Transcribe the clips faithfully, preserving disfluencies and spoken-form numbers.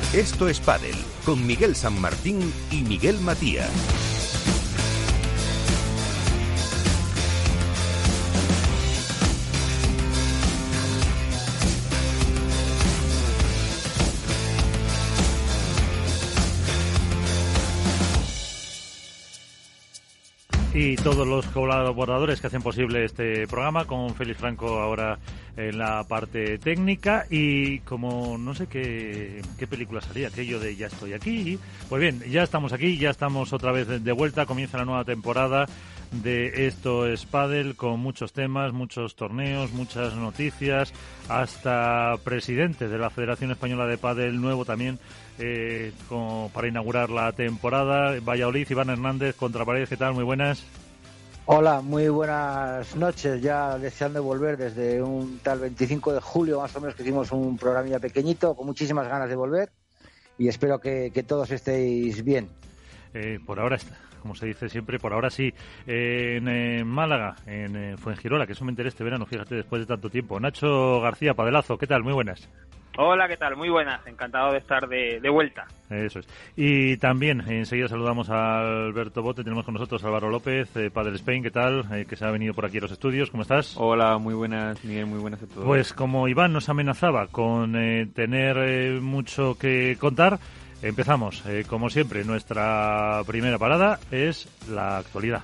Esto es Pádel, con Miguel San Martín y Miguel Matías. Y todos los colaboradores que hacen posible este programa, con Félix Franco ahora en la parte técnica. Y como no sé qué, qué película salía, aquello de Ya estoy aquí. Pues bien, ya estamos aquí, ya estamos otra vez de vuelta. Comienza la nueva temporada de Esto es Pádel, con muchos temas, muchos torneos, muchas noticias, hasta presidente de la Federación Española de Pádel nuevo también, eh, como para inaugurar la temporada. Valladolid, Iván Hernández, Contrapared, ¿qué tal? Muy buenas. Hola, muy buenas noches. Ya deseando volver desde un tal veinticinco de julio, más o menos, que hicimos un programilla pequeñito, con muchísimas ganas de volver, y espero que, que todos estéis bien. Eh, por ahora está. Como se dice siempre, por ahora sí. Eh, en eh, Málaga, en eh, Fuengirola, que eso me enteré este verano, fíjate, después de tanto tiempo. Nacho García, Padelazo, ¿qué tal? Muy buenas. Hola, ¿qué tal? Muy buenas, encantado de estar de, de vuelta. Eso es. Y también, enseguida saludamos a Alberto Bote, tenemos con nosotros a Álvaro López, eh, Padel Spain, ¿qué tal? Eh, que se ha venido por aquí a los estudios, ¿cómo estás? Hola, muy buenas, Miguel, muy buenas a todos. Pues como Iván nos amenazaba con eh, tener eh, mucho que contar, empezamos, eh, como siempre. Nuestra primera parada es la actualidad.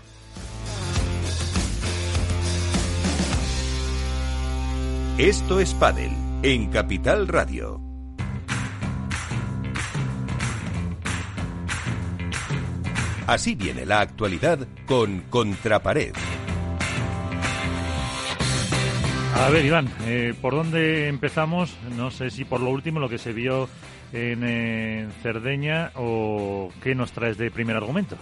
Esto es Pádel, en Capital Radio. Así viene la actualidad con Contrapared. A ver, Iván, eh, ¿por dónde empezamos? No sé si por lo último, lo que se vio en eh, Cerdeña, o qué nos traes de primer argumento.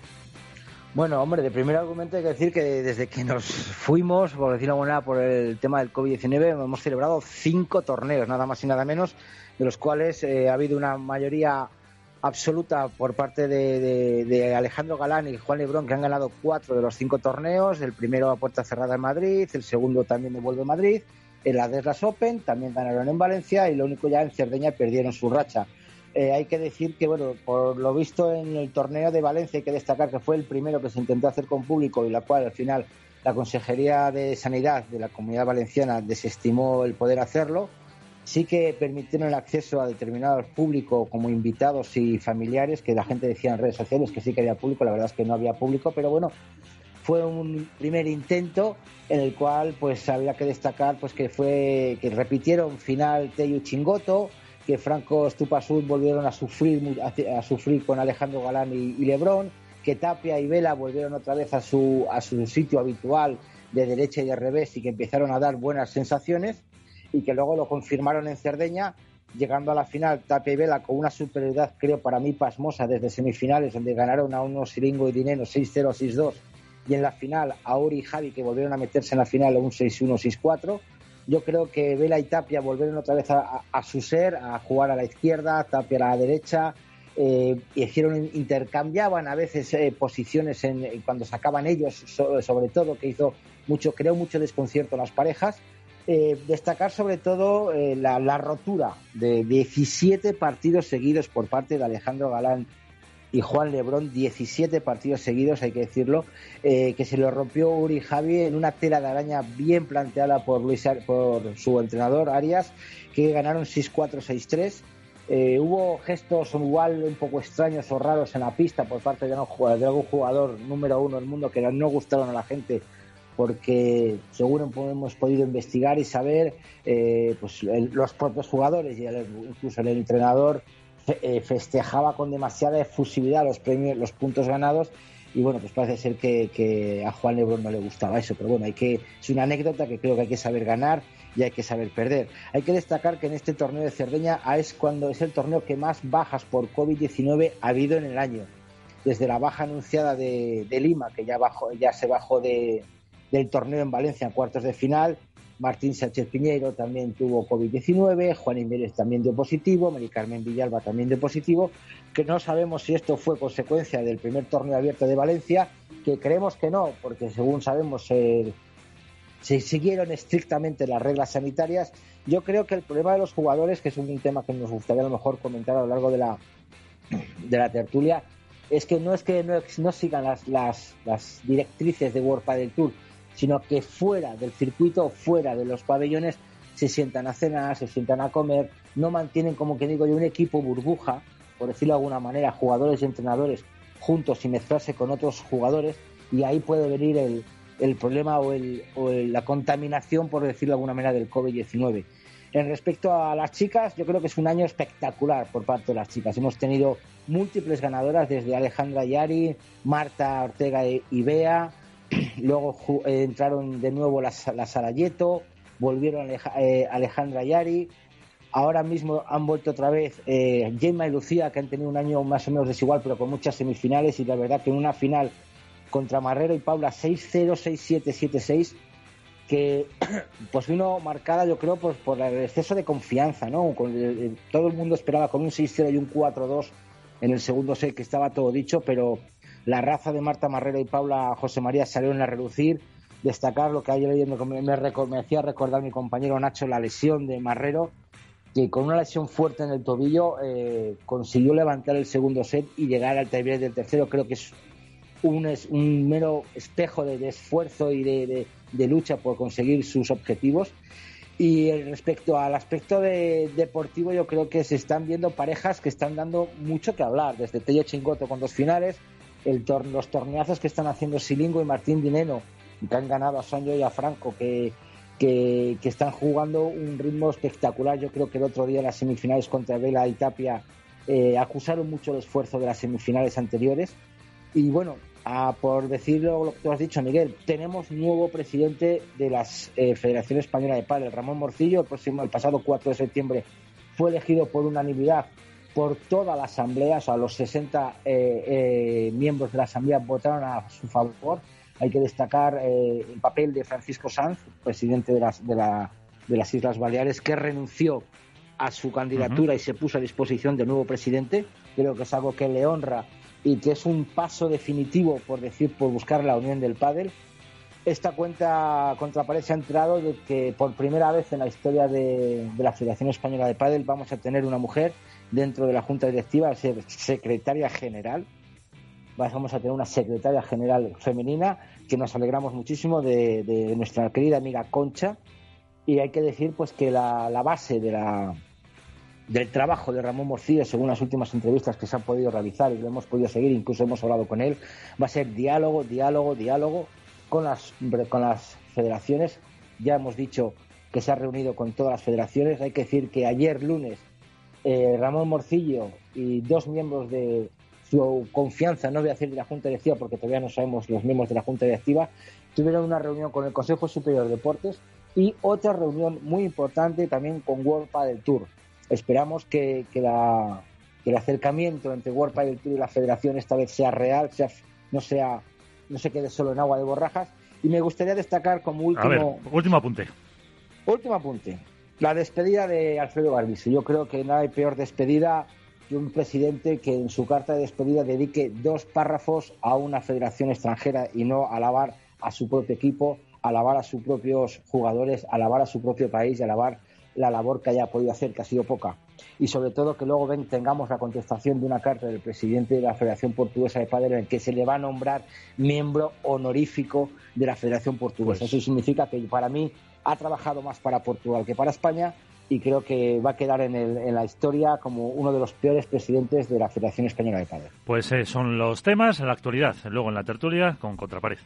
Bueno, hombre, de primer argumento hay que decir que desde que nos fuimos, por decirlo de alguna manera, por el tema del covid diecinueve, hemos celebrado cinco torneos, nada más y nada menos, de los cuales eh, ha habido una mayoría absoluta por parte de, de, de Alejandro Galán y Juan Lebrón, que han ganado cuatro de los cinco torneos. El primero a puerta cerrada en Madrid, el segundo también de Vuelve Madrid, el Adeslas Open también ganaron en Valencia, y lo único ya en Cerdeña perdieron su racha. Eh, hay que decir que, bueno, por lo visto en el torneo de Valencia, hay que destacar que fue el primero que se intentó hacer con público, y la cual al final la Consejería de Sanidad de la Comunidad Valenciana desestimó el poder hacerlo. Sí que permitieron el acceso a determinados públicos como invitados y familiares, que la gente decía en redes sociales que sí que había público. La verdad es que no había público, pero bueno, fue un primer intento en el cual pues había que destacar pues que fue que repitieron final Tello y Chingoto, que Franco Stupasud volvieron a sufrir a, a sufrir con Alejandro Galán y, y Lebrón, que Tapia y Vela volvieron otra vez a su a su sitio habitual de derecha y de revés, y que empezaron a dar buenas sensaciones, y que luego lo confirmaron en Cerdeña, llegando a la final Tapia y Vela con una superioridad, creo, para mí pasmosa, desde semifinales, donde ganaron a unos Siringo y Dineno seis cero, seis dos, y en la final a Uri y Javi, que volvieron a meterse en la final a un seis uno, seis cuatro. Yo creo que Vela y Tapia volvieron otra vez a, a, a su ser, a jugar a la izquierda, Tapia a la derecha, eh, y hicieron, intercambiaban a veces eh, posiciones en, cuando sacaban ellos, so, sobre todo, que hizo mucho, creó mucho desconcierto en las parejas. Eh, destacar sobre todo eh, la, la rotura de diecisiete partidos seguidos por parte de Alejandro Galán y Juan Lebrón, diecisiete partidos seguidos, hay que decirlo, eh, que se lo rompió Uri Javi en una tela de araña bien planteada por Luis por su entrenador Arias, que ganaron seis cuatro, seis tres. Eh, hubo gestos igual un poco extraños o raros en la pista por parte de, un jugador, de algún jugador número uno del mundo, que no gustaron a la gente, porque según hemos podido investigar y saber, eh, pues el, los propios jugadores y el, incluso el entrenador festejaba con demasiada efusividad los premios, los puntos ganados, y bueno, pues parece ser que, que a Juan Lebrón no le gustaba eso, pero bueno, hay que, es una anécdota que creo que hay que saber ganar y hay que saber perder. Hay que destacar que en este torneo de Cerdeña es cuando es el torneo que más bajas por covid diecinueve ha habido en el año, desde la baja anunciada de, de Lima, que ya bajó, ya se bajó de, del torneo en Valencia en cuartos de final. Martín Sánchez Piñeiro también tuvo covid diecinueve, Juan Imérez también dio positivo, Mari Carmen Villalba también dio positivo, que no sabemos si esto fue consecuencia del primer torneo abierto de Valencia, que creemos que no, porque según sabemos el, se siguieron estrictamente las reglas sanitarias. Yo creo que el problema de los jugadores, que es un tema que nos gustaría a lo mejor comentar a lo largo de la de la tertulia, es que no es que no, no sigan las, las, las directrices de World Padel Tour, sino que fuera del circuito, fuera de los pabellones, se sientan a cenar, se sientan a comer, no mantienen, como que digo yo, un equipo burbuja, por decirlo de alguna manera, jugadores y entrenadores juntos y mezclarse con otros jugadores, y ahí puede venir el, el problema o, el, o el, la contaminación, por decirlo de alguna manera, del covid diecinueve. En respecto a las chicas, yo creo que es un año espectacular por parte de las chicas. Hemos tenido múltiples ganadoras, desde Alejandra Yari, Marta Ortega y Bea, luego eh, entraron de nuevo las, las Sarayeto, volvieron eh, Alejandra Yari, ahora mismo han vuelto otra vez eh, Gemma y Lucía, que han tenido un año más o menos desigual, pero con muchas semifinales, y la verdad que en una final contra Marrero y Paula seis cero, seis siete, siete seis, que pues vino marcada, yo creo, por, por el exceso de confianza, ¿no? Con el, el, todo el mundo esperaba con un seis cero y un cuatro dos en el segundo set, que estaba todo dicho, pero la raza de Marta Marrero y Paula José María salieron a relucir. Destacar lo que ayer leyendo, que me, me, me hacía recordar mi compañero Nacho, la lesión de Marrero, que con una lesión fuerte en el tobillo eh, consiguió levantar el segundo set y llegar al tiebreak del tercero. Creo que es un, es un mero espejo de, de esfuerzo y de, de, de lucha por conseguir sus objetivos. Y respecto al aspecto de, deportivo, yo creo que se están viendo parejas que están dando mucho que hablar, desde Tello Chingoto con dos finales, el tor- los torneazos que están haciendo Silingo y Martín Dineno, que han ganado a Sancho y a Franco, que, que, que están jugando un ritmo espectacular. Yo creo que el otro día en las semifinales contra Vela y Tapia eh, acusaron mucho el esfuerzo de las semifinales anteriores. Y bueno, a, por decirlo lo que tú has dicho, Miguel, tenemos nuevo presidente de la eh, Federación Española de Pádel, Ramón Morcillo. El próximo, el pasado cuatro de septiembre fue elegido por unanimidad por toda la asamblea, o sea, los sesenta eh, eh, miembros de la asamblea votaron a su favor. Hay que destacar eh, el papel de Francisco Sanz, presidente de las, de, la, de las Islas Baleares, que renunció a su candidatura uh-huh. y se puso a disposición del nuevo presidente. Creo que es algo que le honra y que es un paso definitivo, por decir, por buscar la unión del pádel. Esta cuenta contrapared se ha enterado de que por primera vez en la historia de, de la Federación Española de Pádel vamos a tener una mujer dentro de la Junta Directiva, a ser secretaria general. Vamos a tener una secretaria general femenina, que nos alegramos muchísimo de, de nuestra querida amiga Concha. Y hay que decir pues que la, la base de la, del trabajo de Ramón Morcillo, según las últimas entrevistas que se han podido realizar y lo hemos podido seguir, incluso hemos hablado con él, va a ser diálogo, diálogo, diálogo con las, con las federaciones. Ya hemos dicho que se ha reunido con todas las federaciones. Hay que decir que ayer lunes eh, Ramón Morcillo y dos miembros de su confianza, no voy a decir de la Junta Directiva porque todavía no sabemos los miembros de la Junta Directiva, tuvieron una reunión con el Consejo Superior de Deportes y otra reunión muy importante también con World Padel Tour. Esperamos que, que, la, que el acercamiento entre World Padel Tour y la Federación esta vez sea real, sea, no sea no se quede solo en agua de borrajas. Y me gustaría destacar como último... A ver, último apunte. Último apunte. La despedida de Alfredo Barbisi. Yo creo que no hay peor despedida que un presidente que en su carta de despedida dedique dos párrafos a una federación extranjera y no alabar a su propio equipo, alabar a sus propios jugadores, alabar a su propio país y alabar la labor que haya podido hacer, que ha sido poca. Y sobre todo que luego ven, tengamos la contestación de una carta del presidente de la Federación Portuguesa de Pádel en el que se le va a nombrar miembro honorífico de la Federación Portuguesa. Pues eso significa que para mí ha trabajado más para Portugal que para España y creo que va a quedar en, el, en la historia como uno de los peores presidentes de la Federación Española de Pádel. Pues eh, son los temas en la actualidad, luego en la tertulia con Contrapared.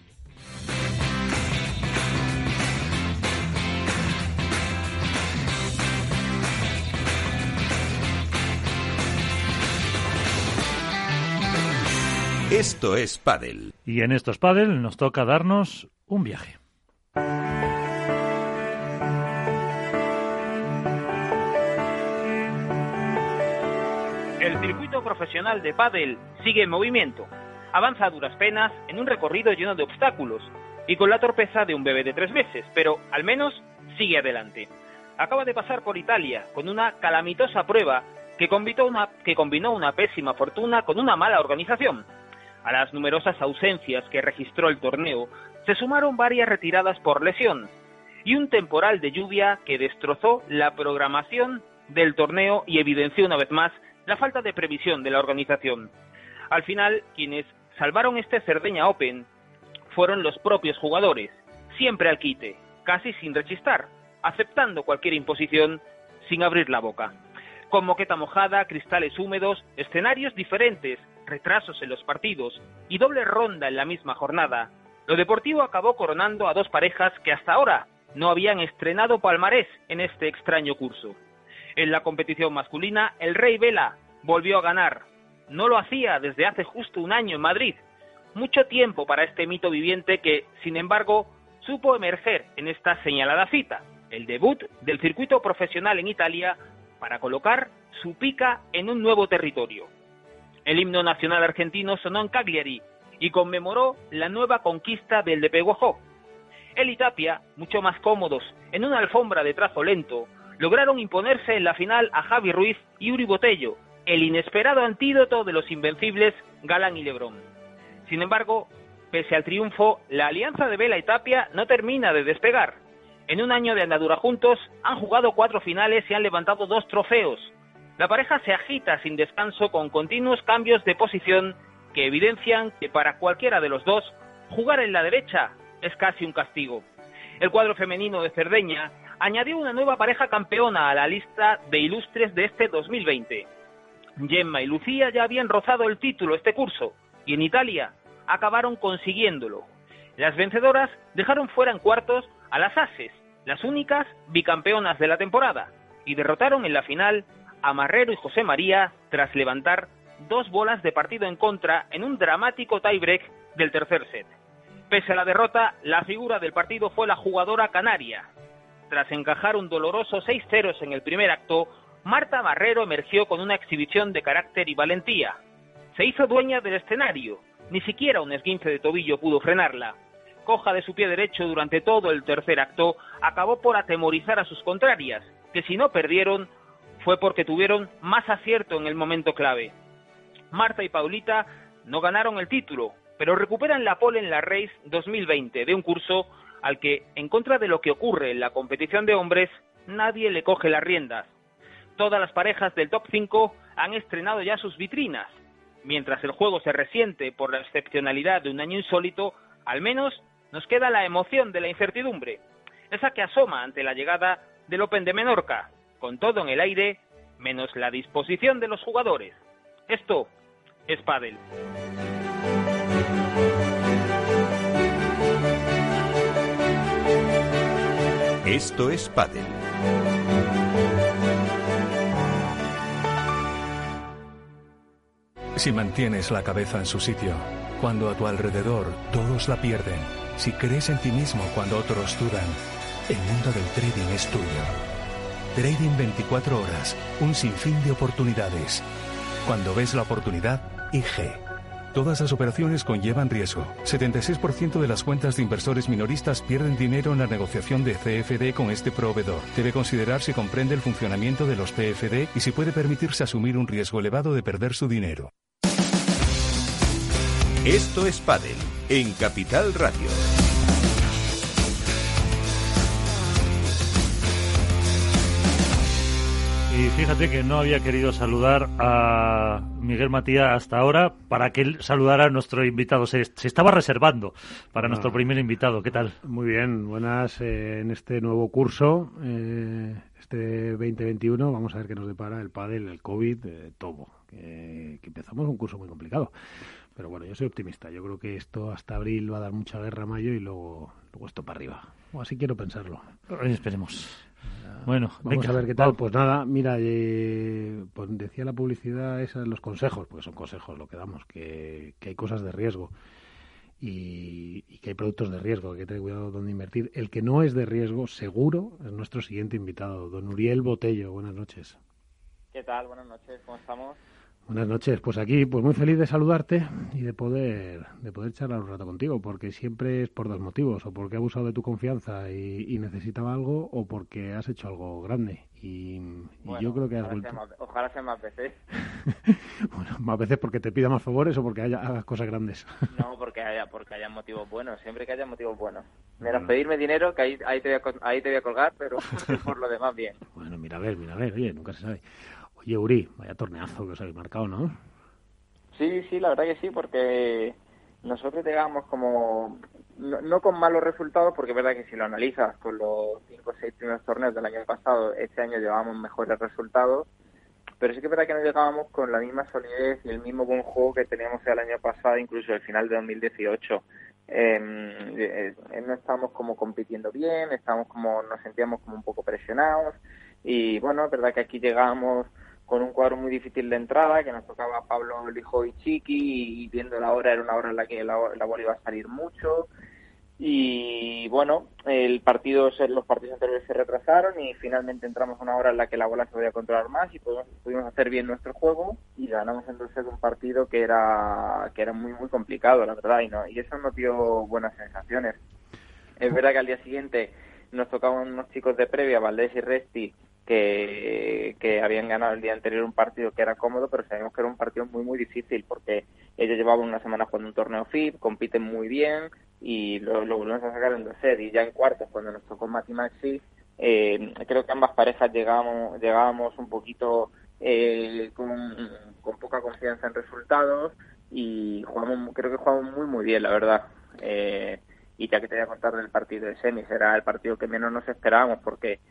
Esto es Pádel. Y en Esto es Pádel nos toca darnos un viaje. El circuito profesional de pádel sigue en movimiento. Avanza a duras penas en un recorrido lleno de obstáculos y con la torpeza de un bebé de tres meses, pero al menos sigue adelante. Acaba de pasar por Italia con una calamitosa prueba que combinó una, que combinó una pésima fortuna con una mala organización. A las numerosas ausencias que registró el torneo se sumaron varias retiradas por lesión y un temporal de lluvia que destrozó la programación del torneo y evidenció una vez más la falta de previsión de la organización. Al final, quienes salvaron este Cerdeña Open fueron los propios jugadores, siempre al quite, casi sin rechistar, aceptando cualquier imposición sin abrir la boca. Con moqueta mojada, cristales húmedos, escenarios diferentes, retrasos en los partidos y doble ronda en la misma jornada, lo deportivo acabó coronando a dos parejas que hasta ahora no habían estrenado palmarés en este extraño curso. En la competición masculina, el Rey Vela volvió a ganar. No lo hacía desde hace justo un año en Madrid. Mucho tiempo para este mito viviente que, sin embargo, supo emerger en esta señalada cita, el debut del circuito profesional en Italia, para colocar su pica en un nuevo territorio. El himno nacional argentino sonó en Cagliari y conmemoró la nueva conquista del de Peguajó. Él y Tapia, mucho más cómodos en una alfombra de trazo lento, lograron imponerse en la final a Javi Ruiz y Uri Botello, el inesperado antídoto de los invencibles Galán y Lebrón. Sin embargo, pese al triunfo, la alianza de Vela y Tapia no termina de despegar. En un año de andadura juntos, han jugado cuatro finales y han levantado dos trofeos. La pareja se agita sin descanso con continuos cambios de posición que evidencian que para cualquiera de los dos, jugar en la derecha es casi un castigo. El cuadro femenino de Cerdeña añadió una nueva pareja campeona a la lista de ilustres de este dos mil veinte. Gemma y Lucía ya habían rozado el título este curso y en Italia acabaron consiguiéndolo. Las vencedoras dejaron fuera en cuartos a las Ases, las únicas bicampeonas de la temporada, y derrotaron en la final a Marrero y José María tras levantar dos bolas de partido en contra en un dramático tiebreak del tercer set. Pese a la derrota, la figura del partido fue la jugadora canaria. Tras encajar un doloroso seis ceros en el primer acto, Marta Marrero emergió con una exhibición de carácter y valentía. Se hizo dueña del escenario, ni siquiera un esguince de tobillo pudo frenarla. Coja de su pie derecho durante todo el tercer acto, acabó por atemorizar a sus contrarias, que si no perdieron, fue porque tuvieron más acierto en el momento clave. Marta y Paulita no ganaron el título, pero recuperan la pole en la Race dos mil veinte de un curso al que, en contra de lo que ocurre en la competición de hombres, nadie le coge las riendas. Todas las parejas del top cinco han estrenado ya sus vitrinas. Mientras el juego se resiente por la excepcionalidad de un año insólito, al menos nos queda la emoción de la incertidumbre, esa que asoma ante la llegada del Open de Menorca, con todo en el aire, menos la disposición de los jugadores. Esto es pádel. Esto es pádel. Si mantienes la cabeza en su sitio, cuando a tu alrededor todos la pierden, si crees en ti mismo cuando otros dudan, el mundo del trading es tuyo. Trading veinticuatro horas, un sinfín de oportunidades. Cuando ves la oportunidad, I G. Todas las operaciones conllevan riesgo. setenta y seis por ciento de las cuentas de inversores minoristas pierden dinero en la negociación de C F D con este proveedor. Debe considerar si comprende el funcionamiento de los C F D y si puede permitirse asumir un riesgo elevado de perder su dinero. Esto es pádel en Capital Radio. Y fíjate que no había querido saludar a Miguel Matías hasta ahora para que él saludara a nuestro invitado. Se, se estaba reservando para ah, nuestro primer invitado. ¿Qué tal? Muy bien, buenas eh, en este nuevo curso, eh, este veinte veintiuno. Vamos a ver qué nos depara el pádel, el COVID, eh, todo. Que, que empezamos un curso muy complicado. Pero bueno, yo soy optimista. Yo creo que esto hasta abril va a dar mucha guerra a mayo y luego, luego esto para arriba. O así quiero pensarlo. Esperemos. Bueno, vamos venga, a ver qué tal. Pues nada, mira, eh, pues decía la publicidad esa, los consejos, porque son consejos lo que damos, que, que hay cosas de riesgo y, y que hay productos de riesgo, que hay que tener cuidado dónde invertir. El que no es de riesgo, seguro, es nuestro siguiente invitado, don Uriel Botello. Buenas noches. ¿Qué tal? Buenas noches, ¿cómo estamos? Buenas noches, pues aquí pues muy feliz de saludarte y de poder de poder charlar un rato contigo, porque siempre es por dos motivos, o porque he abusado de tu confianza y, y necesitaba algo, o porque has hecho algo grande. Y, y Bueno, yo creo que has ojalá vuelto. sea más, ojalá sea más veces. Bueno, más veces porque te pida más favores o porque haya, hagas cosas grandes. No, porque haya porque haya motivos buenos, siempre que haya motivos buenos. Menos Bueno. pedirme dinero, que ahí, ahí, te voy a, col- ahí te voy a colgar, pero por lo demás bien. Bueno, mira a ver, mira a ver, oye, nunca se sabe. Oye, Uri, vaya torneazo que os habéis marcado, ¿no? Sí, sí, la verdad que sí, porque nosotros llegamos como, no, no con malos resultados, porque es verdad que si lo analizas con los cinco o seis primeros torneos del año pasado, este año llevábamos mejores resultados, pero sí que es verdad que no llegábamos con la misma solidez y el mismo buen juego que teníamos el año pasado, incluso el final de dos mil dieciocho. Eh, eh, no estábamos como compitiendo bien, estábamos como, nos sentíamos como un poco presionados, y bueno, es verdad que aquí llegamos con un cuadro muy difícil de entrada, que nos tocaba Pablo Lijo y Chiqui, y viendo la hora, era una hora en la que la, la bola iba a salir mucho, y bueno, el partido, los partidos anteriores se retrasaron y finalmente entramos a una hora en la que la bola se podía controlar más y pudimos, pudimos hacer bien nuestro juego y ganamos entonces un partido que era que era muy muy complicado, la verdad, y no y eso nos dio buenas sensaciones. Es verdad que al día siguiente nos tocaban unos chicos de previa, Valdés y Resti, que, que habían ganado el día anterior un partido que era cómodo, pero sabíamos que era un partido muy muy difícil porque ellos llevaban una semana jugando un torneo F I B, compiten muy bien y lo, lo volvemos a sacar en dos sets, y ya en cuartos cuando nos tocó Mati Maxi, eh, creo que ambas parejas llegábamos, llegábamos un poquito eh, con, con poca confianza en resultados y jugamos, creo que jugamos muy muy bien, la verdad. Eh, y ya que te voy a contar del partido de semis, era el partido que menos nos esperábamos porque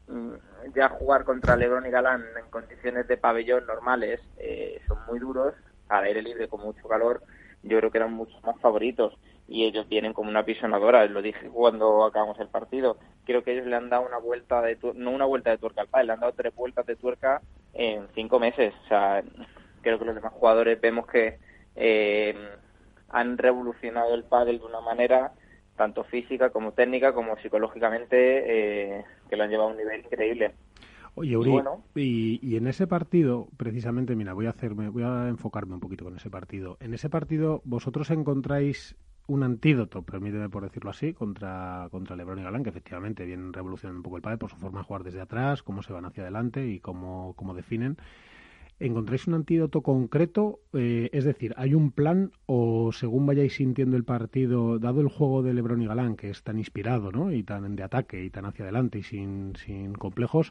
ya jugar contra Lebrón y Galán en condiciones de pabellón normales eh, son muy duros, al aire libre con mucho calor, yo creo que eran mucho más favoritos y ellos vienen como una pisonadora, lo dije cuando acabamos el partido, creo que ellos le han dado una vuelta de tuerca, no una vuelta de tuerca al pádel, le han dado tres vueltas de tuerca en cinco meses, o sea, creo que los demás jugadores vemos que eh, han revolucionado el pádel de una manera tanto física como técnica como psicológicamente, eh, que lo han llevado a un nivel increíble. Oye, Uri, y, bueno, y, y en ese partido, precisamente, mira, voy a hacerme, voy a enfocarme un poquito con ese partido. En ese partido, vosotros encontráis un antídoto, permíteme por decirlo así, contra, contra Lebrón y Galán, que efectivamente vienen revolucionando un poco el pádel por su forma de jugar desde atrás, cómo se van hacia adelante y cómo, cómo definen. ¿Encontráis un antídoto concreto? Eh, es decir, ¿hay un plan o según vayáis sintiendo el partido, dado el juego de Lebrón y Galán, que es tan inspirado, ¿no? Y tan de ataque y tan hacia adelante y sin, sin complejos,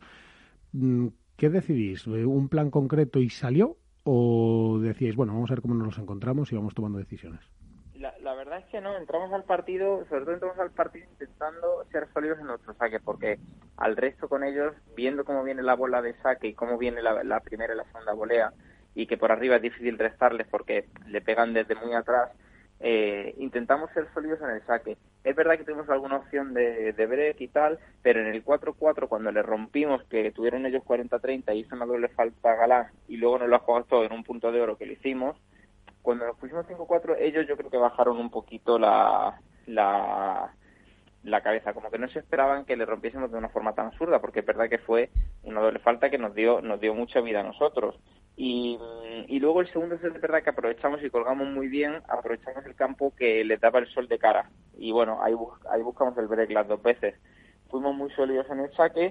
¿qué decidís? ¿Un plan concreto y salió? ¿O decíais, bueno, vamos a ver cómo nos los encontramos y vamos tomando decisiones? La, la verdad es que no, entramos al partido, sobre todo entramos al partido intentando ser sólidos en nuestro saque, porque al resto con ellos, viendo cómo viene la bola de saque y cómo viene la, la primera y la segunda volea, y que por arriba es difícil restarles porque le pegan desde muy atrás, eh, intentamos ser sólidos en el saque. Es verdad que tuvimos alguna opción de, de break y tal, pero en el cuatro cuatro, cuando le rompimos, que tuvieron ellos cuarenta treinta y hizo una doble falta a Galán, y luego nos lo jugamos todo en un punto de oro que lo hicimos, cuando nos pusimos cinco cuatro, ellos yo creo que bajaron un poquito la, la, la cabeza, como que no se esperaban que le rompiésemos de una forma tan absurda, porque es verdad que fue una doble falta que nos dio nos dio mucha vida a nosotros. Y, y luego el segundo set es verdad que aprovechamos y colgamos muy bien, aprovechamos el campo que le daba el sol de cara. Y bueno, ahí, ahí buscamos el break las dos veces. Fuimos muy sólidos en el saque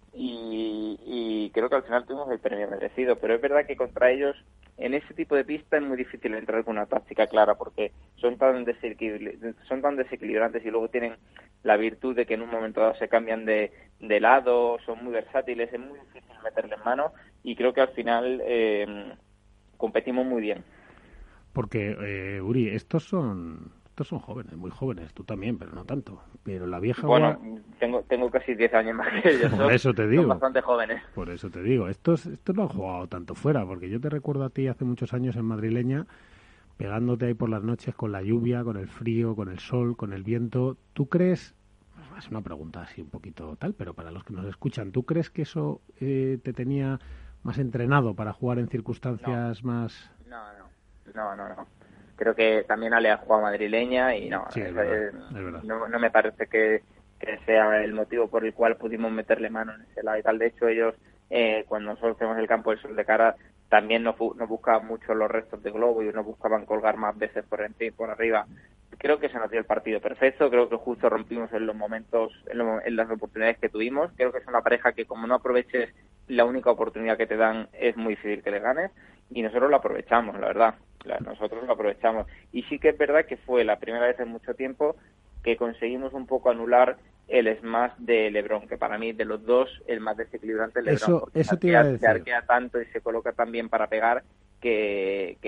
y, y creo que al final tuvimos el premio merecido, pero es verdad que contra ellos en ese tipo de pista es muy difícil entrar con una táctica clara porque son tan, desequilibr- son tan desequilibrantes y luego tienen la virtud de que en un momento dado se cambian de, de lado, son muy versátiles, es muy difícil meterle en mano y creo que al final eh, competimos muy bien. Porque, eh, Uri, estos son estos son jóvenes, muy jóvenes, tú también, pero no tanto. Pero la vieja... Bueno, guardia... tengo tengo casi diez años más que ellos. Por eso te digo. Son bastante jóvenes. Por eso te digo. Estos, estos no han jugado tanto fuera, porque yo te recuerdo a ti hace muchos años en Madrileña, pegándote ahí por las noches con la lluvia, con el frío, con el sol, con el viento. ¿Tú crees... Es una pregunta así un poquito tal, pero para los que nos escuchan, ¿tú crees que eso eh, te tenía más entrenado para jugar en circunstancias no. más...? No, no, no, no, no. Creo que también Ale ha jugado madrileña y no, sí, es es, verdad, es verdad. no, no me parece que, que sea el motivo por el cual pudimos meterle mano en ese lado y tal. De hecho, ellos, eh, cuando nosotros tenemos el campo del sol de cara, también nos, nos buscaban mucho los restos de globo y nos buscaban colgar más veces por, por arriba. creo que se nos dio el partido perfecto, creo que justo rompimos en los momentos, en, lo, en las oportunidades que tuvimos. Creo que es una pareja que como no aproveches la única oportunidad que te dan, es muy difícil que le ganes, y nosotros lo aprovechamos, la verdad. Nosotros lo aprovechamos. Y sí que es verdad que fue la primera vez en mucho tiempo que conseguimos un poco anular el smash de LeBron, que para mí de los dos el más desequilibrante es LeBron. Eso, eso te iba a decir. Se arquea tanto y se coloca tan bien para pegar que,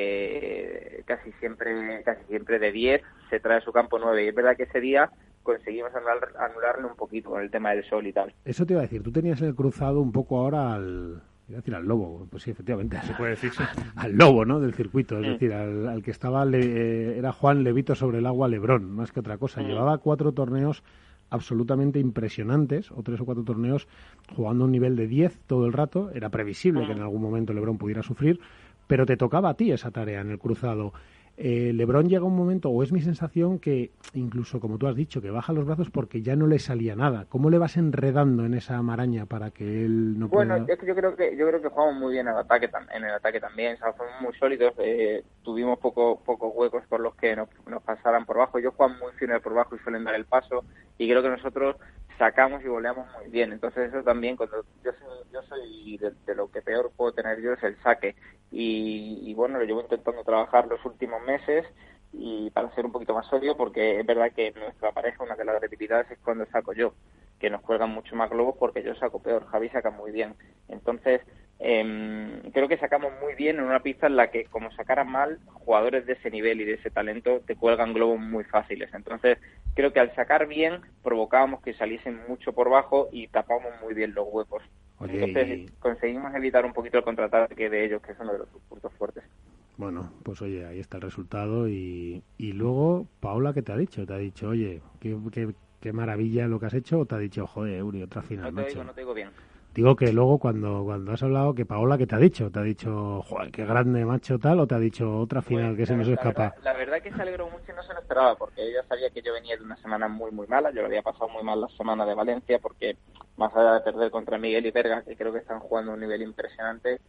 que casi siempre casi siempre de diez se trae a su campo nueve. Y es verdad que ese día conseguimos anular, anularle un poquito con el tema del sol y tal. Eso te iba a decir. Tú tenías el cruzado un poco ahora al... Iba a decir al lobo, pues sí, efectivamente. Se puede decir, sí. Al lobo, ¿no? Del circuito, es Mm. decir, al, al que estaba, le, eh, era Juan Levito sobre el agua Lebrón, más que otra cosa. Mm. Llevaba cuatro torneos absolutamente impresionantes, o tres o cuatro torneos jugando a un nivel de diez todo el rato. Era previsible Mm. que en algún momento Lebrón pudiera sufrir, pero te tocaba a ti esa tarea en el cruzado. Eh, LeBron llega un momento, o es mi sensación, que incluso, como tú has dicho, que baja los brazos porque ya no le salía nada. ¿Cómo le vas enredando en esa maraña para que él no Bueno, pueda...? es que yo creo que yo creo que jugamos muy bien en el ataque, en el ataque también, o sea, fuimos muy sólidos, eh, tuvimos poco, pocos huecos por los que nos, nos pasaran por bajo. Ellos juegan muy firme por bajo y suelen dar el paso, y creo que nosotros sacamos y voleamos muy bien. Entonces eso también, cuando yo soy, yo soy de, de lo que peor puedo tener yo es el saque, y, y bueno, lo llevo intentando trabajar los últimos meses y para ser un poquito más sólido, porque es verdad que nuestra pareja, una de las debilidades es cuando saco yo, que nos cuelgan mucho más globos porque yo saco peor. Javi saca muy bien. Entonces eh, creo que sacamos muy bien en una pista en la que, como sacaran mal, jugadores de ese nivel y de ese talento te cuelgan globos muy fáciles. Entonces creo que al sacar bien provocábamos que saliesen mucho por bajo y tapamos muy bien los huecos. Oye, Entonces y... conseguimos evitar un poquito el contraataque de ellos, que es uno de los puntos fuertes. Bueno, pues oye, ahí está el resultado. Y, y luego, Paola, ¿qué te ha dicho? ¿Te ha dicho, oye, qué, qué, qué maravilla lo que has hecho? ¿O te ha dicho, joder, Euri, otra final, No te macho? digo, no te digo bien. Digo que luego cuando, cuando has hablado, que Paola, ¿qué te ha dicho? ¿Te ha dicho, joder, qué grande, macho, tal? ¿O te ha dicho otra final Pues, que se nos la escapa? Verdad, la verdad que se alegró mucho y no se lo esperaba, porque ella sabía que yo venía de una semana muy, muy mala. Yo lo había pasado muy mal la semana de Valencia, porque más allá de perder contra Miguel y Berga, que creo que están jugando a un nivel impresionante,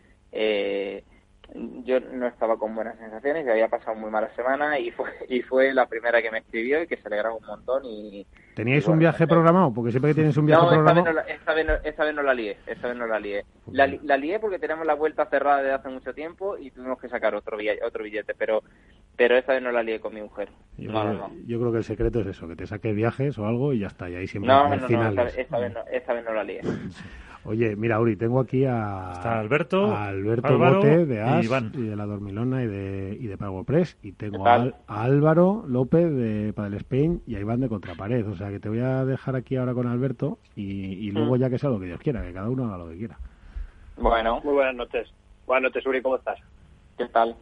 eh, yo no estaba con buenas sensaciones, y había pasado muy mala semana, y fue y fue la primera que me escribió y que se alegraba un montón. y ¿Teníais y bueno, un viaje eh, programado? Porque siempre que tienes un viaje no, esta programado... vez no, la, esta, vez no, esta vez no la lié, esta vez no la lié. La, li- la lié porque tenemos la vuelta cerrada desde hace mucho tiempo y tuvimos que sacar otro billete, otro billete pero pero esta vez no la lié con mi mujer. Yo, No, creo, no, no. yo creo que el secreto es eso, que te saques viajes o algo y ya está, y ahí siempre No, hay no, no, finales. esta, esta vez no, esta vez no la lié. Oye, mira, Uri, tengo aquí a, Está Alberto, a Alberto Álvaro Bote de y As Iván. y de La Dormilona y de, y de Pago Press, y tengo ¿Qué a, tal? Al- a Álvaro López de Padel Spain y a Iván de Contrapared. O sea que te voy a dejar aquí ahora con Alberto y, y luego Mm. ya que sea lo que Dios quiera, que cada uno haga lo que quiera. Bueno, Muy buenas noches. Buenas noches, Uri, ¿cómo estás? ¿qué tal?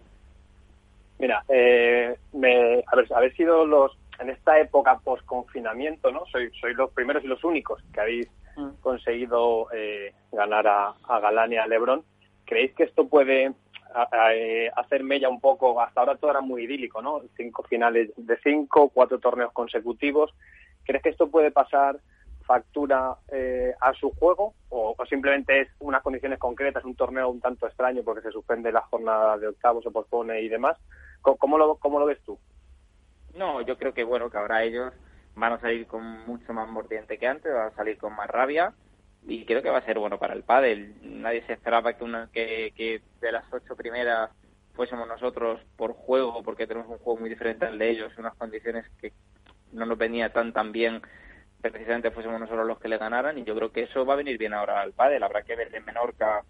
Mira, eh, me, haber, haber sido los, en esta época post-confinamiento, ¿no? Soy, soy los primeros y los únicos que habéis Mm. conseguido eh, ganar a, a Galán y a LeBron. ¿Creéis que esto puede a, a, eh, hacer mella un poco? Hasta ahora todo era muy idílico, ¿no? Cinco finales de cinco, cuatro torneos consecutivos. ¿Crees que esto puede pasar factura eh, a su juego o, o simplemente es unas condiciones concretas, un torneo un tanto extraño porque se suspende la jornada de octavos, se pospone y demás? ¿Cómo, cómo lo, cómo lo ves tú? No, yo creo que bueno, que ahora ellos van a salir con mucho más mordiente que antes, van a salir con más rabia, y creo que va a ser bueno para el pádel. Nadie se esperaba que una que, que de las ocho primeras fuésemos nosotros por juego, porque tenemos un juego muy diferente al de ellos, unas condiciones que no nos venía tan tan bien, precisamente fuésemos nosotros los que le ganaran, y yo creo que eso va a venir bien ahora al pádel. Habrá que ver en Menorca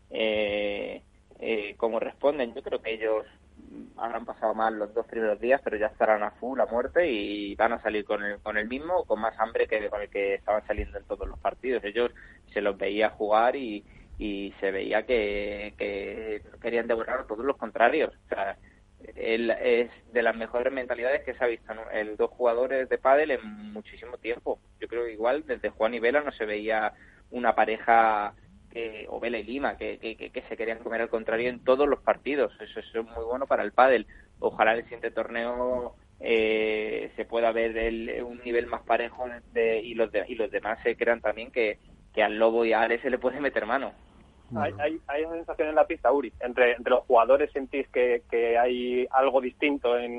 eh, eh, cómo responden. Yo creo que ellos habrán pasado mal los dos primeros días, pero ya estarán a full, a muerte, y van a salir con el, con el mismo, con más hambre que con el que estaban saliendo en todos los partidos. Ellos se los veía jugar y, y se veía que, que querían devorar a todos los contrarios. O sea, él es de las mejores mentalidades que se ha visto, ¿no? El dos jugadores de pádel en muchísimo tiempo. Yo creo que igual desde Juan y Vela no se veía una pareja que, o Vela y Lima que, que, que se querían comer al contrario en todos los partidos. Eso, eso es muy bueno para el pádel. Ojalá el siguiente torneo eh, se pueda ver el, un nivel más parejo de, y los de, y los demás se crean también que, que al Lobo y a Ale se le puede meter mano. Bueno. Hay, hay, hay una sensación en la pista, Uri. Entre, entre los jugadores sentís que, que hay algo distinto en,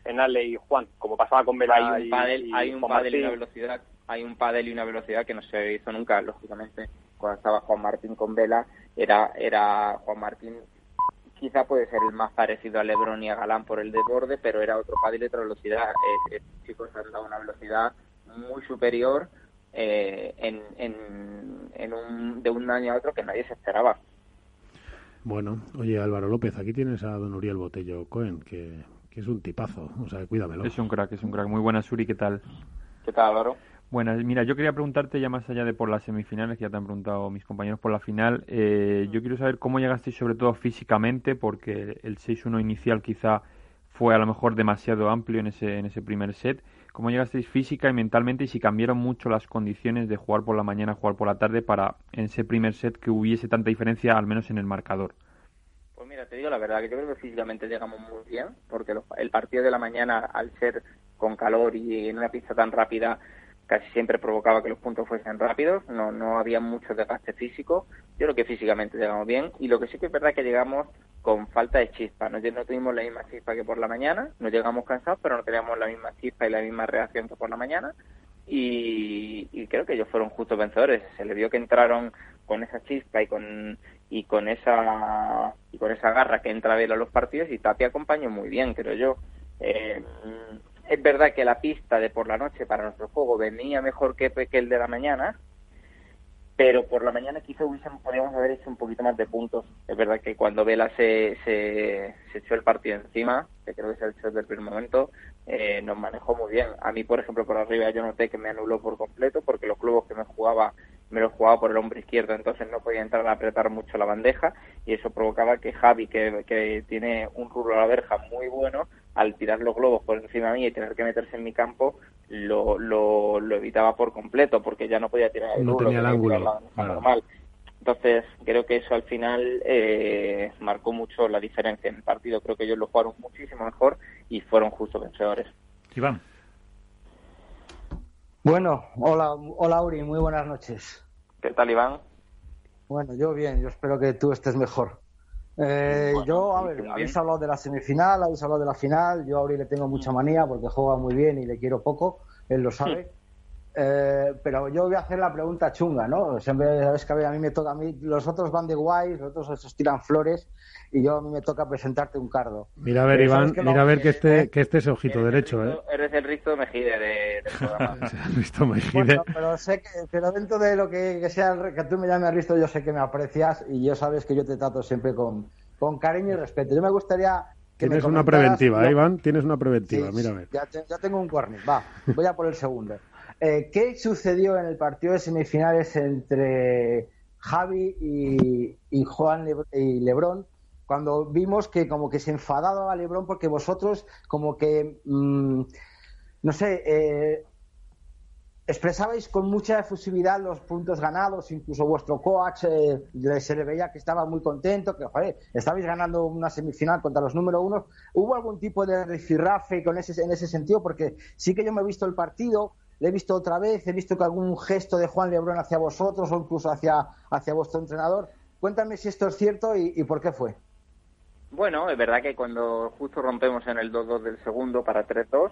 en Ale y Juan, como pasaba con Vela hay un y, pádel, y hay un Juan pádel y Martín. una velocidad, hay un pádel y una velocidad que no se hizo nunca, lógicamente. Cuando estaba Juan Martín con Vela, era era Juan Martín, quizá puede ser el más parecido a LeBron y a Galán por el desborde, pero era otro pádel y otra velocidad. Eh, estos chicos han dado una velocidad muy superior eh, en, en, en un, de un año a otro que nadie se esperaba. Bueno, oye, Álvaro López, aquí tienes a don Uriel Botello Cohen, que, que es un tipazo, o sea, cuídamelo. Es un crack, es un crack. Muy buenas, Uri, ¿qué tal? ¿Qué tal, Álvaro? Buenas, mira, yo quería preguntarte ya más allá de por las semifinales, que ya te han preguntado mis compañeros por la final, eh, yo quiero saber cómo llegasteis sobre todo físicamente, porque el seis uno inicial quizá fue a lo mejor demasiado amplio en ese, en ese primer set. ¿Cómo llegasteis física y mentalmente y si cambiaron mucho las condiciones de jugar por la mañana, jugar por la tarde para en ese primer set que hubiese tanta diferencia, al menos en el marcador? Pues mira, te digo la verdad, que yo creo que físicamente llegamos muy bien, porque los, el partido de la mañana, al ser con calor y en una pista tan rápida, casi siempre provocaba que los puntos fuesen rápidos, no no había mucho desgaste físico. Yo creo que físicamente llegamos bien, y lo que sí que es verdad es que llegamos con falta de chispa, no, no tuvimos la misma chispa que por la mañana, no llegamos cansados, pero no teníamos la misma chispa y la misma reacción que por la mañana, y, y creo que ellos fueron justos vencedores. Se les vio que entraron con esa chispa y con y con esa y con esa garra que entra Vela a los partidos, y Tapia acompañó muy bien, creo yo. Eh, es verdad que la pista de por la noche para nuestro juego venía mejor que, que el de la mañana, pero por la mañana quizá hubiésemos, podríamos haber hecho un poquito más de puntos. Es verdad que cuando Vela se, se, se echó el partido encima, que creo que se ha hecho desde el primer momento, eh, nos manejó muy bien. A mí, por ejemplo, por arriba yo noté que me anuló por completo, porque los globos que me jugaba me los jugaba por el hombro izquierdo, entonces no podía entrar a apretar mucho la bandeja, y eso provocaba que Javi, que, que tiene un rubro a la verja muy bueno, al tirar los globos por encima mí y tener que meterse en mi campo, lo, lo, lo evitaba por completo, porque ya no podía tirar el no rubro, tenía el ángulo, la claro. normal. Entonces, creo que eso al final eh, marcó mucho la diferencia en el partido. Creo que ellos lo jugaron muchísimo mejor y fueron justos vencedores. Iván. Bueno, hola, hola Uri, muy buenas noches. ¿Qué tal, Iván? Bueno, yo bien, yo espero que tú estés mejor. Eh, bueno, yo, a sí, ver, muy habéis bien. hablado de la semifinal, habéis hablado de la final. Yo a Uri le tengo mucha manía porque juega muy bien y le quiero poco, él lo sabe. Eh, pero yo voy a hacer la pregunta chunga, ¿no? Siempre sabes que a mí me toca, a mí los otros van de guays, los otros se tiran flores, y yo a mí me toca presentarte un cardo. Mira a ver, Eh, Iván, ¿sabes mira a ver que este, ¿eh? que este es ojito Eres derecho, el ¿eh? Risto, eres el Risto Mejide de, del programa. ¿Has visto, Mejide? Bueno, pero sé que, pero dentro de lo que, que sea, que tú me llames Risto, yo sé que me aprecias y yo sabes que yo te trato siempre con, con cariño y respeto. Yo me gustaría que Tienes me una comentaras- preventiva, ¿eh, yo- Iván? Tienes una preventiva, Sí, mira a ver. Ya, te- ya tengo un corner, va, voy a por el segundo. Eh, ¿Qué sucedió en el partido de semifinales entre Javi y, y Juan Lebr- y Lebrón, cuando vimos que como que se enfadaba a Lebrón porque vosotros como que, mmm, no sé, eh, expresabais con mucha efusividad los puntos ganados, incluso vuestro coach eh, se le veía que estaba muy contento, que joder, estabais ganando una semifinal contra los número uno. ¿Hubo algún tipo de rifirrafe con ese, en ese sentido? Porque sí que yo me he visto el partido, le he visto otra vez, he visto que algún gesto de Juan Lebrón hacia vosotros o incluso hacia, hacia vuestro entrenador. Cuéntame si esto es cierto y, y por qué fue. Bueno, es verdad que cuando justo rompemos en el dos dos del segundo para tres dos,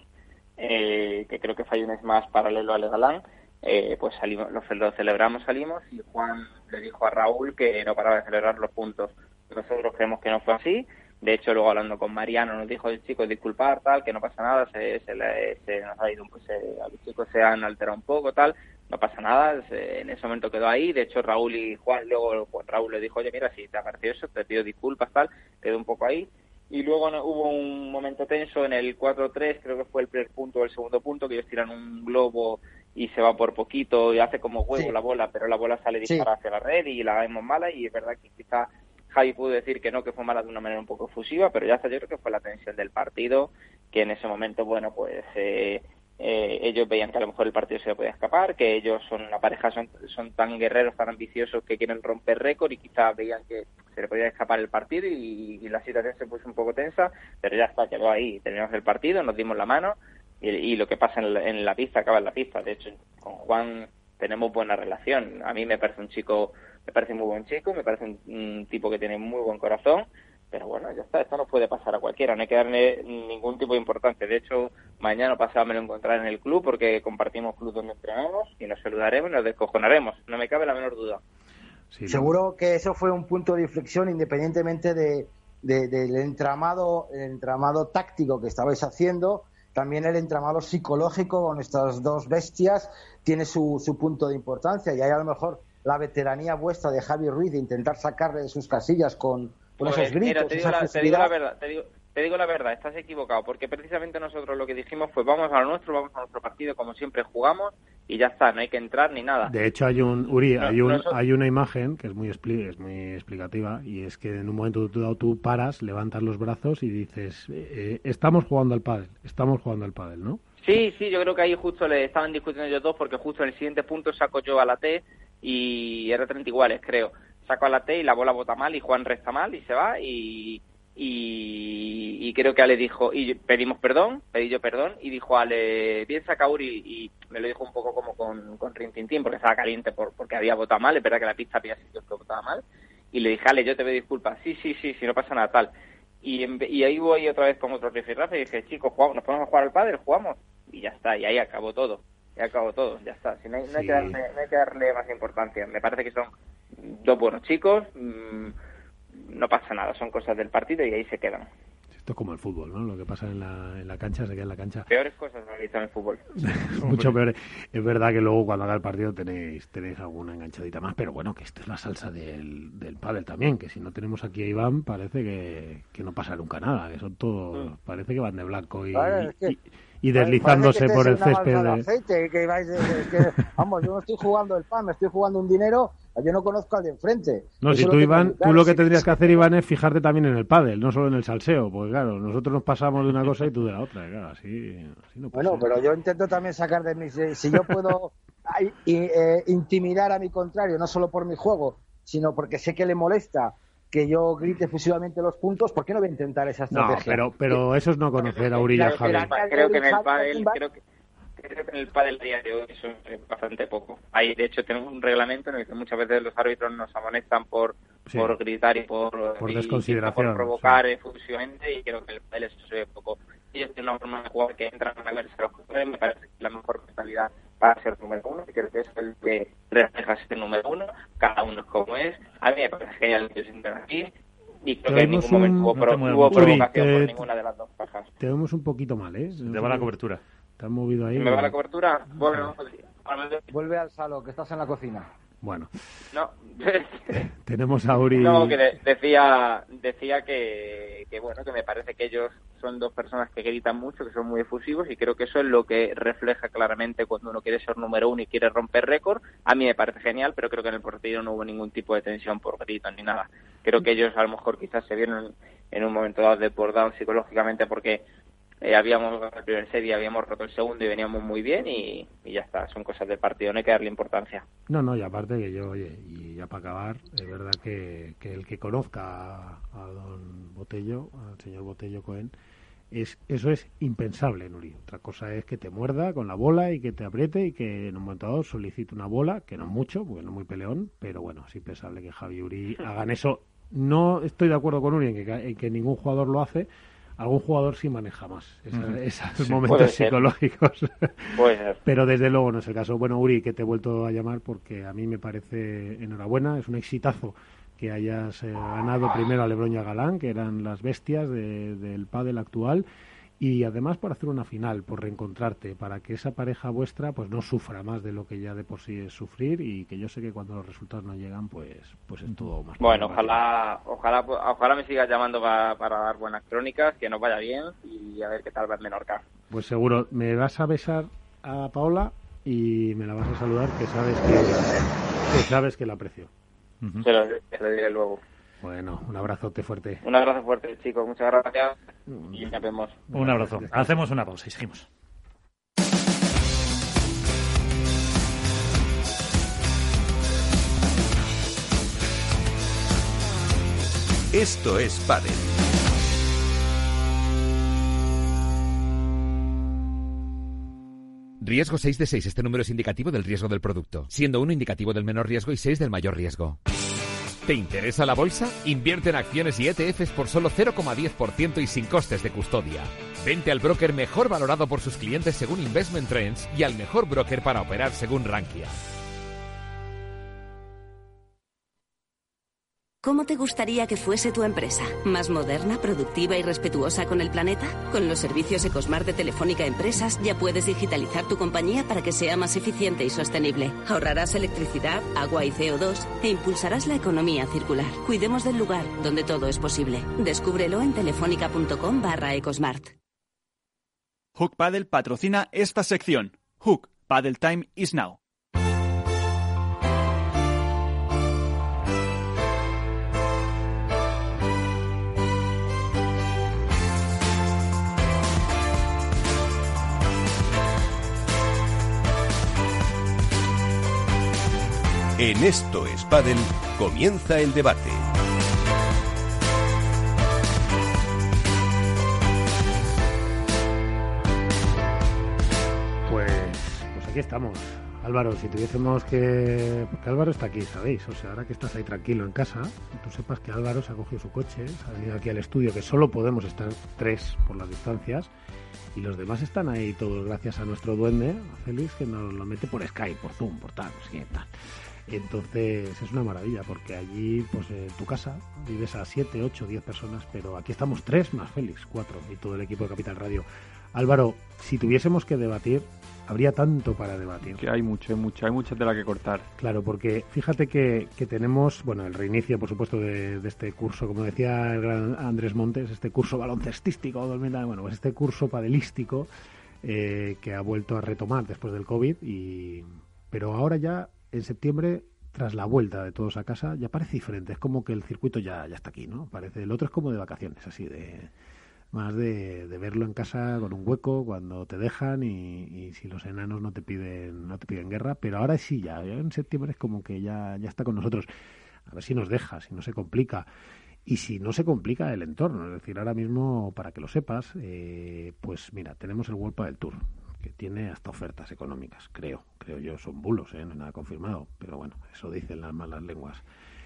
eh, que creo que fue un más paralelo al Galán, eh, pues salimos, lo, lo celebramos, salimos, y Juan le dijo a Raúl que no paraba de celebrar los puntos. Nosotros creemos que no fue así. De hecho, luego hablando con Mariano nos dijo, chicos, disculpar, tal, que no pasa nada, se, se, le, se nos ha ido, pues se, a los chicos se han alterado un poco, tal, no pasa nada. Se, en ese momento quedó ahí. De hecho, Raúl y Juan, luego pues, Raúl le dijo, oye, mira, si te ha parecido eso, te pido disculpas, tal, quedó un poco ahí. Y luego no, hubo un momento tenso en el cuatro tres, creo que fue el primer punto o el segundo punto, que ellos tiran un globo y se va por poquito y hace como huevo Sí. la bola, pero la bola sale disparada Sí. hacia la red y la vemos mala, y es verdad que quizá Javi pudo decir que no, que fue mala de una manera un poco efusiva, pero ya está, yo creo que fue la tensión del partido, que en ese momento, bueno, pues eh, eh, ellos veían que a lo mejor el partido se le podía escapar, que ellos son una pareja, son, son tan guerreros, tan ambiciosos, que quieren romper récord, y quizás veían que se le podía escapar el partido y, y la situación se puso un poco tensa, pero ya está, quedó ahí, terminamos el partido, nos dimos la mano, y, y lo que pasa en la, en la pista acaba en la pista. De hecho, con Juan tenemos buena relación. A mí me parece un chico, me parece muy buen chico, me parece un, un tipo que tiene muy buen corazón, pero bueno, ya está, esto no puede pasar a cualquiera, no hay que darle ningún tipo de importancia. De hecho, mañana o pasado me lo encontraré en el club porque compartimos club donde entrenamos y nos saludaremos y nos descojonaremos, no me cabe la menor duda. Sí, seguro no. que eso fue un punto de inflexión independientemente de, de, del entramado, el entramado táctico que estabais haciendo. También el entramado psicológico con estas dos bestias tiene su, su punto de importancia, y ahí a lo mejor la veteranía vuestra de Javi Ruiz de intentar sacarle de sus casillas con, con pues, esos gritos. Mira, te digo, la, te digo la verdad, te digo, te digo la verdad, estás equivocado, porque precisamente nosotros lo que dijimos fue vamos a lo nuestro, vamos a nuestro partido como siempre jugamos y ya está, no hay que entrar ni nada. De hecho hay un, Uri, no, hay, un, nosotros... hay una imagen que es muy, expli- es muy explicativa, y es que en un momento dado tú paras, levantas los brazos y dices, eh, estamos jugando al pádel, estamos jugando al pádel, ¿no? Sí, sí, yo creo que ahí justo le estaban discutiendo ellos dos, porque justo en el siguiente punto saco yo a la T y R treinta iguales, creo. Saco a la T y la bola bota mal y Juan resta mal y se va y, y, y creo que Ale dijo, y pedimos perdón, pedí yo perdón y dijo Ale, bien saca Uri, y me lo dijo un poco como con, con Rintintín porque estaba caliente por, porque había votado mal, es verdad que la pista había sido que votaba mal, y le dije, Ale, yo te pido disculpas, sí, sí, sí, sí, no pasa nada, tal. Y, en, y ahí voy otra vez con otro rifirrafe y dije, chicos, jugamos, nos ponemos a jugar al pádel, jugamos, y ya está, y ahí acabó todo. Ya acabó todo, ya está. Si no, hay, no, hay que darle, no hay que darle más importancia. Me parece que son dos buenos chicos, mmm, no pasa nada, son cosas del partido y ahí se quedan. Esto es como el fútbol, ¿no? Lo que pasa en la, en la cancha se queda en la cancha. Peores cosas han visto en el fútbol. Mucho peores. Es verdad que luego cuando haga el partido tenéis tenéis alguna enganchadita más, pero bueno, que esta es la salsa del, del pádel también, que si no tenemos aquí a Iván parece que, que no pasa nunca nada, que son todos, mm. parece que van de blanco y... Claro, es que... y y deslizándose por el césped. De... Aceite, que vais de, que, vamos, yo no estoy jugando el pan, me estoy jugando un dinero, yo no conozco al de enfrente. No, Eso si tú, Iván, tú lo que tendrías que hacer, Iván, es fijarte también en el pádel, no solo en el salseo, porque claro, nosotros nos pasamos de una cosa y tú de la otra, claro, así, así no Bueno, pero yo intento también sacar de mis... Si yo puedo y, eh, intimidar a mi contrario, no solo por mi juego, sino porque sé que le molesta que yo grite efusivamente los puntos, ¿por qué no voy a intentar esa estrategia? No, pero, pero eso es no conocer a Uri y a Javi. Creo que en el pádel, creo que, creo que en el pádel día de hoy eso es bastante poco. Ahí, de hecho, tenemos un reglamento en el que muchas veces los árbitros nos amonestan por, sí. por gritar y por, por y, desconsideración, y por provocar sí. efusivamente, y creo que el pádel eso se ve poco. Ellos tienen una forma de jugar que entran a verse a los jugadores, me parece que es la mejor mentalidad para ser número uno, y creo que es el que refleja ser número uno, cada uno es como es. A mí me parece genial que ellos entren aquí, y creo que en ningún momento hubo, pro, no hubo provocación Uri, te, por ninguna de las dos pajas. Te vemos un poquito mal, ¿eh? Te va la cobertura. Te has movido ahí. ¿Me va la cobertura? Bueno, vuelve al salón, que estás en la cocina. Bueno. No. Tenemos a Uri. No, que de, decía decía que, que, bueno, que me parece que ellos son dos personas que gritan mucho, que son muy efusivos, y creo que eso es lo que refleja claramente cuando uno quiere ser número uno y quiere romper récord. A mí me parece genial, pero creo que en el partido no hubo ningún tipo de tensión por gritos ni nada. Creo que ellos a lo mejor quizás se vieron en un momento dado desbordados psicológicamente porque Eh, habíamos ganado el primer set y habíamos roto el segundo y veníamos muy bien y, y ya está, son cosas del partido, no hay que darle importancia. No, no, y aparte que yo, oye, y ya para acabar, es verdad que, que el que conozca a, a don Botello, al señor Botello Cohen, es eso es impensable, Nuri. Otra cosa es que te muerda con la bola y que te apriete y que en un momento dado solicite una bola, que no mucho, porque no es muy peleón, pero bueno, es impensable que Javi y Uri hagan eso. No estoy de acuerdo con Uri en que, en que ningún jugador lo hace. Algún jugador sí maneja más esos, mm. esos sí, momentos psicológicos. Pero desde luego no es el caso. Bueno, Uri, que te he vuelto a llamar porque a mí me parece enhorabuena, es un exitazo que hayas eh, ganado primero a Lebrón y a Galán, que eran las bestias de, del pádel actual, y además por hacer una final, por reencontrarte, para que esa pareja vuestra pues no sufra más de lo que ya de por sí es sufrir, y que yo sé que cuando los resultados no llegan pues pues es todo más. Bueno, ojalá ojalá ojalá me sigas llamando para, para dar buenas crónicas, que nos vaya bien y a ver qué tal va en Menorca. Pues seguro, me vas a besar a Paola y me la vas a saludar, que sabes que, que sabes que la aprecio. Uh-huh. Se lo, se lo diré luego. Bueno, un abrazote fuerte. Un abrazo fuerte, chicos. Muchas gracias. Y nos vemos. Un abrazo. Hacemos una pausa y seguimos. Esto es Padel. Riesgo seis de seis. Este número es indicativo del riesgo del producto, siendo uno indicativo del menor riesgo y seis del mayor riesgo. ¿Te interesa la bolsa? Invierte en acciones y E T Fs por solo cero coma diez por ciento y sin costes de custodia. Vente al broker mejor valorado por sus clientes según Investment Trends y al mejor broker para operar según Rankia. ¿Cómo te gustaría que fuese tu empresa? ¿Más moderna, productiva y respetuosa con el planeta? Con los servicios Ecosmart de Telefónica Empresas ya puedes digitalizar tu compañía para que sea más eficiente y sostenible. Ahorrarás electricidad, agua y C O dos e impulsarás la economía circular. Cuidemos del lugar donde todo es posible. Descúbrelo en telefónica.com barra Ecosmart. Hook Paddle patrocina esta sección. Hook Paddle Time is now. En Esto es Pádel comienza el debate. Pues, pues aquí estamos. Álvaro, si tuviésemos que... Porque Álvaro está aquí, ¿sabéis? O sea, ahora que estás ahí tranquilo en casa, tú sepas que Álvaro se ha cogido su coche, se ha venido aquí al estudio, que solo podemos estar tres por las distancias, y los demás están ahí todos gracias a nuestro duende, a Félix, que nos lo mete por Skype, por Zoom, por tal, no sé qué tal. Entonces es una maravilla, porque allí, pues en tu casa, vives a siete, ocho, diez personas, pero aquí estamos tres más Félix, cuatro, y todo el equipo de Capital Radio. Álvaro, si tuviésemos que debatir, habría tanto para debatir. Que hay mucho, hay mucho, hay mucha tela que cortar. Claro, porque fíjate que, que tenemos, bueno, el reinicio, por supuesto, de, de este curso, como decía el gran Andrés Montes, este curso baloncestístico, bueno, pues este curso padelístico eh, que ha vuelto a retomar después del COVID, y pero ahora ya en septiembre, tras la vuelta de todos a casa, ya parece diferente. Es como que el circuito ya, ya está aquí, ¿no? Parece, el otro es como de vacaciones, así de... más de, de verlo en casa con un hueco cuando te dejan y, y si los enanos no te piden no te piden guerra, pero ahora sí, ya, ya en septiembre es como que ya, ya está con nosotros. A ver si nos deja, si no se complica. Y si no se complica el entorno, es decir, ahora mismo, para que lo sepas, eh, pues mira, tenemos el World Padel Tour, que tiene hasta ofertas económicas, creo, creo yo, son bulos, ¿eh? No hay nada confirmado, pero bueno, eso dicen las malas lenguas.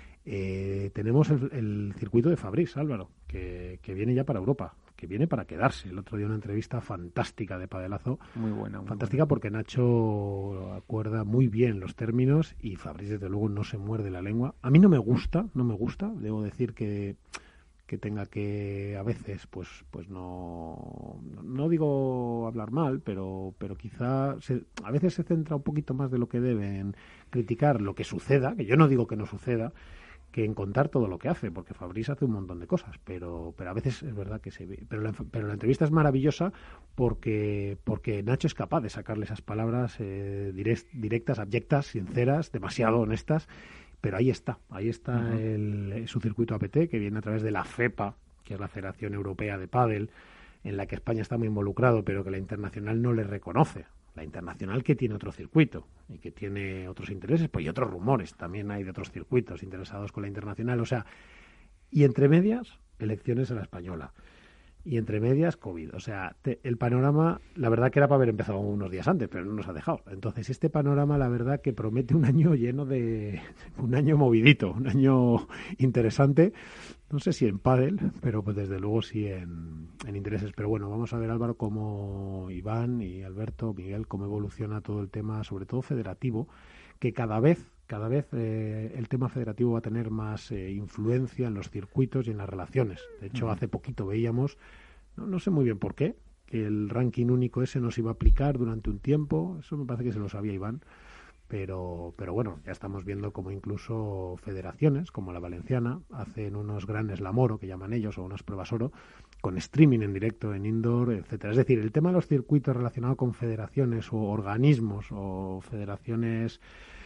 Eh, tenemos el, el circuito de Fabrice, Álvaro, que, que viene ya para Europa, que viene para quedarse. El otro día una entrevista fantástica de Padelazo. Muy buena. Muy fantástica buena. Porque Nacho acuerda muy bien los términos y Fabrice, desde luego, no se muerde la lengua. A mí no me gusta, no me gusta. Debo decir que, que tenga que, a veces, pues pues no no digo hablar mal, pero pero quizá se, a veces se centra un poquito más de lo que debe en criticar lo que suceda, que yo no digo que no suceda, que en contar todo lo que hace, porque Fabrice hace un montón de cosas, pero pero a veces es verdad que se ve, pero la, pero la entrevista es maravillosa porque porque Nacho es capaz de sacarle esas palabras eh, direct, directas, abyectas, sinceras, demasiado honestas, pero ahí está, ahí está uh-huh. el, su circuito A P T, que viene a través de la FEPA, que es la Federación Europea de Pádel, en la que España está muy involucrado, pero que la internacional no le reconoce. La internacional, que tiene otro circuito y que tiene otros intereses, pues y otros rumores también hay de otros circuitos interesados con la internacional, o sea, y entre medias, elecciones a la española, y entre medias, COVID, o sea, te, el panorama, la verdad que era para haber empezado unos días antes, pero no nos ha dejado. Entonces, este panorama, la verdad que promete un año lleno de, un año movidito, un año interesante, no sé si en pádel, pero pues desde luego sí en, en intereses. Pero bueno, vamos a ver, Álvaro, cómo Iván y Alberto, Miguel, cómo evoluciona todo el tema, sobre todo federativo, que cada vez, cada vez eh, el tema federativo va a tener más eh, influencia en los circuitos y en las relaciones. De hecho, uh-huh. hace poquito veíamos, no, no sé muy bien por qué, que el ranking único ese no se iba a aplicar durante un tiempo. Eso me parece que se lo sabía Iván. Pero, pero bueno, ya estamos viendo como incluso federaciones, como la valenciana, hacen unos grandes Lamoro, que llaman ellos, o unas pruebas oro, con streaming en directo, en indoor, etcétera. Es decir, el tema de los circuitos relacionados con federaciones o organismos o federaciones,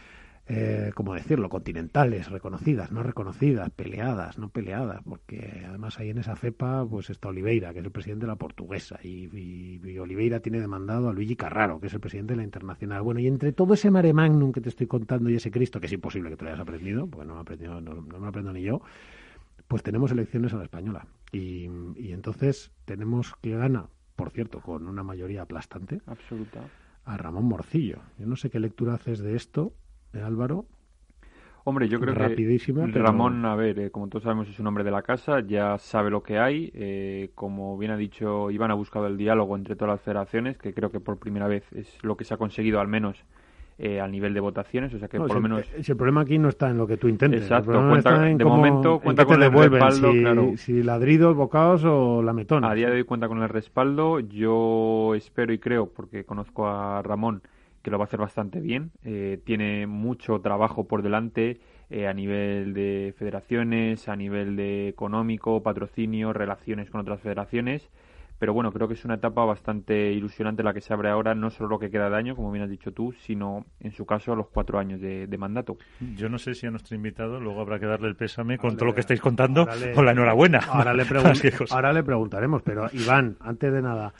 eh, ¿cómo decirlo?, continentales, reconocidas, no reconocidas, peleadas, no peleadas, porque además ahí en esa FEPA pues está Oliveira, que es el presidente de la Portuguesa, y, y, y Oliveira tiene demandado a Luigi Carraro, que es el presidente de la Internacional. Bueno, y entre todo ese mare magnum que te estoy contando y ese Cristo, que es imposible que te lo hayas aprendido, porque no me, aprendido, no, no me lo aprendo ni yo, pues tenemos elecciones a la española. Y, y entonces tenemos que gana, por cierto, con una mayoría aplastante, absoluta, a Ramón Morcillo. Yo no sé qué lectura haces de esto, de Álvaro. Hombre, yo creo rapidísima, que pero... Ramón, a ver, eh, como todos sabemos, es un hombre de la casa, ya sabe lo que hay. Eh, como bien ha dicho Iván, ha buscado el diálogo entre todas las federaciones, que creo que por primera vez es lo que se ha conseguido, al menos eh, al nivel de votaciones. O sea que no, por si, lo menos. Si el problema aquí no está en lo que tú intentes. Exacto, el cuenta, está en de cómo, momento cuenta en qué con te el devuelven, respaldo, si, claro. si ladridos, bocados o lametones. A día de hoy cuenta con el respaldo. Yo espero y creo, porque conozco a Ramón, que lo va a hacer bastante bien. Eh, tiene mucho trabajo por delante eh, a nivel de federaciones, a nivel de económico, patrocinio, relaciones con otras federaciones. Pero bueno, creo que es una etapa bastante ilusionante la que se abre ahora, no solo lo que queda de año, como bien has dicho tú, sino en su caso los cuatro años de, de mandato. Yo no sé si a nuestro invitado luego habrá que darle el pésame con ahora todo le, lo que estáis contando le, o la enhorabuena. Ahora le, pregun- ahora le preguntaremos, pero Iván, antes de nada,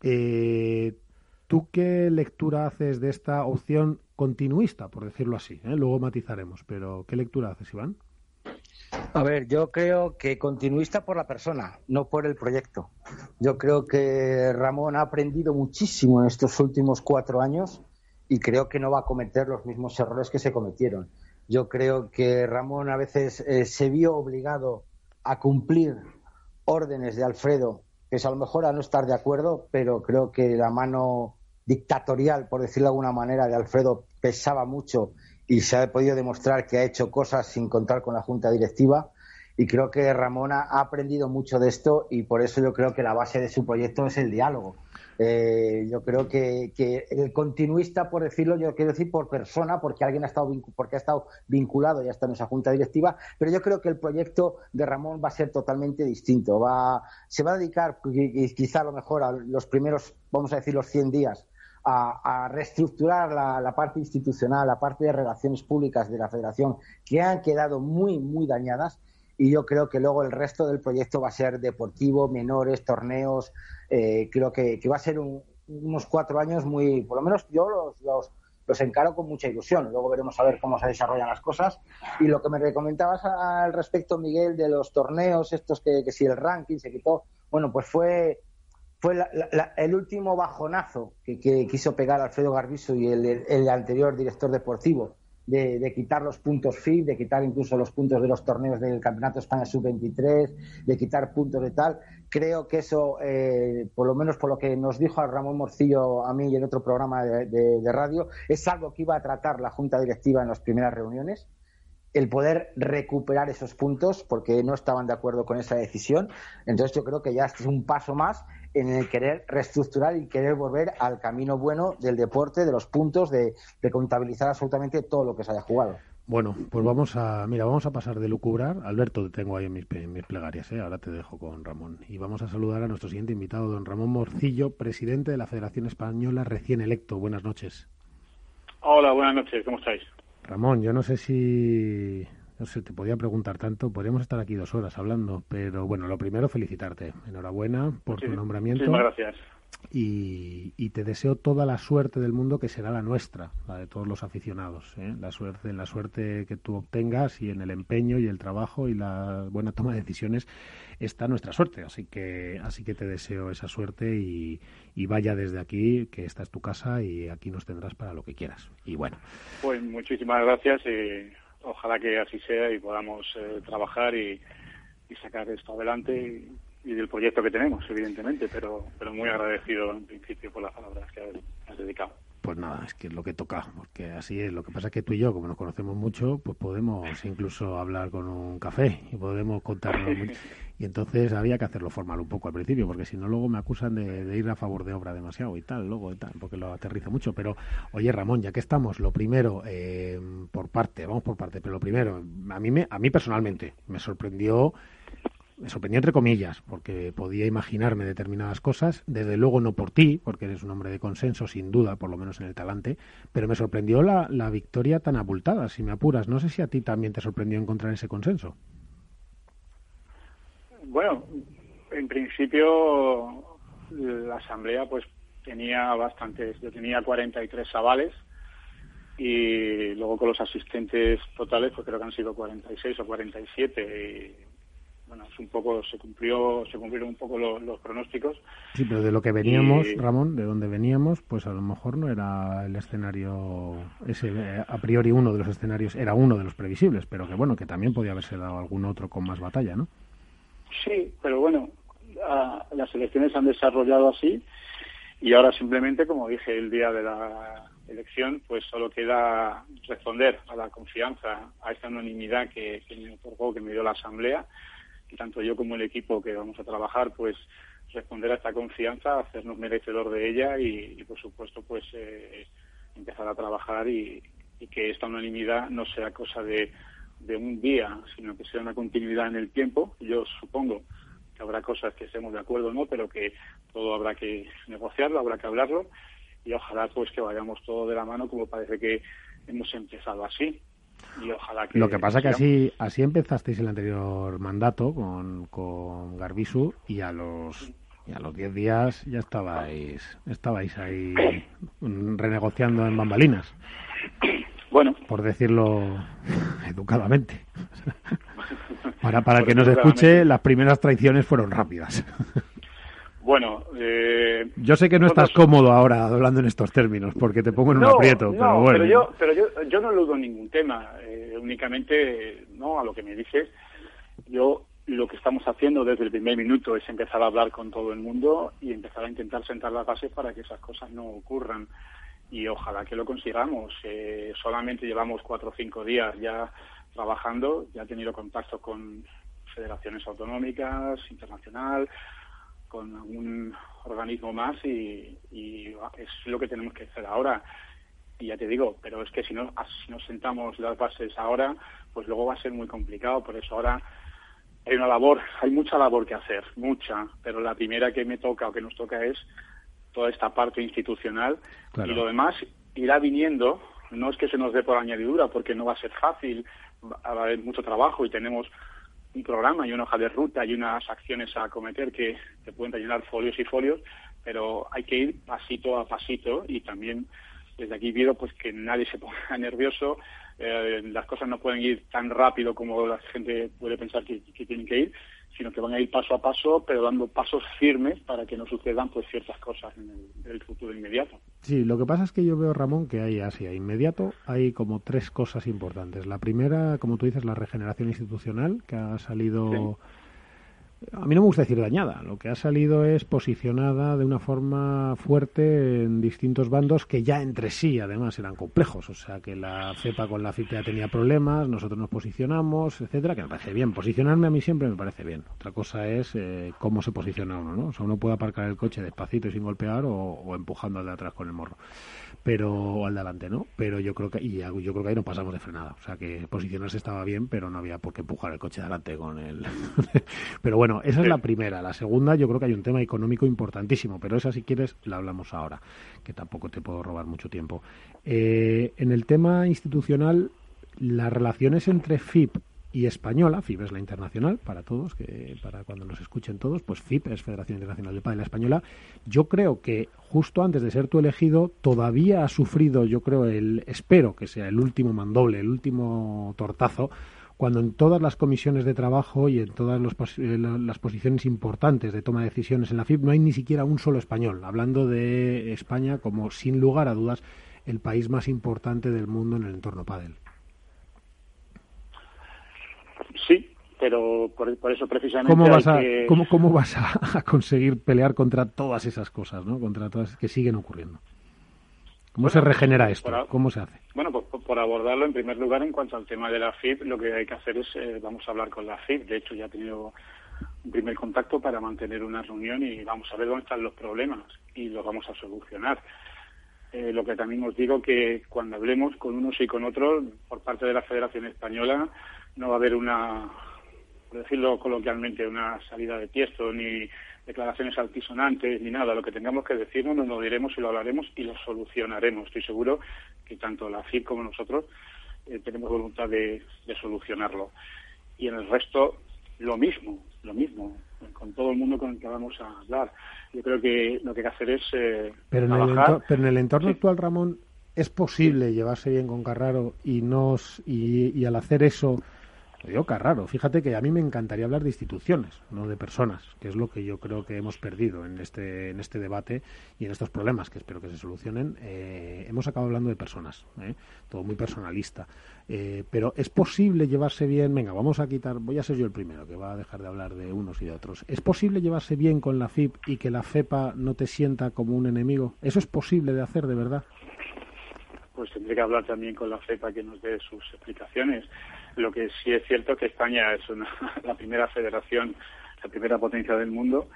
eh, ¿tú qué lectura haces de esta opción continuista, por decirlo así? ¿eh? Luego matizaremos, pero ¿qué lectura haces, Iván? A ver, yo creo que continuista por la persona, no por el proyecto. Yo creo que Ramón ha aprendido muchísimo en estos últimos cuatro años y creo que no va a cometer los mismos errores que se cometieron. Yo creo que Ramón a veces eh, se vio obligado a cumplir órdenes de Alfredo, que es a lo mejor a no estar de acuerdo, pero creo que la mano dictatorial, por decirlo de alguna manera, de Alfredo pesaba mucho y se ha podido demostrar que ha hecho cosas sin contar con la junta directiva, y creo que Ramón ha aprendido mucho de esto y por eso yo creo que la base de su proyecto es el diálogo. Eh, yo creo que, que el continuista, por decirlo, yo quiero decir por persona, porque alguien ha estado vincu- porque ha estado vinculado y ha estado en esa junta directiva, pero yo creo que el proyecto de Ramón va a ser totalmente distinto. Va, se va a dedicar quizá a lo mejor a los primeros, vamos a decir, los cien días A, a reestructurar la, la parte institucional, la parte de relaciones públicas de la Federación, que han quedado muy, muy dañadas, y yo creo que luego el resto del proyecto va a ser deportivo, menores, torneos. Eh, creo que, que va a ser un, unos cuatro años muy, por lo menos yo los, los, los encaro con mucha ilusión. Luego veremos a ver cómo se desarrollan las cosas. Y lo que me comentabas al respecto, Miguel, de los torneos, estos que, que si el ranking se quitó, bueno, pues fue... Fue la, la, el último bajonazo que, que quiso pegar Alfredo Garbiso y el, el anterior director deportivo, de, de quitar los puntos F I B, de quitar incluso los puntos de los torneos del Campeonato España sub veintitrés, de quitar puntos de tal. Creo que eso, eh, por lo menos por lo que nos dijo a Ramón Morcillo, a mí y en otro programa de, de, de radio, es algo que iba a tratar la Junta Directiva en las primeras reuniones. El poder recuperar esos puntos, porque no estaban de acuerdo con esa decisión. Entonces yo creo que ya este es un paso más en el querer reestructurar y querer volver al camino bueno del deporte, de los puntos, de, de contabilizar absolutamente todo lo que se haya jugado. Bueno, pues vamos a, mira, vamos a pasar de lucubrar. Alberto, te tengo ahí en mis, en mis plegarias, ¿eh? Ahora te dejo con Ramón. Y vamos a saludar a nuestro siguiente invitado, don Ramón Morcillo, presidente de la Federación Española recién electo. Buenas noches. Hola, buenas noches, ¿cómo estáis? Ramón, yo no sé si, no sé, te podía preguntar tanto, podríamos estar aquí dos horas hablando, pero bueno, lo primero felicitarte, enhorabuena por sí, tu nombramiento. Muchísimas gracias. Y, y te deseo toda la suerte del mundo, que será la nuestra, la de todos los aficionados, ¿eh? La suerte, la suerte que tú obtengas, y en el empeño y el trabajo y la buena toma de decisiones está nuestra suerte, así que así que te deseo esa suerte y, y vaya desde aquí, que esta es tu casa y aquí nos tendrás para lo que quieras. Y bueno, pues muchísimas gracias y ojalá que así sea y podamos eh, trabajar y, y sacar esto adelante y, y del proyecto que tenemos, evidentemente, pero pero muy agradecido en principio por las palabras que has dedicado. Pues nada, es que es lo que toca, porque así es. Lo que pasa es que tú y yo, como nos conocemos mucho, pues podemos incluso hablar con un café y podemos contarnos mucho. Y entonces había que hacerlo formal un poco al principio, porque si no luego me acusan de, de ir a favor de obra demasiado y tal, luego y tal, porque lo aterrizo mucho. Pero, oye, Ramón, ya que estamos, lo primero, eh, por parte, vamos por parte, pero lo primero, a mí, me, a mí personalmente me sorprendió... Me sorprendió entre comillas, porque podía imaginarme determinadas cosas, desde luego no por ti, porque eres un hombre de consenso, sin duda, por lo menos en el talante, pero me sorprendió la, la victoria tan abultada, si me apuras. No sé si a ti también te sorprendió encontrar ese consenso. Bueno, en principio la asamblea pues tenía bastantes, yo tenía cuarenta y tres avales y luego con los asistentes totales pues creo que han sido cuarenta y seis o cuarenta y siete y bueno, es un poco, se cumplió, se cumplieron un poco los, los pronósticos. Sí, pero de lo que veníamos, y... Ramón, de donde veníamos, pues a lo mejor no era el escenario, ese a priori uno de los escenarios, era uno de los previsibles, pero que bueno, que también podía haberse dado algún otro con más batalla, ¿no? Sí, pero bueno, a, las elecciones se han desarrollado así y ahora simplemente, como dije el día de la elección, pues solo queda responder a la confianza, a esta unanimidad que, que me otorgó, que me dio la Asamblea, y tanto yo como el equipo que vamos a trabajar, pues responder a esta confianza, hacernos merecedor de ella y, y por supuesto, pues eh, empezar a trabajar y, y que esta unanimidad no sea cosa de, de un día, sino que sea una continuidad en el tiempo. Yo supongo que habrá cosas que estemos de acuerdo o no, pero que todo habrá que negociarlo, habrá que hablarlo, y ojalá pues que vayamos todo de la mano, como parece que hemos empezado así. Y ojalá que Lo que pasa que así así empezasteis el anterior mandato con, con Garbisu y a los y a los diez días ya estabais estabais ahí renegociando en bambalinas. Bueno, por decirlo educadamente. Para para el que nos escuche, las primeras traiciones fueron rápidas. Bueno, eh, yo sé que no estás cómodo ahora hablando en estos términos, porque te pongo en no, un aprieto, no, pero bueno. Pero yo, pero yo, yo no eludo ningún tema, eh, únicamente, no, a lo que me dices, yo lo que estamos haciendo desde el primer minuto es empezar a hablar con todo el mundo y empezar a intentar sentar las bases para que esas cosas no ocurran. Y ojalá que lo consigamos. Eh, solamente llevamos cuatro o cinco días ya trabajando, ya he tenido contacto con federaciones autonómicas, internacional, con algún organismo más y, y es lo que tenemos que hacer ahora. Y ya te digo, pero es que si no, si no sentamos las bases ahora, pues luego va a ser muy complicado. Por eso ahora hay una labor, hay mucha labor que hacer, mucha, pero la primera que me toca o que nos toca es toda esta parte institucional. Claro. Y lo demás irá viniendo. No es que se nos dé por añadidura, porque no va a ser fácil, va a haber mucho trabajo y tenemos un programa y una hoja de ruta y unas acciones a acometer que te pueden rellenar folios y folios, pero hay que ir pasito a pasito y también desde aquí pido pues que nadie se ponga nervioso, eh, las cosas no pueden ir tan rápido como la gente puede pensar que, que tienen que ir, sino que van a ir paso a paso, pero dando pasos firmes para que no sucedan pues ciertas cosas en el, en el futuro inmediato. Sí, lo que pasa es que yo veo, Ramón, que hay así, a inmediato hay como tres cosas importantes. La primera, como tú dices, la regeneración institucional, que ha salido... Sí. A mí no me gusta decir dañada, lo que ha salido es posicionada de una forma fuerte en distintos bandos que ya entre sí además eran complejos, o sea que la CEPA con la F I P ya tenía problemas, nosotros nos posicionamos, etcétera, que me parece bien, posicionarme a mí siempre me parece bien, otra cosa es eh, cómo se posiciona uno, ¿no? O sea, uno puede aparcar el coche despacito y sin golpear o, o empujando al de atrás con el morro, pero o al de adelante, ¿no? Pero yo creo que y yo creo que ahí no pasamos de frenada, o sea que posicionarse estaba bien, pero no había por qué empujar el coche de adelante con el pero bueno, esa es la primera. La segunda, yo creo que hay un tema económico importantísimo, pero esa, si quieres, la hablamos ahora, que tampoco te puedo robar mucho tiempo. Eh, en el tema institucional, las relaciones entre F I P y Española, F I P es la internacional, para todos, que para cuando nos escuchen todos, pues F I P es Federación Internacional de Pádel Española. Yo creo que justo antes de ser tú elegido, todavía ha sufrido, yo creo, el espero que sea el último mandoble, el último tortazo, cuando en todas las comisiones de trabajo y en todas los pos- las posiciones importantes de toma de decisiones en la F I P no hay ni siquiera un solo español, hablando de España como, sin lugar a dudas, el país más importante del mundo en el entorno pádel. Sí, pero por, por eso precisamente ¿Cómo vas, a, que... ¿cómo, cómo vas a, a conseguir pelear contra todas esas cosas, ¿no? Contra todas que siguen ocurriendo? ¿Cómo bueno, se regenera esto? Por, ¿Cómo se hace? Bueno, por, por abordarlo, en primer lugar, en cuanto al tema de la F I P, lo que hay que hacer es, eh, vamos a hablar con la F I P. De hecho, ya he tenido un primer contacto para mantener una reunión y vamos a ver dónde están los problemas y los vamos a solucionar. Eh, lo que también os digo que cuando hablemos con unos y con otros, por parte de la Federación Española, no va a haber una, por decirlo coloquialmente, una salida de tiesto ni declaraciones altisonantes ni nada. Lo que tengamos que decirnos nos lo diremos y lo hablaremos y lo solucionaremos. Estoy seguro que tanto la F I P como nosotros eh, tenemos voluntad de, de solucionarlo. Y en el resto, lo mismo, lo mismo, con todo el mundo con el que vamos a hablar. Yo creo que lo que hay que hacer es eh, pero, en trabajar. el entor- pero en el entorno sí. actual, Ramón, ¿es posible sí. llevarse bien con Carraro y, nos, y, y al hacer eso Lo digo que es raro. Fíjate que a mí me encantaría hablar de instituciones, no de personas, que es lo que yo creo que hemos perdido en este en este debate y en estos problemas, que espero que se solucionen. Eh, hemos acabado hablando de personas, ¿eh? Todo muy personalista. Eh, pero ¿es posible llevarse bien? Venga, vamos a quitar, voy a ser yo el primero que va a dejar de hablar de unos y de otros. ¿Es posible llevarse bien con la F I P y que la FEPA no te sienta como un enemigo? ¿Eso es posible de hacer de verdad? Pues tendré que hablar también con la FEPA que nos dé sus explicaciones. Lo que sí es cierto es que España es una, la primera federación, la primera potencia del mundo,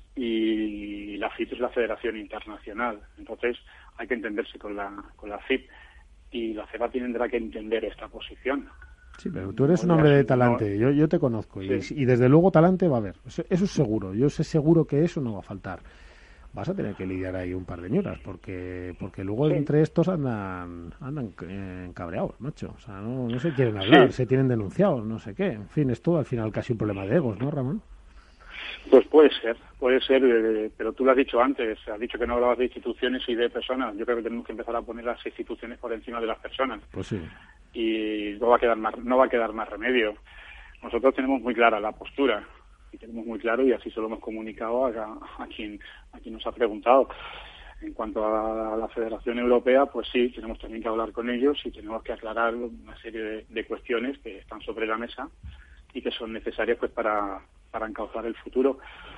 y la F I P es la federación internacional. Entonces hay que entenderse con la con la F I P, y la FEPA tendrá que entender esta posición. Sí, pero tú eres un hombre de talante, yo, yo te conozco, y, sí. y desde luego talante va a haber, eso, eso es seguro, yo sé seguro que eso no va a faltar. Vas a tener que lidiar ahí un par de ñoras, porque porque luego sí. entre estos andan andan encabreados, macho. O sea, no, no se quieren hablar, sí. se tienen denunciados, no sé qué. En fin, es todo al final casi un problema de egos, ¿no, Ramón? Pues puede ser, puede ser, eh, pero tú lo has dicho antes, has dicho que no hablabas de instituciones y de personas. Yo creo que tenemos que empezar a poner las instituciones por encima de las personas. Pues sí. Y no va a quedar más, no va a quedar más remedio. Nosotros tenemos muy clara la postura. Y tenemos muy claro, y así se lo hemos comunicado a, a quien a quien nos ha preguntado. En cuanto a la Federación Europea, pues sí, tenemos también que hablar con ellos y tenemos que aclarar una serie de, de cuestiones que están sobre la mesa y que son necesarias pues para, para encauzar el futuro.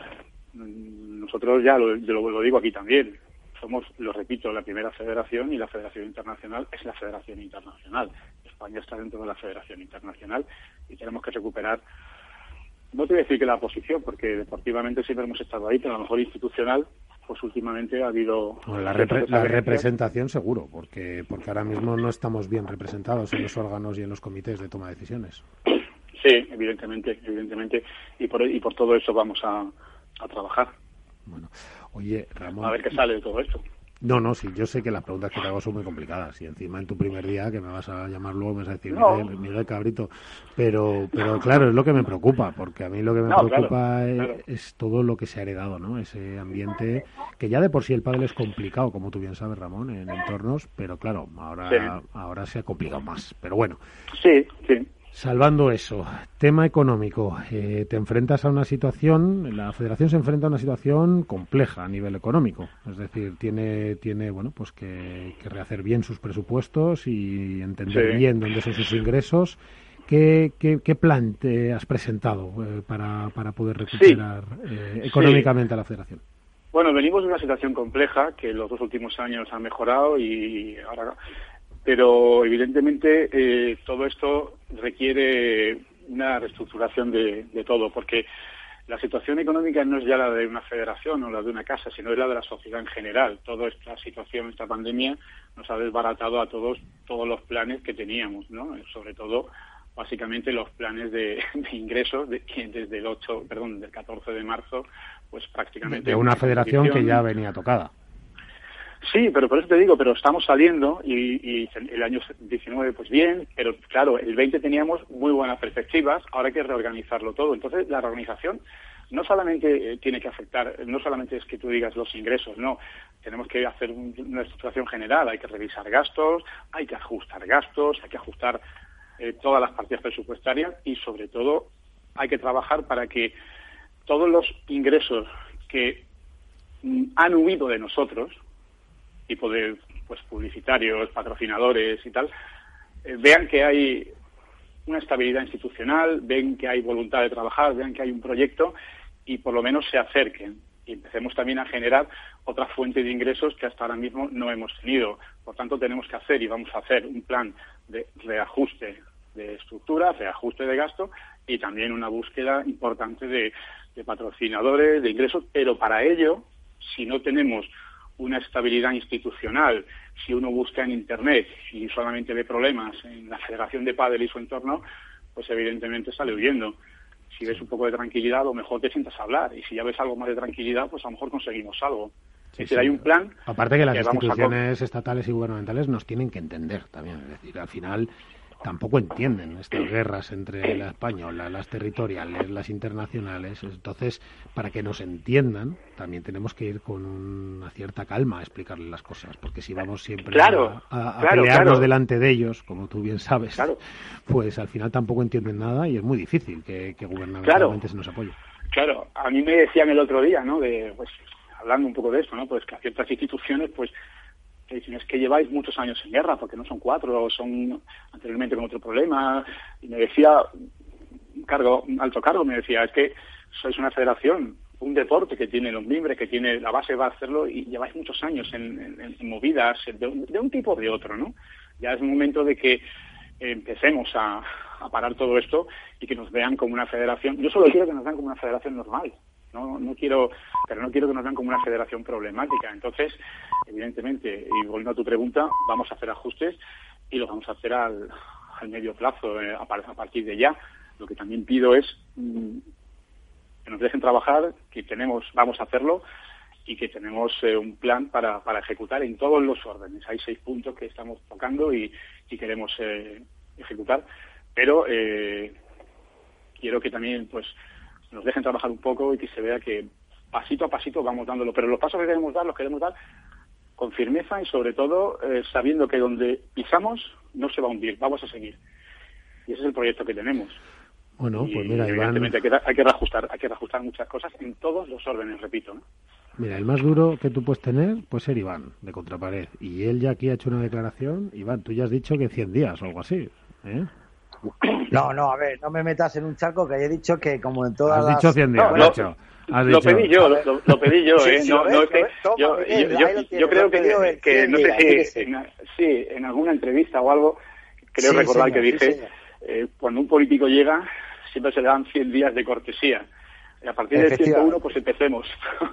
Nosotros ya lo, yo lo, lo digo aquí también, somos, lo repito, la primera federación, y la Federación Internacional es la Federación Internacional. España está dentro de la Federación Internacional y tenemos que recuperar. No te voy a decir que la posición, porque deportivamente siempre hemos estado ahí, pero a lo mejor institucional, pues últimamente ha habido... Bueno, la, repre la representación seguro, porque porque ahora mismo no estamos bien representados en los órganos y en los comités de toma de decisiones. Sí, evidentemente, evidentemente, y por y por todo eso vamos a, a trabajar. Bueno, oye, Ramón... A ver qué sale de todo esto. No, no, sí, yo sé que las preguntas que te hago son muy complicadas, y encima en tu primer día, que me vas a llamar luego, me vas a decir, no. Miguel, Miguel Cabrito, pero pero claro, es lo que me preocupa, porque a mí lo que me no, preocupa claro, es, claro. es todo lo que se ha heredado, ¿no? Ese ambiente, que ya de por sí el pádel es complicado, como tú bien sabes, Ramón, en entornos, pero claro, ahora, sí. ahora se ha complicado más, pero bueno. Sí, sí. Salvando eso, tema económico, eh, te enfrentas a una situación, la Federación se enfrenta a una situación compleja a nivel económico, es decir, tiene tiene bueno pues que, que rehacer bien sus presupuestos y entender sí. bien dónde son sus ingresos. ¿Qué, qué, qué plan te has presentado eh, para, para poder recuperar sí. eh, económicamente sí. a la Federación? Bueno, venimos de una situación compleja que en los dos últimos años ha mejorado y ahora... Pero evidentemente eh, todo esto requiere una reestructuración de, de todo, porque la situación económica no es ya la de una federación o la de una casa, sino es la de la sociedad en general. Toda esta situación, esta pandemia, nos ha desbaratado a todos todos los planes que teníamos, ¿no? Sobre todo, básicamente, los planes de, de ingresos de, que desde el ocho, perdón, del catorce de marzo, pues prácticamente... De una federación que ya venía tocada. Sí, pero por eso te digo, pero estamos saliendo y, y el año diecinueve pues bien, pero claro, el veinte teníamos muy buenas perspectivas, ahora hay que reorganizarlo todo. Entonces la reorganización no solamente eh, tiene que afectar, no solamente es que tú digas los ingresos, no, tenemos que hacer un, una estructuración general, hay que revisar gastos, hay que ajustar gastos, hay que ajustar eh, todas las partidas presupuestarias y sobre todo hay que trabajar para que todos los ingresos que mm, han huido de nosotros, tipo de pues publicitarios, patrocinadores y tal, eh, vean que hay una estabilidad institucional, ven que hay voluntad de trabajar, vean que hay un proyecto y por lo menos se acerquen y empecemos también a generar otra fuente de ingresos que hasta ahora mismo no hemos tenido. Por tanto, tenemos que hacer y vamos a hacer un plan de reajuste de estructura, reajuste de gasto y también una búsqueda importante de, de patrocinadores, de ingresos, pero para ello, si no tenemos una estabilidad institucional, si uno busca en Internet y solamente ve problemas en la Federación de Pádel y su entorno, pues evidentemente sale huyendo. Si ves un poco de tranquilidad, a lo mejor te sientas a hablar, y si ya ves algo más de tranquilidad, pues a lo mejor conseguimos algo. Sí, es decir, sí. hay un plan... Aparte que las que instituciones estatales y gubernamentales nos tienen que entender también, es decir, al final... tampoco entienden estas guerras entre la española, las territoriales, las internacionales. Entonces, para que nos entiendan, también tenemos que ir con una cierta calma a explicarles las cosas, porque si vamos siempre claro, a, a, a claro, pelearnos claro. delante de ellos, como tú bien sabes, claro. pues al final tampoco entienden nada y es muy difícil que, que gubernamentalmente claro. se nos apoye. Claro, a mí me decían el otro día, ¿no? De, pues, hablando un poco de esto, ¿no? Pues que a ciertas instituciones, pues, que dicen, es que lleváis muchos años en guerra, porque no son cuatro, son anteriormente con otro problema. Y me decía, un cargo, un alto cargo, me decía, es que sois una federación, un deporte que tiene los mimbres, que tiene la base va a hacerlo, y lleváis muchos años en, en, en movidas de un, de un tipo o de otro, ¿no? Ya es momento de que empecemos a, a parar todo esto y que nos vean como una federación. Yo solo quiero que nos vean como una federación normal. No, no quiero, pero no quiero que nos vean como una federación problemática. Entonces, evidentemente, y volviendo a tu pregunta, vamos a hacer ajustes y lo vamos a hacer al, al medio plazo, eh, a, a partir de ya. Lo que también pido es mmm, que nos dejen trabajar, que tenemos, vamos a hacerlo y que tenemos eh, un plan para, para ejecutar en todos los órdenes. Hay seis puntos que estamos tocando y, y queremos eh, ejecutar, pero eh, quiero que también, pues, nos dejen trabajar un poco y que se vea que pasito a pasito vamos dándolo, pero los pasos que queremos dar los queremos dar con firmeza y sobre todo eh, sabiendo que donde pisamos no se va a hundir, vamos a seguir. Y ese es el proyecto que tenemos. Bueno, y, pues mira, Iván... evidentemente hay que, hay que reajustar, hay que reajustar muchas cosas en todos los órdenes, repito, ¿no? Mira, el más duro que tú puedes tener puede ser Iván, de Contrapared. Y él ya aquí ha hecho una declaración. Iván, tú ya has dicho que cien días o algo así, ¿eh? No, no, a ver, no me metas en un charco que he dicho que como en todas has las... dicho cien días, no, Nacho. Has lo dicho... pedí yo, lo, lo pedí yo, sí, ¿eh? Sí, no, ves, no es que ves, toma, yo, Miguel, yo, yo, tienes, yo creo que, que, que no días, sé si, en, sí, en alguna entrevista o algo, creo sí, recordar señor, que dije, sí, eh, cuando un político llega, siempre se le dan cien días de cortesía. Y a partir del ciento uno, pues empecemos.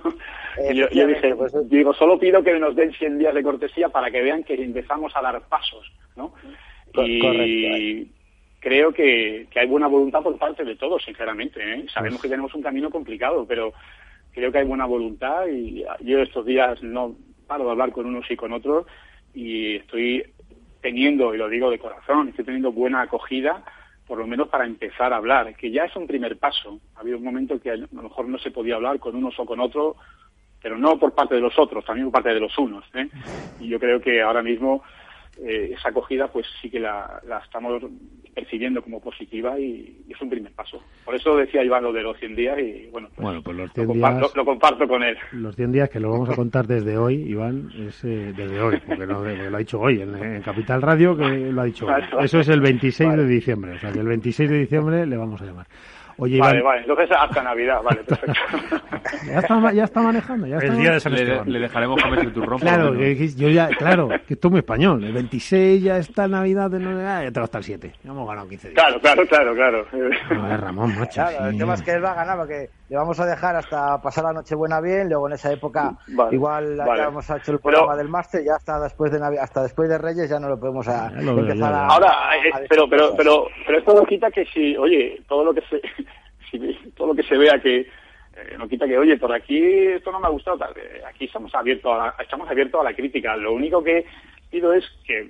Y yo, yo dije, pues, digo, solo pido que nos den cien días de cortesía para que vean que empezamos a dar pasos, ¿no? Y correcto. Creo que, que hay buena voluntad por parte de todos, sinceramente, ¿eh? Sabemos pues... que tenemos un camino complicado, pero creo que hay buena voluntad y yo estos días no paro de hablar con unos y con otros y estoy teniendo, y lo digo de corazón, estoy teniendo buena acogida, por lo menos para empezar a hablar, que ya es un primer paso. Ha habido un momento que a lo mejor no se podía hablar con unos o con otros, pero no por parte de los otros, también por parte de los unos, ¿eh? Y yo creo que ahora mismo eh, esa acogida pues sí que la, la estamos percibiendo como positiva y, y es un primer paso. Por eso decía Iván lo de los cien días y bueno, pues, bueno, pues los cien lo, comparto, días, lo comparto con él. Los cien días que lo vamos a contar desde hoy, Iván, es eh, desde hoy, porque no, lo ha dicho hoy en, en Capital Radio, que lo ha dicho hoy. Eso es el veintiséis vale. de diciembre, o sea que el veintiséis de diciembre le vamos a llamar. Oye, vale, Iván... vale, entonces hasta Navidad, vale, perfecto. ya, está, ya está manejando, ya está el día de San Esteban. Le, le dejaremos comer el turrón. Claro, que, yo ya, claro, que esto es muy español. El veintiséis ya está Navidad, de no, ya te va hasta el siete. Ya hemos ganado quince días. Claro, claro, claro, claro. A ver, Ramón, macho. Claro, sí. El tema es que él va a ganar porque le vamos a dejar hasta pasar la Nochebuena bien, luego en esa época vale, igual vale. ya hemos hecho el programa pero, del máster, ya hasta después de Navidad, hasta después de Reyes ya no lo podemos a, lo empezar veo, a... Ahora, a, a pero, pero, pero, pero esto no quita que si, oye, todo lo que se... todo lo que se vea que eh, no quita que, oye, por aquí esto no me ha gustado, tal. Aquí estamos abiertos a la, estamos abiertos a la crítica. Lo único que pido es que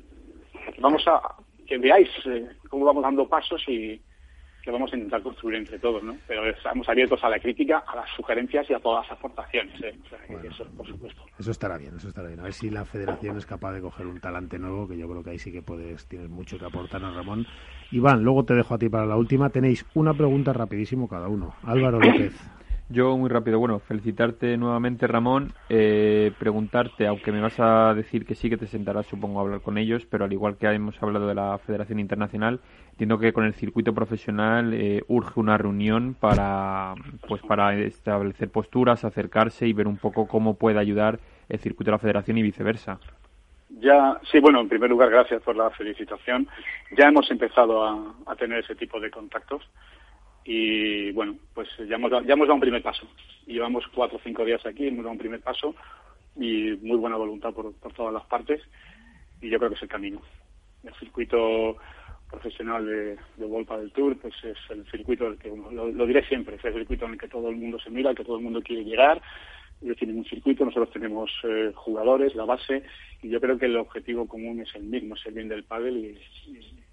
vamos a que veáis eh, cómo vamos dando pasos y que vamos a intentar construir entre todos, ¿no? Pero estamos abiertos a la crítica, a las sugerencias y a todas las aportaciones, ¿eh? O sea, que bueno, eso, por supuesto. Eso estará bien, eso estará bien. A ver si la Federación es capaz de coger un talante nuevo, que yo creo que ahí sí que puedes, tienes mucho que aportar, ¿no, Ramón? Iván, luego te dejo a ti para la última. Tenéis una pregunta rapidísimo cada uno. Álvaro López. Yo muy rápido, bueno, felicitarte nuevamente, Ramón, eh, preguntarte, aunque me vas a decir que sí que te sentarás, supongo, a hablar con ellos, pero al igual que hemos hablado de la Federación Internacional, entiendo que con el circuito profesional eh, urge una reunión para, pues, para establecer posturas, acercarse y ver un poco cómo puede ayudar el circuito de la Federación y viceversa. Ya, sí, bueno, en primer lugar, gracias por la felicitación. Ya hemos empezado a, a tener ese tipo de contactos. Y bueno, pues ya hemos, dado, ya hemos dado un primer paso. Llevamos cuatro o cinco días aquí, hemos dado un primer paso y muy buena voluntad por, por todas las partes y yo creo que es el camino. El circuito profesional de, de Volpa del Tour pues es el circuito del que, lo, lo diré siempre, es el circuito en el que todo el mundo se mira, al que todo el mundo quiere llegar. Ellos tienen un circuito, nosotros tenemos eh, jugadores, la base, y yo creo que el objetivo común es el mismo, es el bien del pádel y, y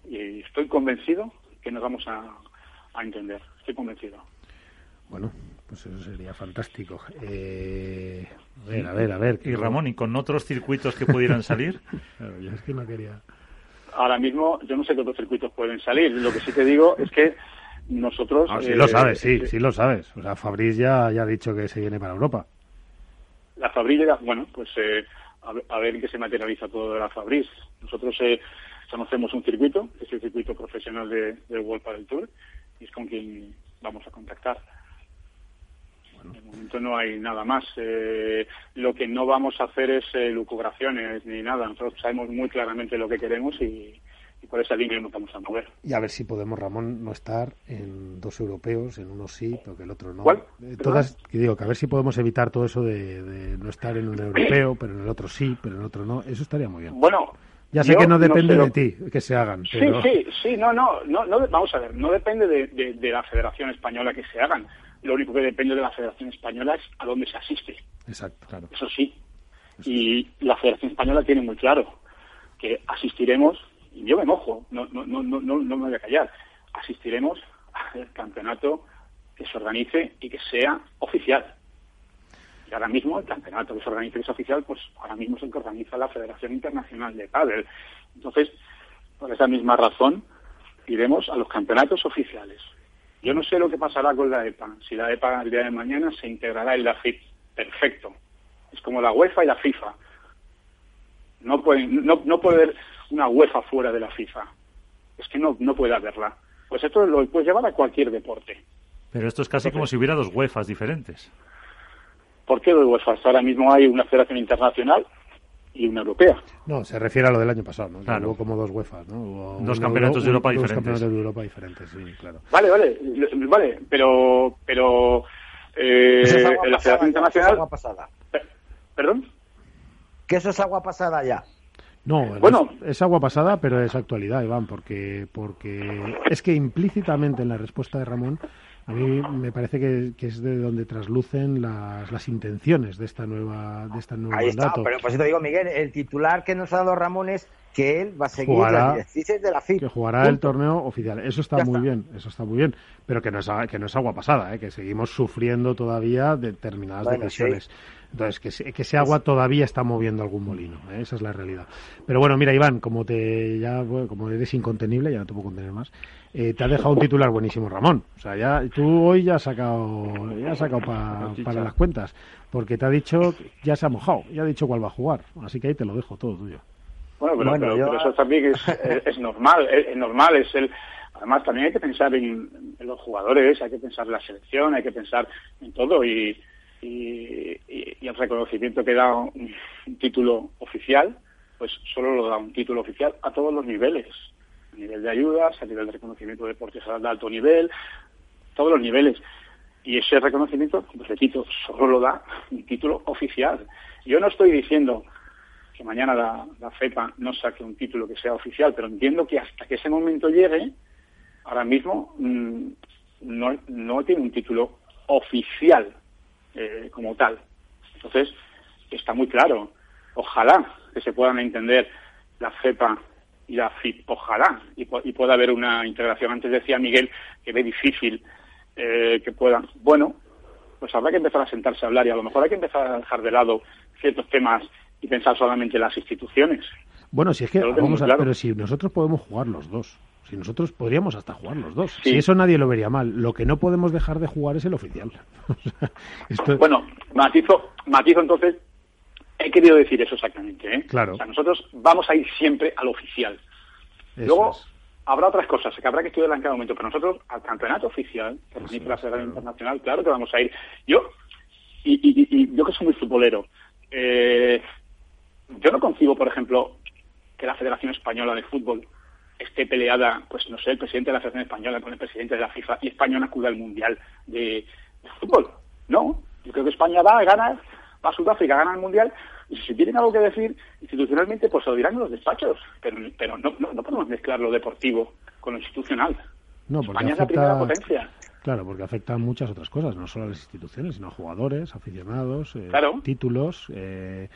y estoy convencido que nos vamos a, a entender. Estoy convencido. Bueno, pues eso sería fantástico. Eh, a ver, a ver, a ver. Y Ramón, ¿y con otros circuitos que pudieran salir? Claro, yo es que no quería... Ahora mismo yo no sé qué otros circuitos pueden salir. Lo que sí te digo es que nosotros... No, sí eh, lo sabes, sí, eh, sí lo sabes. O sea, Fabriz ya, ya ha dicho que se viene para Europa. La Fabriz llega, bueno, pues eh, a, ver, a ver en qué se materializa todo de la Fabriz. Nosotros eh, conocemos un circuito, que es el circuito profesional de, del World Padel Tour, y es con quien vamos a contactar. Bueno. De momento no hay nada más. Eh, lo que no vamos a hacer es eh, lucubraciones ni nada. Nosotros sabemos muy claramente lo que queremos y, y por esa línea nos vamos a mover. Y a ver si podemos, Ramón, no estar en dos europeos, en uno sí, pero que el otro no. ¿Cuál? Eh, todas, y digo, que a ver si podemos evitar todo eso de, de no estar en un europeo, pero en el otro sí, pero en el otro no. Eso estaría muy bien. Bueno, ya sé yo que no depende no de ti que se hagan. Sí, pero... sí, sí, no, no, no, no, vamos a ver, no depende de, de, de la Federación Española que se hagan. Lo único que depende de la Federación Española es a dónde se asiste. Exacto, claro. Eso sí. Y la Federación Española tiene muy claro que asistiremos, y yo me mojo, no, no, no, no, no me voy a callar, asistiremos al campeonato que se organice y que sea oficial. Y ahora mismo el campeonato que se organice y que sea oficial, pues ahora mismo es el que organiza la Federación Internacional de Pádel. Entonces, por esa misma razón, iremos a los campeonatos oficiales. Yo no sé lo que pasará con la E P A. Si la E P A el día de mañana se integrará en la F I P, perfecto. Es como la UEFA y la FIFA. No puede, no, no puede haber una UEFA fuera de la FIFA. Es que no, no puede haberla. Pues esto lo puedes llevar a cualquier deporte. Pero esto es casi Entonces, como si hubiera dos UEFAs diferentes. ¿Por qué dos UEFAs? Ahora mismo hay una federación internacional y una europea. No, se refiere a lo del año pasado, ¿no? Claro. Hubo como dos UEFAs, ¿no? Hubo dos un campeonatos Euro, de Europa un, diferentes. Dos campeonatos de Europa diferentes, sí, claro. Vale, vale, vale, pero, pero eh, Eso es agua en la pasada, Federación ya, Internacional... eso es agua pasada. ¿Perdón? Que eso es agua pasada ya. No, bueno, es, es agua pasada, pero es actualidad, Iván, porque porque es que implícitamente en la respuesta de Ramón, a mí me parece que, que es de donde traslucen las, las intenciones de esta nueva de este nuevo Ahí mandato. está, pero pues te digo, Miguel, el titular que nos ha dado Ramón es que él va a seguir Jugará, las directrices de la F I P. Que jugará Punto. el torneo oficial. Eso está Ya muy está. bien, eso está muy bien, pero que no es, que no es agua pasada, ¿eh? Que seguimos sufriendo todavía determinadas Bueno, decisiones. sí. Entonces, que, se- que ese agua todavía está moviendo algún molino, ¿eh? Esa es la realidad. Pero bueno, mira, Iván, como te ya bueno, como eres incontenible, ya no te puedo contener más, eh, te ha dejado un titular buenísimo, Ramón. O sea, ya tú hoy ya has sacado, ya has sacado pa- para las cuentas, porque te ha dicho, ya se ha mojado, ya ha dicho cuál va a jugar. Así que ahí te lo dejo todo tuyo. Bueno, pero, Bueno, pero, yo- pero eso también es, es, es normal, es, es normal, es el... Además, también hay que pensar en, en los jugadores, hay que pensar en la selección, hay que pensar en todo y, y, y- y el reconocimiento que da un, un título oficial, pues solo lo da un título oficial a todos los niveles. A nivel de ayudas, a nivel de reconocimiento de deportistas de alto nivel, todos los niveles. Y ese reconocimiento, repito, solo lo da un título oficial. Yo no estoy diciendo que mañana la, la FEPA no saque un título que sea oficial, pero entiendo que hasta que ese momento llegue, ahora mismo mmm, no, no tiene un título oficial eh, como tal. Entonces, está muy claro. Ojalá que se puedan entender la FEPA y la F I P, ojalá, y, y pueda haber una integración. Antes decía Miguel que ve difícil eh, que puedan. Bueno, pues habrá que empezar a sentarse a hablar y a lo mejor hay que empezar a dejar de lado ciertos temas y pensar solamente en las instituciones. Bueno, si es que, Yo lo tengo vamos a, muy claro. pero si nosotros podemos jugar los dos, si nosotros podríamos hasta jugar los dos, Sí. si eso nadie lo vería mal, lo que no podemos dejar de jugar es el oficial. O sea, esto... Bueno, matizo, matizo entonces, he querido decir eso exactamente, ¿eh? Claro. O sea, nosotros vamos a ir siempre al oficial. Eso Luego, es. habrá otras cosas que habrá que estudiar en cada momento, pero nosotros al campeonato oficial, que Eso organiza la es, Federación claro. Internacional, claro que vamos a ir. Yo, y, y, y yo que soy muy futbolero, eh, yo no concibo, por ejemplo, que la Federación Española de Fútbol esté peleada, pues no sé, el presidente de la Federación Española con el presidente de la FIFA y España no acuda al Mundial de, de Fútbol. No, yo creo que España va a ganar, va a Sudáfrica, gana el Mundial, y si tienen algo que decir institucionalmente, pues lo dirán en los despachos, pero, pero no, no, no podemos mezclar lo deportivo con lo institucional. No, porque España es la afecta- primera potencia. Claro, porque afecta a muchas otras cosas, no solo a las instituciones, sino a jugadores, aficionados, eh, Claro. títulos. Eh,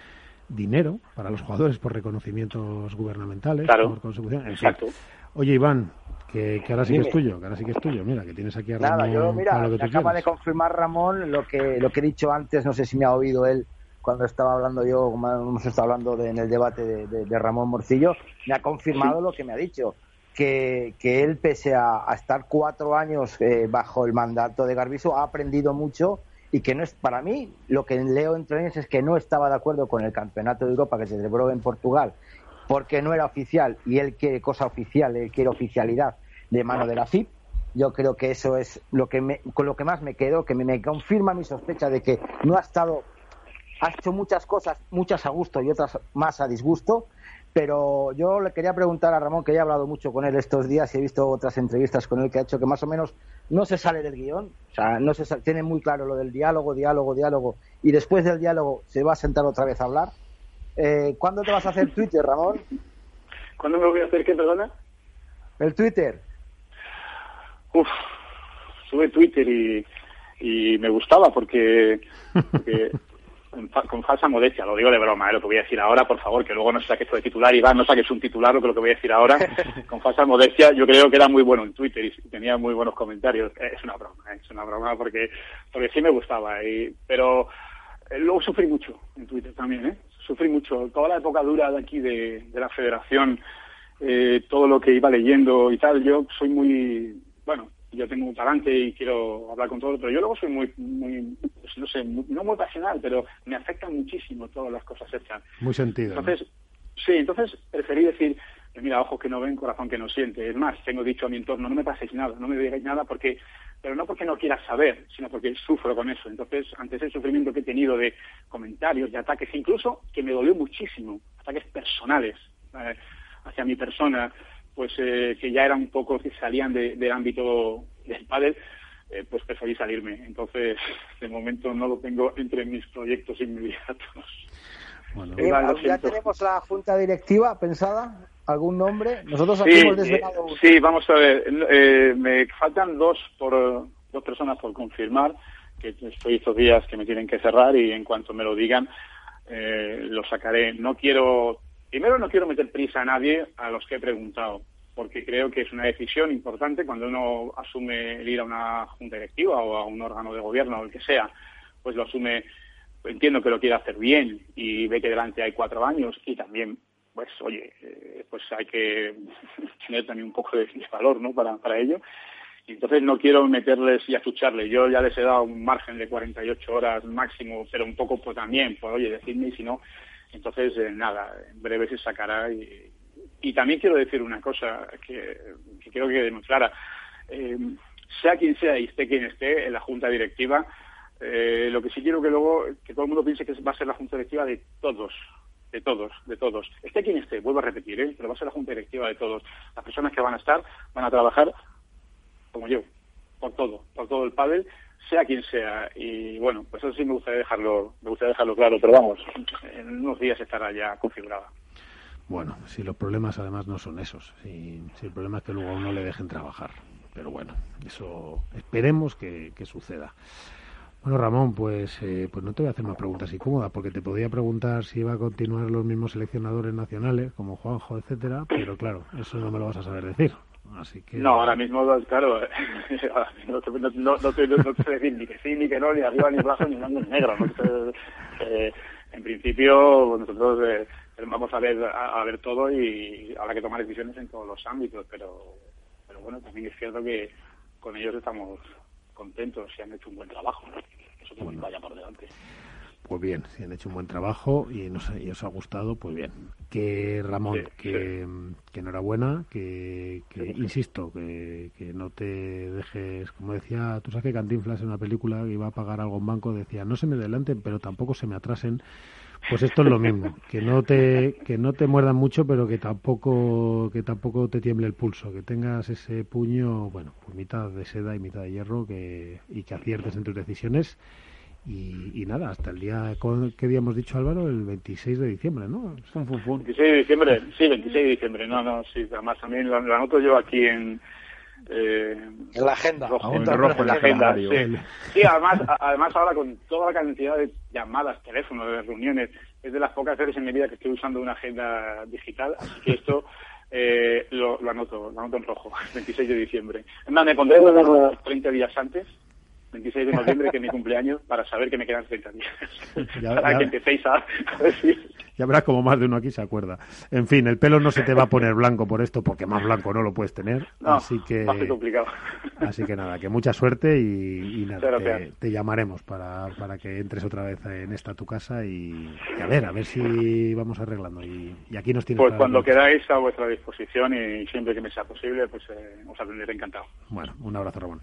dinero para los jugadores por reconocimientos gubernamentales, claro, por consecución. En exacto. fin. Oye, Iván, que, que ahora sí Dime. que es tuyo, que ahora sí que es tuyo. Mira, que tienes aquí a Nada, Ramón yo, mira, para lo que me tú acaba quieras. de confirmar Ramón lo que lo que he dicho antes, no sé si me ha oído él cuando estaba hablando yo, como hemos estado hablando de, en el debate de, de, de Ramón Morcillo, me ha confirmado lo que me ha dicho, que, que él, pese a, a estar cuatro años eh, bajo el mandato de Garbizo, ha aprendido mucho y que no es, para mí, lo que leo entre líneas es que no estaba de acuerdo con el Campeonato de Europa que se celebró en Portugal, porque no era oficial y él quiere cosa oficial, él quiere oficialidad de mano de la F I P. Yo creo que eso es lo que me, con lo que más me quedo, que me, me confirma mi sospecha de que no ha estado, ha hecho muchas cosas, muchas a gusto y otras más a disgusto, pero yo le quería preguntar a Ramón, que ya he hablado mucho con él estos días y he visto otras entrevistas con él que ha hecho, que más o menos no se sale del guión, o sea, no se sale, tiene muy claro lo del diálogo, diálogo, diálogo, y después del diálogo se va a sentar otra vez a hablar. Eh, ¿Cuándo te vas a hacer Twitter, Ramón? ¿Cuándo me voy a hacer qué, perdona? El Twitter. Uf, sube Twitter y, y me gustaba porque, porque con falsa modestia, lo digo de broma, ¿eh? Lo que voy a decir ahora, por favor, que luego no saques esto de titular, Iván, no saques un titular, lo que, lo que voy a decir ahora, con falsa modestia, yo creo que era muy bueno en Twitter y tenía muy buenos comentarios. Es una broma, ¿eh? Es una broma porque porque sí me gustaba, y, pero eh, luego sufrí mucho en Twitter también, ¿eh? Sufrí mucho. Toda la época dura de aquí de, de la federación, eh, todo lo que iba leyendo y tal, yo soy muy, bueno, yo tengo un talante y quiero hablar con todos, pero yo luego soy muy, muy pues no sé, muy, no muy pasional, pero me afectan muchísimo todas las cosas hechas. Muy sentido. Entonces, ¿no? Sí, entonces preferí decir, mira, ojos que no ven, corazón que no siente. Es más, tengo dicho a mi entorno, no me paséis nada, no me digáis nada, porque, pero no porque no quieras saber, sino porque sufro con eso. Entonces, ante ese sufrimiento que he tenido de comentarios, de ataques, incluso que me dolió muchísimo, ataques personales eh, hacia mi persona, pues eh, que ya eran un poco que salían de, del ámbito del pádel, eh, pues preferí salirme. Entonces, de momento no lo tengo entre mis proyectos inmediatos. Bueno, eh, ¿Ya tenemos la junta directiva pensada? ¿Algún nombre? Nosotros aquí sí, hemos desvelado eh, sí, vamos a ver. Eh, me faltan dos por dos personas por confirmar, que estoy estos días que me tienen que cerrar y en cuanto me lo digan, eh, lo sacaré. No quiero... Primero, no quiero meter prisa a nadie a los que he preguntado, porque creo que es una decisión importante cuando uno asume el ir a una junta directiva o a un órgano de gobierno o el que sea, pues lo asume, entiendo que lo quiere hacer bien y ve que delante hay cuatro años y también, pues oye, eh, pues hay que tener también un poco de, de valor, ¿no?, para, para ello. Y entonces no quiero meterles y achucharles. Yo ya les he dado un margen de cuarenta y ocho horas máximo, pero un poco pues también, pues oye, decirme y si no... Entonces, eh, nada, en breve se sacará. Y, y también quiero decir una cosa que, que creo que quede muy clara. Eh, sea quien sea y esté quien esté en la junta directiva, eh, lo que sí quiero que luego, que todo el mundo piense que va a ser la junta directiva de todos, de todos, de todos. Esté quien esté, vuelvo a repetir, ¿eh? Pero va a ser la junta directiva de todos. Las personas que van a estar van a trabajar como yo, por todo, por todo el pádel, sea quien sea. Y bueno, pues eso sí me gustaría dejarlo, me gustaría dejarlo claro, pero vamos, en unos días estará ya configurada. Bueno, si los problemas además no son esos, si, si el problema es que luego a uno le dejen trabajar, pero bueno, eso esperemos que, que suceda. Bueno, Ramón, pues eh, pues no te voy a hacer más preguntas incómodas, porque te podía preguntar si iba a continuar los mismos seleccionadores nacionales, como Juanjo, etcétera, pero claro, eso no me lo vas a saber decir. Así que... No, ahora mismo, claro, no te, no, no, no, te, no te sé decir ni que sí, ni que no, ni arriba, ni abajo, ni blanco, ni negro. ¿No? Eh, en principio, nosotros eh, vamos a ver a, a ver todo y habrá que tomar decisiones en todos los ámbitos, pero pero bueno, también es cierto que con ellos estamos contentos y han hecho un buen trabajo, ¿no? Eso que bueno, vaya por delante. Pues bien, si han hecho un buen trabajo y, nos, y os ha gustado, pues bien. Que Ramón, sí, que, sí. que enhorabuena, que, que sí. insisto, que, que no te dejes, como decía, tú sabes que Cantinflas en una película que iba a pagar algo en banco, decía, no se me adelanten, pero tampoco se me atrasen. Pues esto es lo mismo, que no te que no te muerdan mucho, pero que tampoco que tampoco te tiemble el pulso, que tengas ese puño, bueno, pues mitad de seda y mitad de hierro, que y que aciertes en tus decisiones. Y, y nada, hasta el día, ¿qué día hemos dicho, Álvaro? El veintiséis de diciembre, ¿no? Fum, fum, fum. veintiséis de diciembre, sí, veintiséis de diciembre, no, no, sí, además también lo, lo anoto yo aquí en... Eh, en la agenda. Rojo, en, en rojo en la agenda, sí. Sí, además, a, además ahora con toda la cantidad de llamadas, teléfonos, de reuniones, es de las pocas veces en mi vida que estoy usando una agenda digital, así que esto eh, lo, lo anoto, lo anoto en rojo, veintiséis de diciembre. Además, me pondré unos treinta días antes, veintiséis de noviembre, que es mi cumpleaños, para saber que me quedan treinta días. Ya, para ya, que empecéis a, a decir... Ya verás como más de uno aquí se acuerda. En fin, el pelo no se te va a poner blanco por esto, porque más blanco no lo puedes tener. No, así que va a ser complicado. Así que nada, que mucha suerte y, y nada, te, gracias. te llamaremos para, para que entres otra vez en esta tu casa y, y a ver, a ver si vamos arreglando. Y, y aquí nos tienes. Pues para cuando ver. queráis a vuestra disposición y siempre que me sea posible, pues eh, os atenderé encantado. Bueno, un abrazo, Ramón.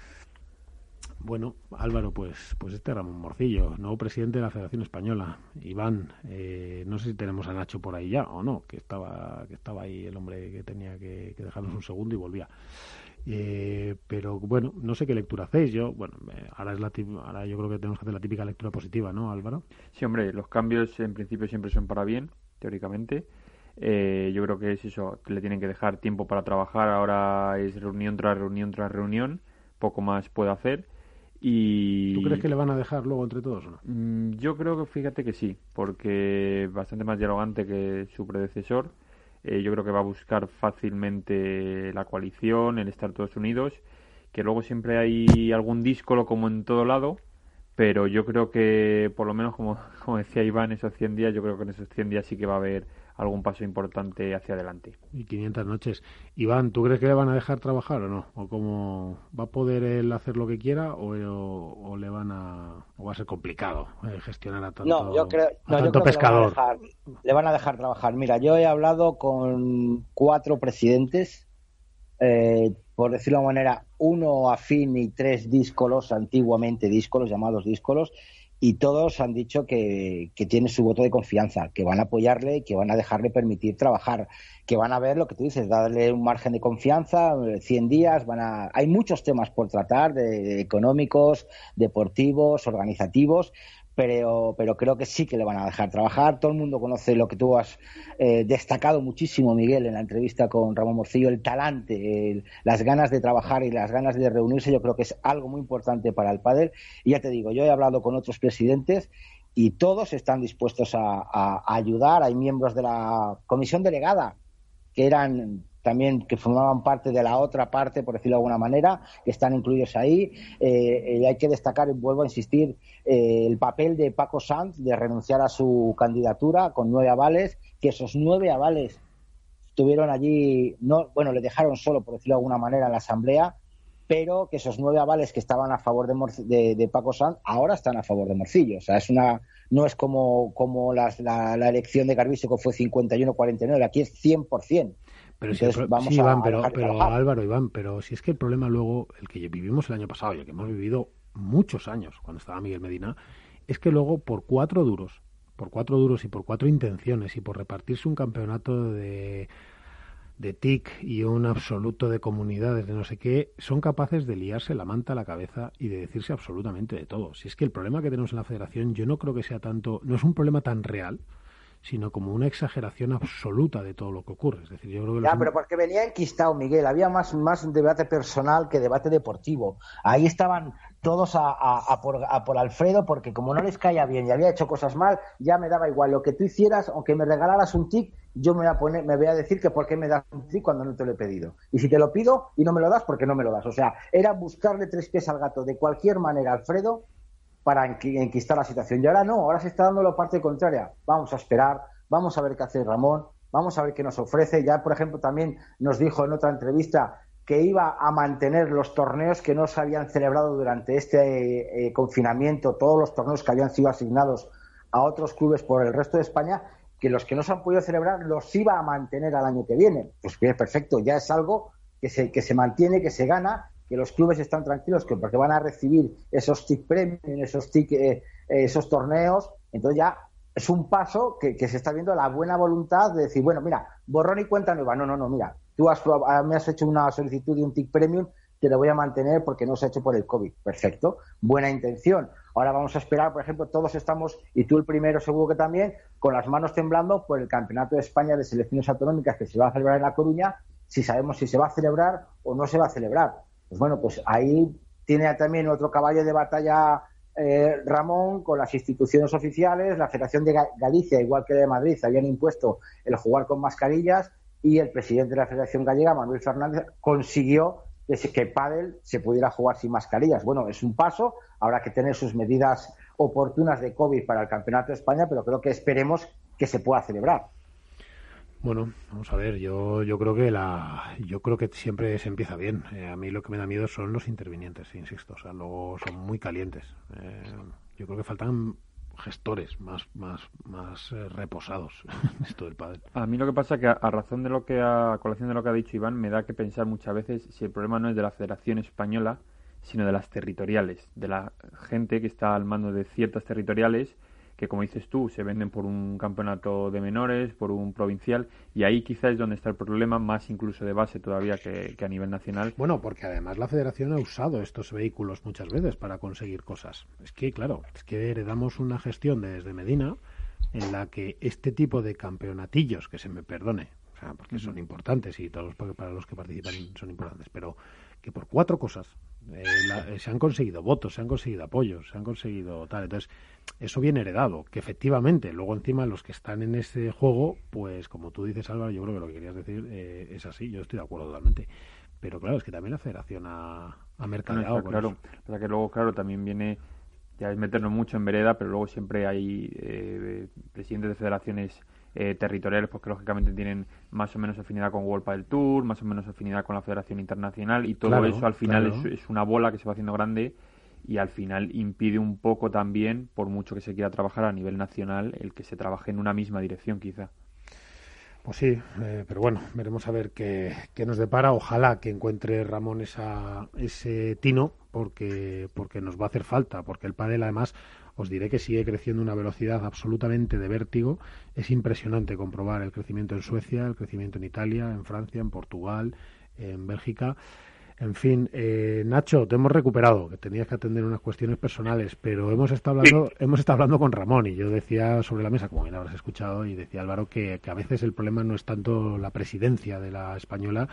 Bueno, Álvaro, pues pues este Ramón Morcillo, nuevo presidente de la Federación Española. Iván, eh, no sé si tenemos a Nacho por ahí ya o no, que estaba que estaba ahí el hombre que tenía que, que dejarnos un segundo y volvía. Eh, pero bueno, no sé qué lectura hacéis. Yo, bueno, eh, ahora es la ahora yo creo que tenemos que hacer la típica lectura positiva, ¿no, Álvaro? Sí, hombre, los cambios en principio siempre son para bien, teóricamente. Eh, yo creo que es eso, que le tienen que dejar tiempo para trabajar. Ahora es reunión tras reunión tras reunión, poco más puede hacer. Y... ¿Tú crees que le van a dejar luego entre todos o no? Yo creo que fíjate que sí, porque bastante más dialogante que su predecesor. Eh, yo creo que va a buscar fácilmente la coalición, el estar todos unidos, que luego siempre hay algún díscolo como en todo lado, pero yo creo que por lo menos, como, como decía Iván, esos cien días, yo creo que en esos cien días sí que va a haber algún paso importante hacia adelante. Y quinientas noches. Iván, ¿tú crees que le van a dejar trabajar o no? ¿O cómo va a poder él hacer lo que quiera o, o, o le van a o va a ser complicado eh, gestionar a tanto, no, yo creo, no, a tanto yo creo pescador? Que le, van a dejar, le van a dejar trabajar. Mira, yo he hablado con cuatro presidentes, eh, por decirlo de una manera, uno afín y tres díscolos, antiguamente díscolos, llamados díscolos, y todos han dicho que, que tiene su voto de confianza, que van a apoyarle, que van a dejarle permitir trabajar, que van a ver lo que tú dices, darle un margen de confianza, cien días, van a... Hay muchos temas por tratar, de, de económicos, deportivos, organizativos, pero pero creo que sí que le van a dejar trabajar. Todo el mundo conoce lo que tú has eh, destacado muchísimo, Miguel, en la entrevista con Ramón Morcillo, el talante, el, las ganas de trabajar y las ganas de reunirse. Yo creo que es algo muy importante para el pádel. Y ya te digo, yo he hablado con otros presidentes y todos están dispuestos a, a, a ayudar. Hay miembros de la comisión delegada que eran también que formaban parte de la otra parte, por decirlo de alguna manera, que están incluidos ahí. Eh, eh, hay que destacar, y vuelvo a insistir, eh, el papel de Paco Sanz de renunciar a su candidatura con nueve avales, que esos nueve avales estuvieron allí, no, bueno, le dejaron solo, por decirlo de alguna manera, en la asamblea, pero que esos nueve avales que estaban a favor de, Morc- de, de Paco Sanz ahora están a favor de Morcillo. O sea, es una, no es como, como las, la, la elección de Carviso, que fue cincuenta y uno a cuarenta y nueve, aquí es cien por ciento. Pero si Entonces, el, vamos sí, Iván, a pero, dejar de pero trabajar. Álvaro, Iván, pero si es que el problema luego, el que vivimos el año pasado y el que hemos vivido muchos años cuando estaba Miguel Medina, es que luego por cuatro duros, por cuatro duros y por cuatro intenciones y por repartirse un campeonato de, de T I C y un absoluto de comunidades de no sé qué, son capaces de liarse la manta a la cabeza y de decirse absolutamente de todo. Si es que el problema que tenemos en la federación, yo no creo que sea tanto, no es un problema tan real, sino como una exageración absoluta de todo lo que ocurre. Es decir, yo creo que Ya, los... pero porque venía enquistado, Miguel. Había más, más debate personal que debate deportivo. Ahí estaban todos a, a, a, por, a por Alfredo, porque como no les caía bien y había hecho cosas mal, ya me daba igual. Lo que tú hicieras, aunque me regalaras un tic, yo me voy a poner, me voy a decir que por qué me das un tic cuando no te lo he pedido. Y si te lo pido y no me lo das, porque no me lo das. O sea, era buscarle tres pies al gato de cualquier manera a Alfredo para enquistar la situación. Y ahora no, ahora se está dando la parte contraria. Vamos a esperar, vamos a ver qué hace Ramón, vamos a ver qué nos ofrece. Ya, por ejemplo, también nos dijo en otra entrevista que iba a mantener los torneos que no se habían celebrado durante este eh, confinamiento, todos los torneos que habían sido asignados a otros clubes por el resto de España, que los que no se han podido celebrar los iba a mantener al año que viene. Pues bien, perfecto, ya es algo que se, que se mantiene, que se gana, que los clubes están tranquilos que porque van a recibir esos T I C Premium, esos T I C, eh, esos torneos. Entonces ya es un paso que, que se está viendo la buena voluntad de decir, bueno, mira, borrón y cuenta nueva. No, no, no, mira, tú has, me has hecho una solicitud de un T I C Premium, te lo voy a mantener porque no se ha hecho por el COVID. Perfecto, buena intención. Ahora vamos a esperar, por ejemplo, todos estamos, y tú el primero seguro que también, con las manos temblando por el Campeonato de España de Selecciones Autonómicas que se va a celebrar en La Coruña, si sabemos si se va a celebrar o no se va a celebrar. Pues bueno, pues ahí tiene también otro caballo de batalla eh, Ramón, con las instituciones oficiales, la Federación de Galicia, igual que de Madrid, habían impuesto el jugar con mascarillas y el presidente de la Federación Gallega, Manuel Fernández, consiguió que, que el pádel se pudiera jugar sin mascarillas. Bueno, es un paso, habrá que tener sus medidas oportunas de COVID para el Campeonato de España, pero creo que esperemos que se pueda celebrar. Bueno, vamos a ver, yo yo creo que la yo creo que siempre se empieza bien. Eh, a mí lo que me da miedo son los intervinientes, insisto, o sea, luego son muy calientes. Eh, yo creo que faltan gestores más más más eh, reposados en esto del pádel. A mí lo que pasa es que a, a razón de lo que ha, a colación de lo que ha dicho Iván, me da que pensar muchas veces si el problema no es de la Federación Española, sino de las territoriales, de la gente que está al mando de ciertas territoriales que, como dices tú, se venden por un campeonato de menores, por un provincial, y ahí quizás es donde está el problema, más incluso de base todavía que, que a nivel nacional. Bueno, porque además la Federación ha usado estos vehículos muchas veces para conseguir cosas. Es que, claro, es que heredamos una gestión desde Medina en la que este tipo de campeonatillos, que se me perdone, o sea, porque son importantes y todos para los que participan son importantes, pero que por cuatro cosas eh, la, eh, se han conseguido votos, se han conseguido apoyos, se han conseguido tal. Entonces, eso viene heredado, que efectivamente, luego encima los que están en ese juego, pues como tú dices, Álvaro, yo creo que lo que querías decir eh, es así, yo estoy de acuerdo totalmente. Pero claro, es que también la Federación ha, ha mercadeado. No, está claro, o sea que luego, claro, también viene, ya es meternos mucho en vereda, pero luego siempre hay eh, presidentes de federaciones Eh, territoriales, porque lógicamente tienen más o menos afinidad con World Padel Tour, más o menos afinidad con la Federación Internacional, y todo claro, eso al final claro. es, es una bola que se va haciendo grande y al final impide un poco también, por mucho que se quiera trabajar a nivel nacional, el que se trabaje en una misma dirección quizá. Pues sí, eh, pero bueno, veremos a ver qué, qué nos depara. Ojalá que encuentre Ramón esa, ese tino, porque, porque nos va a hacer falta, porque el pádel además os diré que sigue creciendo a una velocidad absolutamente de vértigo. Es impresionante comprobar el crecimiento en Suecia, el crecimiento en Italia, en Francia, en Portugal, en Bélgica. En fin, eh, Nacho, te hemos recuperado, que tenías que atender unas cuestiones personales, pero hemos estado hablando, sí. hemos estado hablando con Ramón y yo decía sobre la mesa, como bien habrás escuchado, y decía Álvaro que, que a veces el problema no es tanto la presidencia de la española,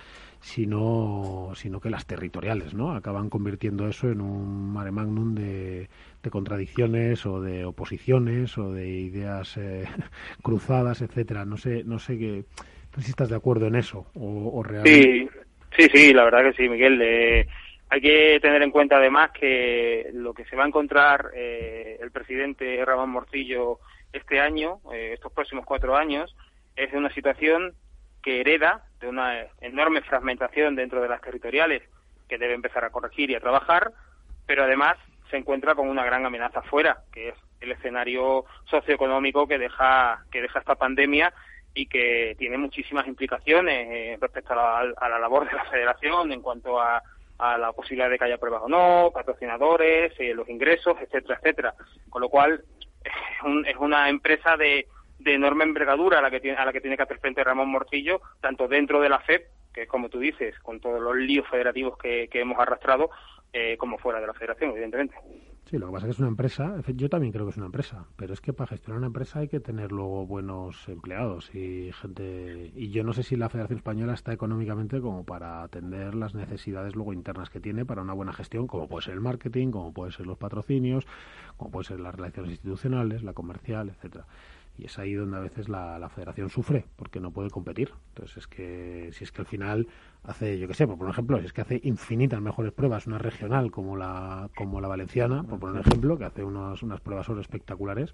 sino, sino que las territoriales, ¿no? Acaban convirtiendo eso en un mare magnum de, de contradicciones o de oposiciones o de ideas eh, cruzadas, etcétera. No sé, no sé qué, no sé si estás de acuerdo en eso o, o realmente. Sí. Sí, sí, la verdad que sí, Miguel. Eh, hay que tener en cuenta además que lo que se va a encontrar eh, el presidente Ramón Morcillo este año, eh, estos próximos cuatro años, es de una situación que hereda de una enorme fragmentación dentro de las territoriales que debe empezar a corregir y a trabajar, pero además se encuentra con una gran amenaza afuera, que es el escenario socioeconómico que deja que deja esta pandemia y que tiene muchísimas implicaciones eh, respecto a la, a la labor de la Federación en cuanto a, a la posibilidad de que haya pruebas o no, patrocinadores, eh, los ingresos, etcétera, etcétera. Con lo cual, es, un, es una empresa de, de enorme envergadura a la que tiene, a la que tiene que hacer frente Ramón Morcillo, tanto dentro de la F E P, que es como tú dices, con todos los líos federativos que, que hemos arrastrado, eh, como fuera de la Federación, evidentemente. Sí, lo que pasa es que es una empresa, yo también creo que es una empresa, pero es que para gestionar una empresa hay que tener luego buenos empleados y gente, y yo no sé si la Federación Española está económicamente como para atender las necesidades luego internas que tiene para una buena gestión, como puede ser el marketing, como puede ser los patrocinios, como puede ser las relaciones institucionales, la comercial, etcétera. Y es ahí donde a veces la, la Federación sufre, porque no puede competir. Entonces es que si es que al final hace, yo qué sé, por poner un ejemplo, si es que hace infinitas mejores pruebas una regional como la como la valenciana, por poner un ejemplo, que hace unos, unas pruebas sobre espectaculares,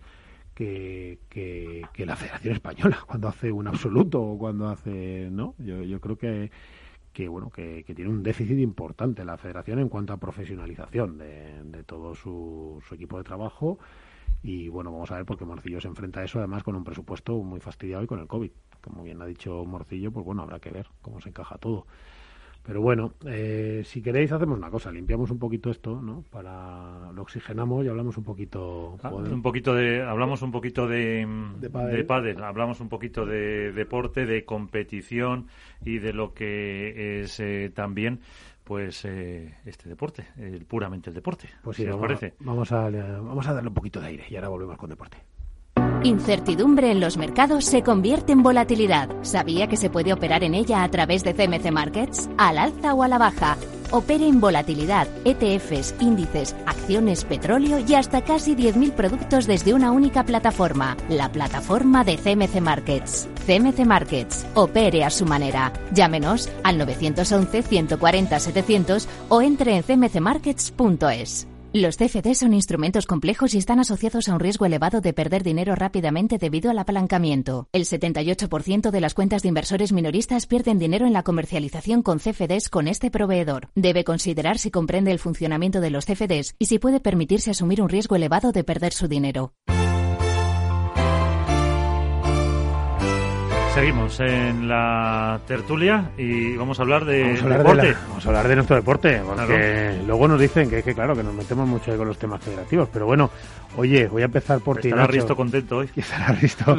que, que, que la Federación Española, cuando hace un absoluto o cuando hace, ¿no? Yo, yo creo que que bueno que, que tiene un déficit importante la Federación en cuanto a profesionalización de, de todo su, su equipo de trabajo. Y bueno, vamos a ver, porque Morcillo se enfrenta a eso además con un presupuesto muy fastidiado y con el COVID. Como bien ha dicho Morcillo, pues bueno, habrá que ver cómo se encaja todo. Pero bueno, eh, si queréis hacemos una cosa, limpiamos un poquito esto, ¿no? Para lo oxigenamos y hablamos un poquito. Ah, un poquito de, hablamos un poquito de de pádel. de pádel, hablamos un poquito de deporte, de competición y de lo que es eh, también. Pues eh, este deporte, el, puramente el deporte. Pues sí, si vamos, os parece. Vamos a, vamos a darle un poquito de aire y ahora volvemos con deporte. Incertidumbre en los mercados se convierte en volatilidad. ¿Sabía que se puede operar en ella a través de C M C Markets? ¿Al alza o a la baja? Opere en volatilidad, E T Fs, índices, acciones, petróleo y hasta casi diez mil productos desde una única plataforma, la plataforma de C M C Markets. C M C Markets. Opere a su manera. Llámenos al nueve once, ciento cuarenta, setecientos o entre en c m c markets punto es. Los C F D son instrumentos complejos y están asociados a un riesgo elevado de perder dinero rápidamente debido al apalancamiento. El setenta y ocho por ciento de las cuentas de inversores minoristas pierden dinero en la comercialización con C F Ds con este proveedor. Debe considerar si comprende el funcionamiento de los C F Ds y si puede permitirse asumir un riesgo elevado de perder su dinero. Seguimos en la tertulia y vamos a hablar de vamos a hablar deporte. De la, vamos a hablar de nuestro deporte, porque claro. Luego nos dicen que, que claro, que nos metemos mucho con los temas federativos, pero bueno, oye, voy a empezar por ti, Estará Nacho. Risto contento hoy. Estará Risto.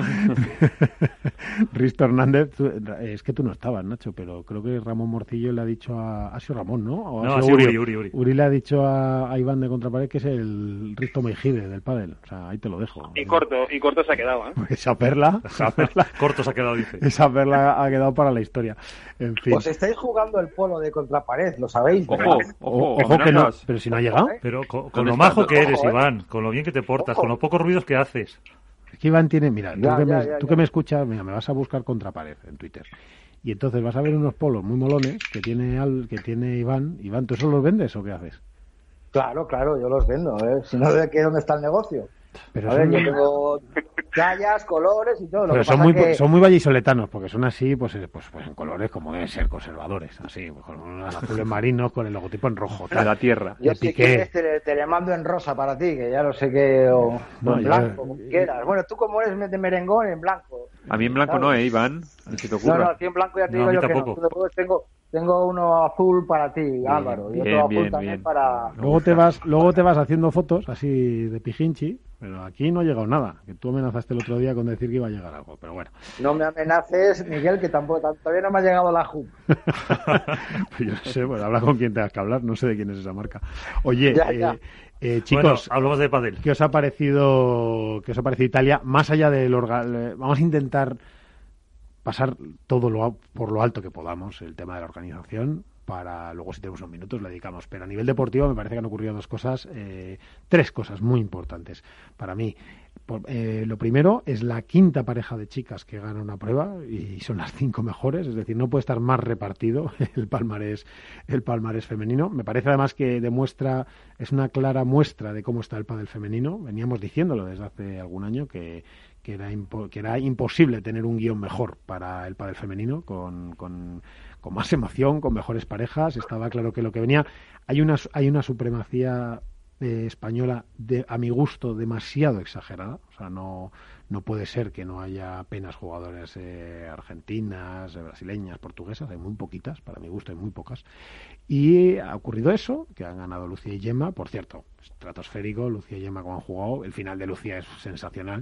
Risto Hernández, tú, es que tú no estabas, Nacho, pero creo que Ramón Morcillo le ha dicho a... Ha sido Ramón, ¿no? ¿O no, ha ha sido sido Uri, Uri, Uri. Uri le ha dicho a, a Iván de Contrapared que es el Risto Meijide del pádel. O sea, ahí te lo dejo. Y corto, y corto se ha quedado, ¿eh? Esa perla, esa perla. Corto se ha quedado, dice. Esa perla ha quedado para la historia. En fin. Os estáis jugando el polo de Contrapared, lo sabéis. Ojo, ojo, ojo que no, pero si no ha llegado. Pero con, con lo majo que eres, ojo, Iván, con lo bien que te portas, ojo, con los pocos ruidos que haces. Es que Iván tiene, mira, ya, tú, que, ya, me, ya, tú ya. que me escuchas, mira, me vas a buscar Contrapared en Twitter. Y entonces vas a ver unos polos muy molones que tiene Al, que tiene Iván. Iván, ¿tú esos los vendes o qué haces? Claro, claro, yo los vendo, ¿eh? Si no, ¿de qué dónde está el negocio? Pero a ver, son... yo tengo tallas, colores y todo. Lo Pero que son pasa muy, que... son muy vallisoletanos, porque son así, pues, pues, pues en colores como deben ser, conservadores, así, pues, con unos azules marinos, con el logotipo en rojo. De la tierra. Yo de si Piqué. quieres te, te le mando en rosa para ti, que ya lo sé que... O, No, o en yo- blanco, como quieras. Bueno, tú como eres de merengón, en blanco. A mí en blanco no, ¿eh, Iván? Ni se te No, ocurra. no, aquí en blanco ya te No, a digo mí yo que tampoco. no. Después tengo, tengo uno azul para ti, Álvaro, y otro bien, azul bien, también bien. para... Luego te vas, luego te vas haciendo fotos así de pijinchi, pero aquí no ha llegado nada. Que tú amenazaste el otro día con decir que iba a llegar algo, pero bueno. No me amenaces, Miguel, que tampoco todavía no me ha llegado la J U P. Pues yo no sé, pues habla con quien tengas que hablar, no sé de quién es esa marca. Oye, Ya, eh, ya. eh, Bueno, chicos, hablamos de pádel. ¿qué os ha parecido, qué os ha parecido Italia? Más allá del orga- eh, vamos a intentar pasar todo lo a- por lo alto que podamos el tema de la organización, para luego, si tenemos unos minutos, le dedicamos. Pero a nivel deportivo me parece que han ocurrido dos cosas, eh, tres cosas muy importantes para mí. Por- eh, lo primero es la quinta pareja de chicas que gana una prueba y son las cinco mejores, es decir, no puede estar más repartido el palmarés, el palmarés femenino. Me parece además que demuestra, es una clara muestra de cómo está el pádel femenino. Veníamos diciéndolo desde hace algún año que, que, era, impo- que era imposible tener un guión mejor para el pádel femenino, con, con, con más emoción, con mejores parejas. Estaba claro que lo que venía, hay una, hay una supremacía eh, española, de, a mi gusto, demasiado exagerada. O sea, no, no puede ser que no haya apenas jugadores eh, argentinas, eh, brasileñas, portuguesas. Hay muy poquitas, para mi gusto hay muy pocas. Y ha ocurrido eso, que han ganado Lucía y Gemma. Por cierto, estratosférico, Lucía y Gemma como han jugado. El final de Lucía es sensacional.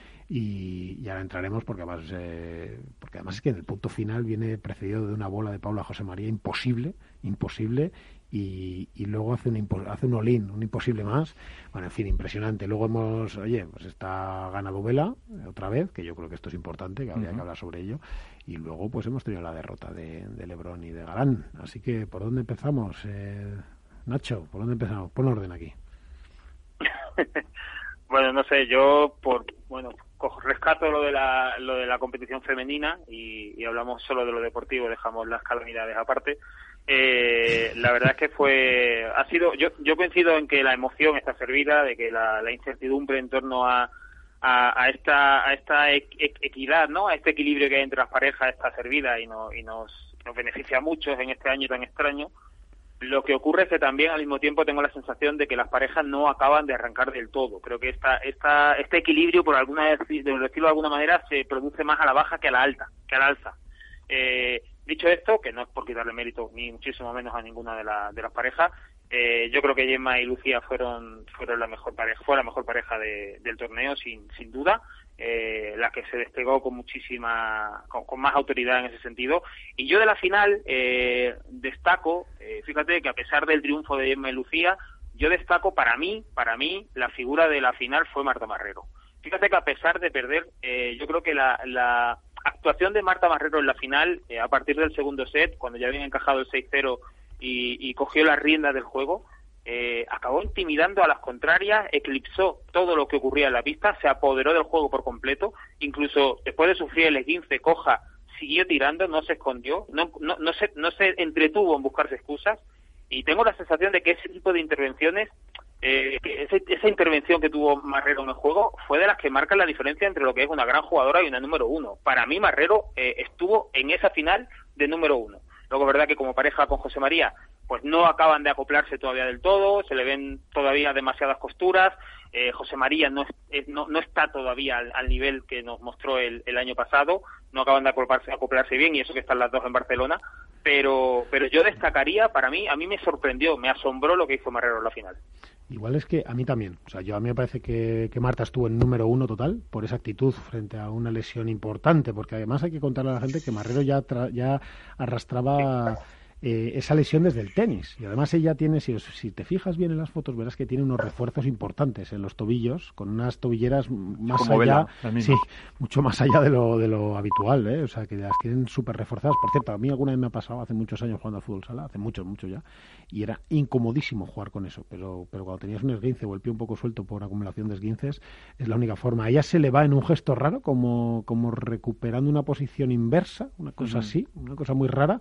Y, y ahora entraremos porque además eh, porque además es que en el punto final viene precedido de una bola de Paula José María imposible, imposible, y, y luego hace un impo- hace un all-in, un imposible más. Bueno, en fin, impresionante. Luego hemos, oye, pues está Gana Dubela otra vez, que yo creo que esto es importante, que habría Uh-huh. que hablar sobre ello. Y luego pues hemos tenido la derrota de, de Lebrón y de Galán. Así que, ¿por dónde empezamos? Eh, Nacho, ¿por dónde empezamos? Pon orden aquí. Bueno, no sé, yo por bueno cojo, rescato lo de la lo de la competición femenina y, y hablamos solo de lo deportivo, dejamos las calamidades aparte. Eh, la verdad es que fue ha sido yo yo coincido en que la emoción está servida, de que la, la incertidumbre en torno a a, a esta a esta equidad, ¿no? A este equilibrio que hay entre las parejas está servida y no y nos nos beneficia a muchos en este año tan extraño. Lo que ocurre es que también al mismo tiempo tengo la sensación de que las parejas no acaban de arrancar del todo. Creo que esta, esta, este equilibrio, por alguna de decirlo de alguna manera, se produce más a la baja que a la alta, que a la alza. Eh, dicho esto, que no es por quitarle mérito ni muchísimo menos a ninguna de, la, de las parejas, eh, yo creo que Gemma y Lucía fueron fueron la mejor pareja, fue la mejor pareja de, del torneo sin sin duda. Eh, la que se despegó con muchísima, con, con más autoridad en ese sentido. Y yo de la final eh, destaco, eh, fíjate que a pesar del triunfo de Gemma y Lucía, yo destaco para mí, para mí, la figura de la final fue Marta Marrero. Fíjate que a pesar de perder, eh, yo creo que la, la actuación de Marta Marrero en la final, eh, a partir del segundo set, cuando ya habían encajado el seis cero y, y cogió las riendas del juego, eh, acabó intimidando a las contrarias, eclipsó todo lo que ocurría en la pista, se apoderó del juego por completo, incluso después de sufrir el esguince, Coja siguió tirando, no se escondió, no, no, no, se, no se entretuvo en buscarse excusas, y tengo la sensación de que ese tipo de intervenciones, eh, que ese, esa intervención que tuvo Marrero en el juego fue de las que marcan la diferencia entre lo que es una gran jugadora y una número uno. Para mí Marrero eh, estuvo en esa final de número uno. Luego es verdad que como pareja con José María, pues no acaban de acoplarse todavía del todo, se le ven todavía demasiadas costuras, eh, José María no, es, no, no está todavía al, al nivel que nos mostró el, el año pasado, no acaban de acoplarse, acoplarse bien, y eso que están las dos en Barcelona, pero pero yo destacaría, para mí, a mí me sorprendió, me asombró lo que hizo Marrero en la final. Igual es que a mí también, o sea, yo a mí me parece que, que Marta estuvo en número uno total por esa actitud frente a una lesión importante, porque además hay que contarle a la gente que Marrero ya tra- ya arrastraba eh, esa lesión desde el tenis, y además ella tiene, si, si te fijas bien en las fotos, verás que tiene unos refuerzos importantes en los tobillos, con unas tobilleras más Como allá, Vela, sí, mucho más allá de lo de lo habitual, ¿eh? O sea, que las tienen súper reforzadas. Por cierto, a mí alguna vez me ha pasado hace muchos años jugando al fútbol sala, hace mucho, mucho ya, y era incomodísimo jugar con eso, pero pero cuando tenías un esguince o el pie un poco suelto por acumulación de esguinces, es la única forma. A ella se le va en un gesto raro, como, como recuperando una posición inversa, una cosa uh-huh. así, una cosa muy rara.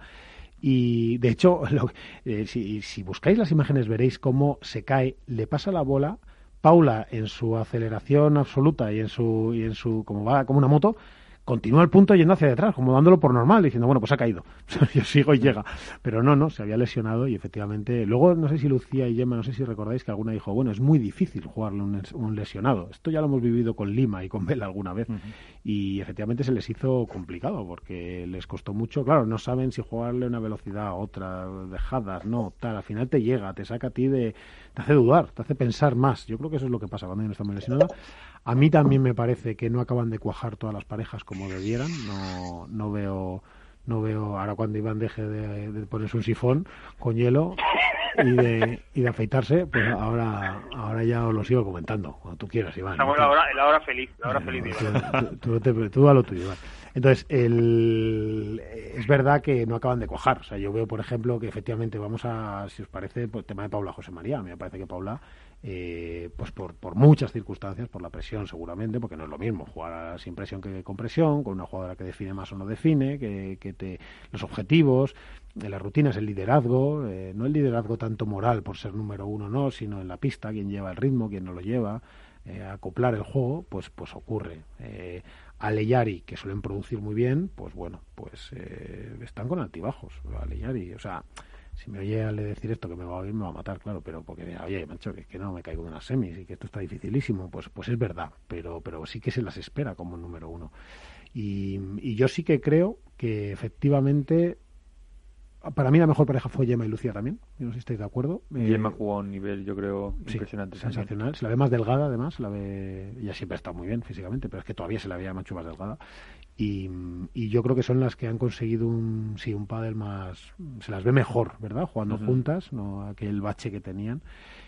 Y de hecho, lo, eh, si, si buscáis las imágenes veréis cómo se cae, le pasa la bola, Paula en su aceleración absoluta y en su y en su como va como una moto, continúa el punto yendo hacia detrás, como dándolo por normal, diciendo, bueno, pues ha caído, yo sigo y llega. Pero no, no, se había lesionado y efectivamente... Luego, no sé si Lucía y Gemma, no sé si recordáis que alguna dijo, bueno, es muy difícil jugarle un, un lesionado. Esto ya lo hemos vivido con Lima y con Vela alguna vez. Uh-huh. Y efectivamente se les hizo complicado porque les costó mucho. Claro, no saben si jugarle una velocidad a otra, dejadas, no, tal. Al final te llega, te saca a ti de... te hace dudar, te hace pensar más. Yo creo que eso es lo que pasa cuando hay una está muy lesionada. A mí también me parece que no acaban de cuajar todas las parejas como debieran. No, no veo, no veo ahora cuando Iván deje de, de ponerse un sifón con hielo y de, y de afeitarse, pues ahora, ahora ya os lo sigo comentando cuando tú quieras, Iván. Estamos en la hora, la hora feliz, la hora feliz. Tú, tú, tú, tú a lo tuyo, Iván. Entonces, el, es verdad que no acaban de cuajar. O sea, yo veo, por ejemplo, que efectivamente vamos a, si os parece, pues, el tema de Paula José María. A mí me parece que Paula, eh, pues por, por muchas circunstancias, por la presión seguramente, porque no es lo mismo jugar sin presión que con presión, con una jugadora que define más o no define, que, que te, los objetivos, de las rutinas, el liderazgo, eh, no el liderazgo tanto moral por ser número uno, no, sino en la pista, quién lleva el ritmo, quién no lo lleva, eh, acoplar el juego, pues, pues ocurre. Eh, Ale y Yari, que suelen producir muy bien, pues bueno, pues eh, están con altibajos. Ale y Yari, o sea, si me oye Ale decir esto que me va a oír, me va a matar, claro, pero porque, oye, macho, que, que no me caigo de unas semis y que esto está dificilísimo, pues pues es verdad, pero pero sí que se las espera como número uno. Y, y yo sí que creo que efectivamente, para mí la mejor pareja fue Gemma y Lucía también, yo no sé si estáis de acuerdo. Gemma eh, jugó a un nivel, yo creo, sí, impresionante. Sensacional, también. Se la ve más delgada además, se la ve, ella siempre ha estado muy bien físicamente, pero es que todavía se la veía mucho más delgada. Y, y yo creo que son las que han conseguido un sí un pádel más, se las ve mejor, ¿verdad? Jugando uh-huh. juntas, no aquel bache que tenían.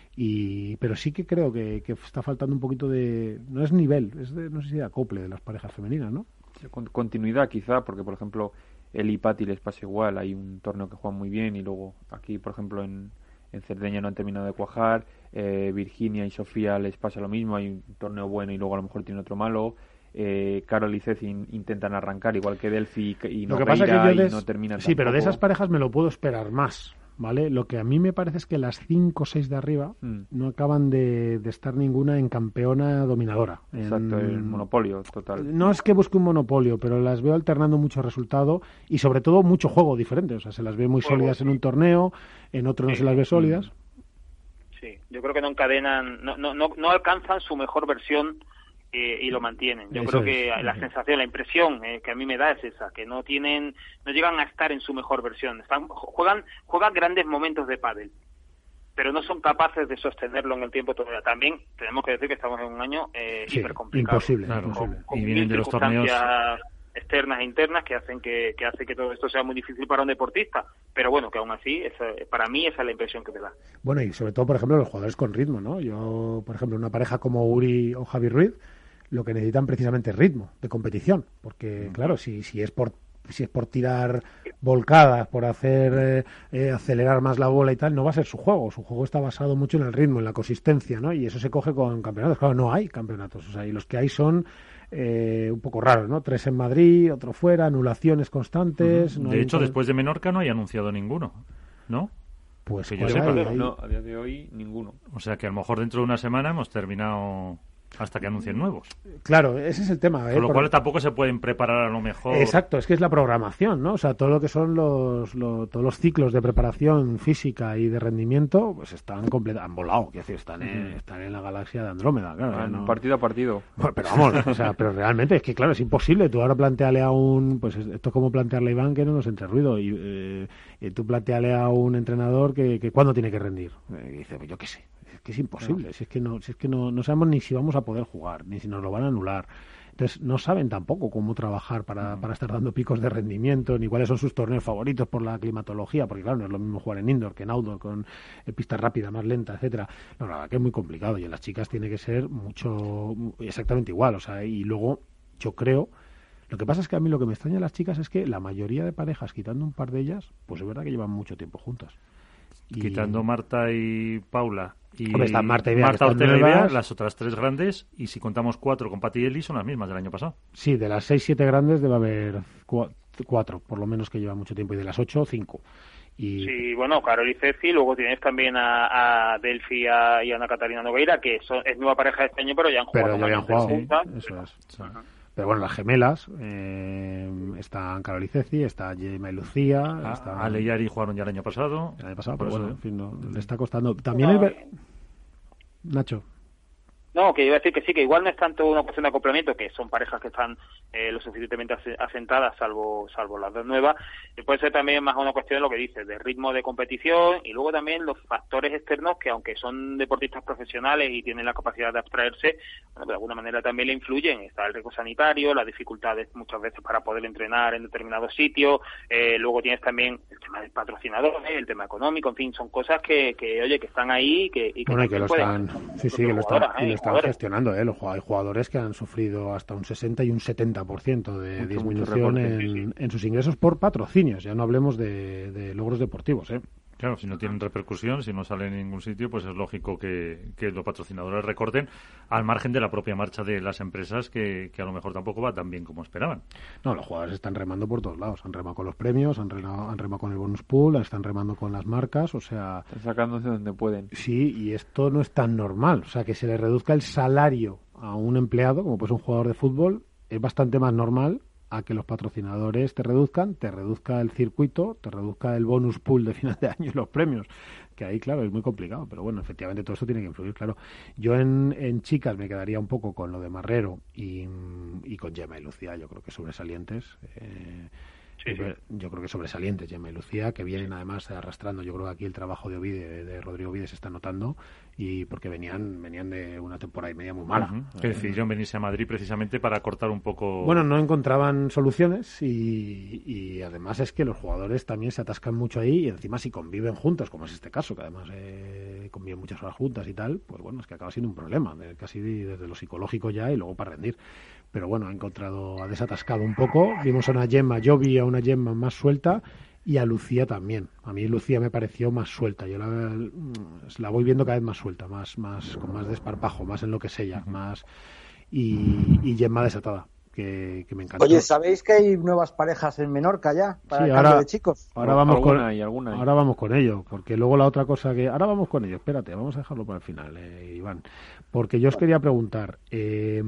Y pero sí que creo que, que está faltando un poquito de, no es nivel, es de, no sé si de acople de las parejas femeninas, ¿no? Con, continuidad quizá, porque por ejemplo el y Patti les pasa igual, hay un torneo que juegan muy bien y luego aquí por ejemplo en, en Cerdeña no han terminado de cuajar, eh, Virginia y Sofía les pasa lo mismo, hay un torneo bueno y luego a lo mejor tiene otro malo. Eh, Carol y Ceci intentan arrancar igual que Delphi y no, lo que pasa es que yo des... no terminan sí, tampoco. Pero de esas parejas me lo puedo esperar más, ¿vale? Lo que a mí me parece es que las cinco o seis de arriba mm. no acaban de, de estar ninguna en campeona dominadora. Exacto, en... el monopolio total. No es que busque un monopolio, pero las veo alternando mucho resultado y sobre todo mucho juego diferente. O sea, se las ve muy juego. sólidas en un torneo, en otro sí. no se las ve sólidas. Sí, yo creo que no encadenan, no, no, no, no alcanzan su mejor versión. Eh, y lo mantienen. Yo Eso creo que es. la sensación, la impresión eh, que a mí me da es esa, que no tienen, no llegan a estar en su mejor versión. Están, juegan, juegan grandes momentos de pádel, pero no son capaces de sostenerlo en el tiempo todavía. También tenemos que decir que estamos en un año eh, sí, hiper complicado. Imposible, claro, imposible. Con, con y vienen de los torneos externas e internas que hacen que, que hace que todo esto sea muy difícil para un deportista, pero bueno, que aún así esa, para mí esa es la impresión que me da. Bueno, y sobre todo por ejemplo los jugadores con ritmo, ¿no? Yo, por ejemplo, una pareja como Uri o Javi Ruiz, lo que necesitan precisamente es ritmo de competición, porque mm. claro, si si es por si es por tirar volcadas, por hacer eh, eh, acelerar más la bola y tal, no va a ser su juego. Su juego está basado mucho en el ritmo, en la consistencia, ¿no? Y eso se coge con campeonatos. Claro, no hay campeonatos, o sea, y los que hay son eh, un poco raros, ¿no? Tres en Madrid, otro fuera, anulaciones constantes. Uh-huh. No de hay hecho, un... después de Menorca no hay anunciado ninguno, ¿no? Pues que pues yo sepa, hay, hay... No, a día de hoy ninguno. O sea que a lo mejor dentro de una semana hemos terminado hasta que anuncien nuevos. Claro, ese es el tema. ¿eh? Con lo Por... cual tampoco se pueden preparar a lo mejor. Exacto, es que es la programación, ¿no? O sea, todo lo que son los, los todos los ciclos de preparación física y de rendimiento, pues están completamente, han volado, quiero decir, están en, están en la galaxia de Andrómeda, claro. Ah, ¿no? Partido a partido. Bueno, pero vamos, o sea, pero realmente es que claro, es imposible. Tú ahora planteale a un, pues esto es como plantearle a Iván que no nos entre ruido y, eh, y tú planteale a un entrenador que, que cuándo tiene que rendir. Eh, y dice, pues yo qué sé. Es que es imposible, si es que no, si es que no, no sabemos ni si vamos a poder jugar, ni si nos lo van a anular. Entonces no saben tampoco cómo trabajar para, para estar dando picos de rendimiento, ni cuáles son sus torneos favoritos por la climatología, porque claro, no es lo mismo jugar en indoor que en outdoor, con eh, pistas rápidas, más lentas, etcétera. No, la verdad que es muy complicado y en las chicas tiene que ser mucho, exactamente igual, o sea, y luego yo creo, lo que pasa es que a mí lo que me extraña de las chicas es que la mayoría de parejas, quitando un par de ellas, pues es verdad que llevan mucho tiempo juntas. Y... Quitando Marta y Paula y Hombre, están Marta y Bea, Marta que están Ortega y Bea, nuevas. las otras tres grandes, y si contamos cuatro con Pati y Eli, son las mismas del año pasado. Sí, de las seis, siete grandes debe haber cua- cuatro, por lo menos que llevan mucho tiempo, y de las ocho, cinco. Y... Sí, bueno, Carol y Ceci, luego tienes también a, a Delphi y a, y a Ana Catarina Nogueira, que son, es nueva pareja de este año, pero ya han jugado. Pero ya habían jugado, juntas. eso es. Sí. Pero bueno, las gemelas, eh, están Carol y Ceci, está Gemma y Lucía. Ah, está... Ale y Ari jugaron ya el año pasado. El año pasado, pero Por bueno, eso. en fin, no, le está costando. También No, el... ver- Nacho. No, que iba a decir que sí, que igual no es tanto una cuestión de acoplamiento, que son parejas que están eh, lo suficientemente ase- asentadas, salvo salvo las dos nuevas, y puede ser también más una cuestión de lo que dices, de ritmo de competición, y luego también los factores externos que, aunque son deportistas profesionales y tienen la capacidad de abstraerse, bueno, de alguna manera también le influyen. Está el riesgo sanitario, las dificultades muchas veces para poder entrenar en determinados sitios, eh, luego tienes también el tema del patrocinador, eh, el tema económico, en fin, son cosas que, que oye, que están ahí y que, y que Bueno, y que lo pueden- están, sí, sí, que lo están, jugadoras, y lo eh, están jugadores. gestionando, ¿eh? Los jugad- hay jugadores que han sufrido hasta un sesenta y un setenta por ciento de Mucho, mucho disminución recorte, en, sí, sí. en sus ingresos por patrocinios. Ya no hablemos de, de logros deportivos, ¿eh? Claro, si no tienen repercusión, si no sale en ningún sitio, pues es lógico que, que los patrocinadores recorten al margen de la propia marcha de las empresas, que, que a lo mejor tampoco va tan bien como esperaban. No, los jugadores están remando por todos lados. Han remado con los premios, han remado, han remado con el bonus pool, están remando con las marcas, o sea... Están sacándose donde pueden. Sí, y esto no es tan normal. O sea, que se le reduzca el salario a un empleado, como pues un jugador de fútbol, es bastante más normal a que los patrocinadores te reduzcan, te reduzca el circuito, te reduzca el bonus pool de final de año y los premios, que ahí, claro, es muy complicado, pero bueno, efectivamente todo esto tiene que influir, claro. Yo en, en chicas me quedaría un poco con lo de Marrero y, y con Gemma y Lucía, yo creo que sobresalientes. Eh, Sí, sí. Yo creo que sobresalientes Gemma y Lucía, que vienen además arrastrando. Yo creo que aquí el trabajo de Ovide, de Rodrigo Ovide, se está notando, y porque venían venían de una temporada y media muy mala. Uh-huh. Que decidieron venirse a Madrid precisamente para cortar un poco... Bueno, no encontraban soluciones y, y además es que los jugadores también se atascan mucho ahí, y encima si conviven juntos, como es este caso, que además eh, conviven muchas horas juntas y tal, pues bueno, es que acaba siendo un problema, de- casi desde lo psicológico ya y luego para rendir. Pero bueno, ha encontrado, ha desatascado un poco. Vimos a una Gemma, yo vi a una Gemma más suelta, y a Lucía también. A mí Lucía me pareció más suelta. Yo la, la voy viendo cada vez más suelta, más, más, con más desparpajo, más en lo que es ella, más, y, y Gemma desatada, que, que me encantó. Oye, ¿sabéis que hay nuevas parejas en Menorca ya? Para Sí, el cambio ahora, de chicos. ahora vamos con Alguna y alguna hay. ahora vamos con ello, porque luego la otra cosa que ahora vamos con ello. Espérate, vamos a dejarlo para el final, eh, Iván, porque yo os quería preguntar. Eh,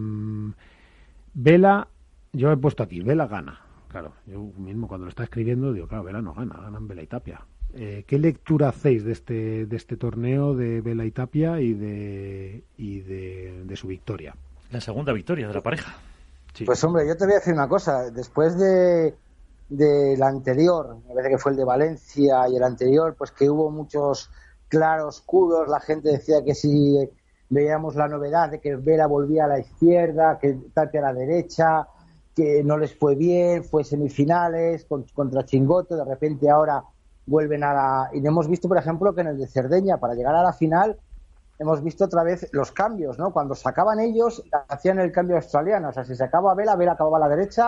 Vela, yo he puesto aquí, Vela gana. Claro, yo mismo cuando lo está escribiendo digo, claro, Vela no gana, ganan Vela y Tapia. Eh, ¿Qué lectura hacéis de este de este torneo de Vela y Tapia y de y de, de su victoria? La segunda victoria de la pareja. Sí. Pues hombre, yo te voy a decir una cosa. Después de del anterior, me parece que fue el de Valencia y el anterior, pues que hubo muchos claroscuros. La gente decía que si veíamos la novedad de que Vela volvía a la izquierda, que Tapia a la derecha, que no les fue bien, fue semifinales con, contra Chingoto, de repente ahora vuelven a la... Y hemos visto, por ejemplo, que en el de Cerdeña, para llegar a la final, hemos visto otra vez los cambios, ¿no? Cuando sacaban ellos, hacían el cambio australiano, o sea, si sacaba Vela, Vela acababa a la derecha,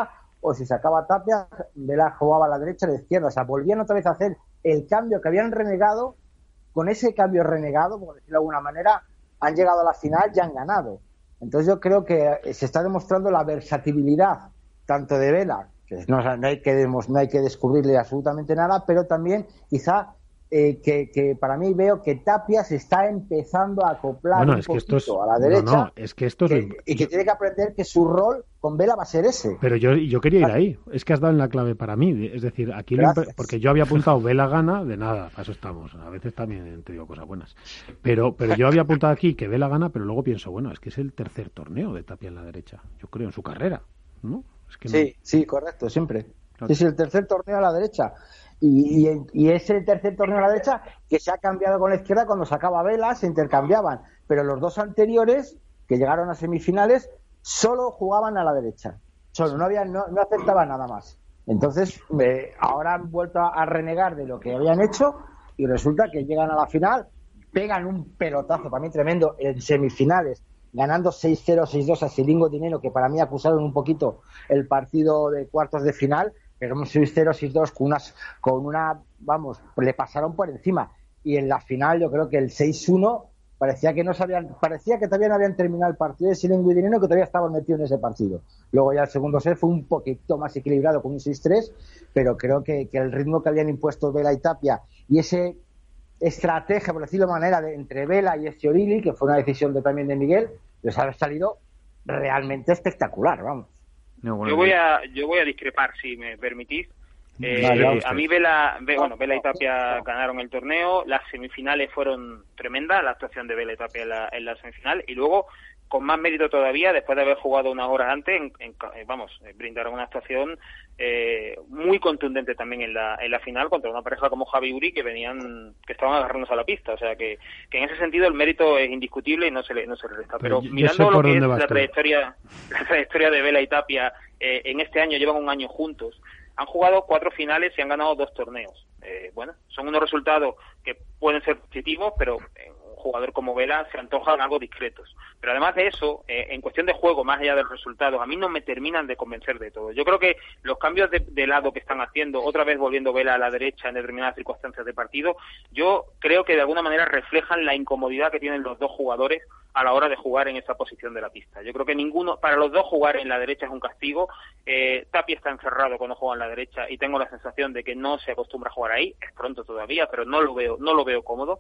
o si sacaba Tapia, Vela jugaba a la derecha o a la izquierda. O sea, volvían otra vez a hacer el cambio que habían renegado. Con ese cambio renegado, por decirlo de alguna manera, han llegado a la final y han ganado. Entonces yo creo que se está demostrando la versatilidad tanto de Vela, que no, no, hay, que demos, no hay que descubrirle absolutamente nada, pero también quizá eh, que, que para mí veo que Tapia se está empezando a acoplar bueno, un es que poquito esto es, a la derecha. No, no, es que esto es... que, y que tiene que aprender que su rol con Vela va a ser ese. Pero yo, yo quería ir ahí. Es que has dado en la clave para mí. Es decir, aquí lo imp... porque yo había apuntado Vela gana, de nada, para eso estamos. A veces también te digo cosas buenas. Pero, pero yo había apuntado aquí que Vela gana, pero luego pienso, bueno, es que es el tercer torneo de Tapia en la derecha. Yo creo en su carrera, ¿no? Es que sí, no... sí, correcto, siempre. Claro. Es el tercer torneo a la derecha. Y, y, y es el tercer torneo a la derecha que se ha cambiado con la izquierda cuando sacaba Vela, se intercambiaban. Pero los dos anteriores, que llegaron a semifinales, solo jugaban a la derecha. Solo, no había, no, no aceptaban nada más. Entonces, eh, ahora han vuelto a, a renegar de lo que habían hecho y resulta que llegan a la final, pegan un pelotazo para mí tremendo en semifinales, ganando seis cero, seis dos a Silingo Dinero, que para mí acusaron un poquito el partido de cuartos de final, pero un seis cero, seis dos con unas, con una, vamos, le pasaron por encima. Y en la final yo creo que el seis uno parecía que no sabían, parecía que todavía no habían terminado el partido de Silingo y Dinero, que todavía estaban metidos en ese partido. Luego ya el segundo set fue un poquito más equilibrado con un seis tres, pero creo que, que el ritmo que habían impuesto Vela y Tapia y ese estrategia, por decirlo de manera, de, entre Vela y Esciorili, que fue una decisión de, también de Miguel, les ha salido realmente espectacular, vamos. No, bueno, yo voy a yo voy a discrepar, si me permitís. Eh, vale, a mí Vela, bueno, Vela y Tapia ganaron el torneo, las semifinales fueron tremendas, la actuación de Vela y Tapia en la, en la semifinal, y luego, con más mérito todavía, después de haber jugado unas horas antes, en, en, vamos, brindaron una actuación eh, muy contundente también en la en la final contra una pareja como Javi y Uri, que venían, que estaban agarrándose a la pista, o sea que, que en ese sentido el mérito es indiscutible y no se le no se le resta. Pero, pero mirando lo que es la trayectoria la trayectoria de Vela y Tapia eh, en este año, llevan un año juntos, han jugado cuatro finales y han ganado dos torneos. Eh, bueno, son unos resultados que pueden ser positivos, pero eh, un jugador como Vela se antojan algo discretos. Pero además de eso, eh, en cuestión de juego, más allá de los resultados, a mí no me terminan de convencer de todo. Yo creo que los cambios de, de lado que están haciendo, otra vez volviendo Vela a la derecha en determinadas circunstancias de partido, yo creo que de alguna manera reflejan la incomodidad que tienen los dos jugadores a la hora de jugar en esa posición de la pista. Yo creo que ninguno, para los dos jugar en la derecha es un castigo. Eh, Tapia está encerrado cuando juega en la derecha y tengo la sensación de que no se acostumbra a jugar ahí, es pronto todavía, pero no lo veo, no lo veo cómodo.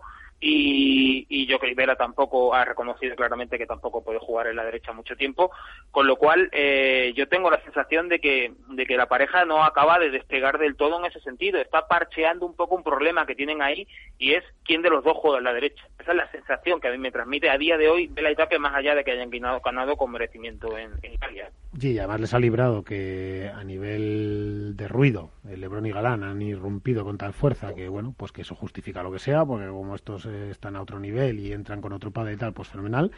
Y, y yo creo que Vela tampoco ha reconocido claramente que tampoco puede jugar en la derecha mucho tiempo, con lo cual eh, yo tengo la sensación de que, de que la pareja no acaba de despegar del todo en ese sentido, está parcheando un poco un problema que tienen ahí y es quién de los dos juega en la derecha. Esa es la sensación que a mí me transmite a día de hoy Vela y Tapia, más allá de que hayan ganado, ganado con merecimiento en, en Italia. Sí, además les ha librado que a nivel de ruido el Lebrón y Galán han irrumpido con tal fuerza que, bueno, pues que eso justifica lo que sea, porque como estos eh, están a otro nivel y entran con otro padre y tal, pues fenomenal,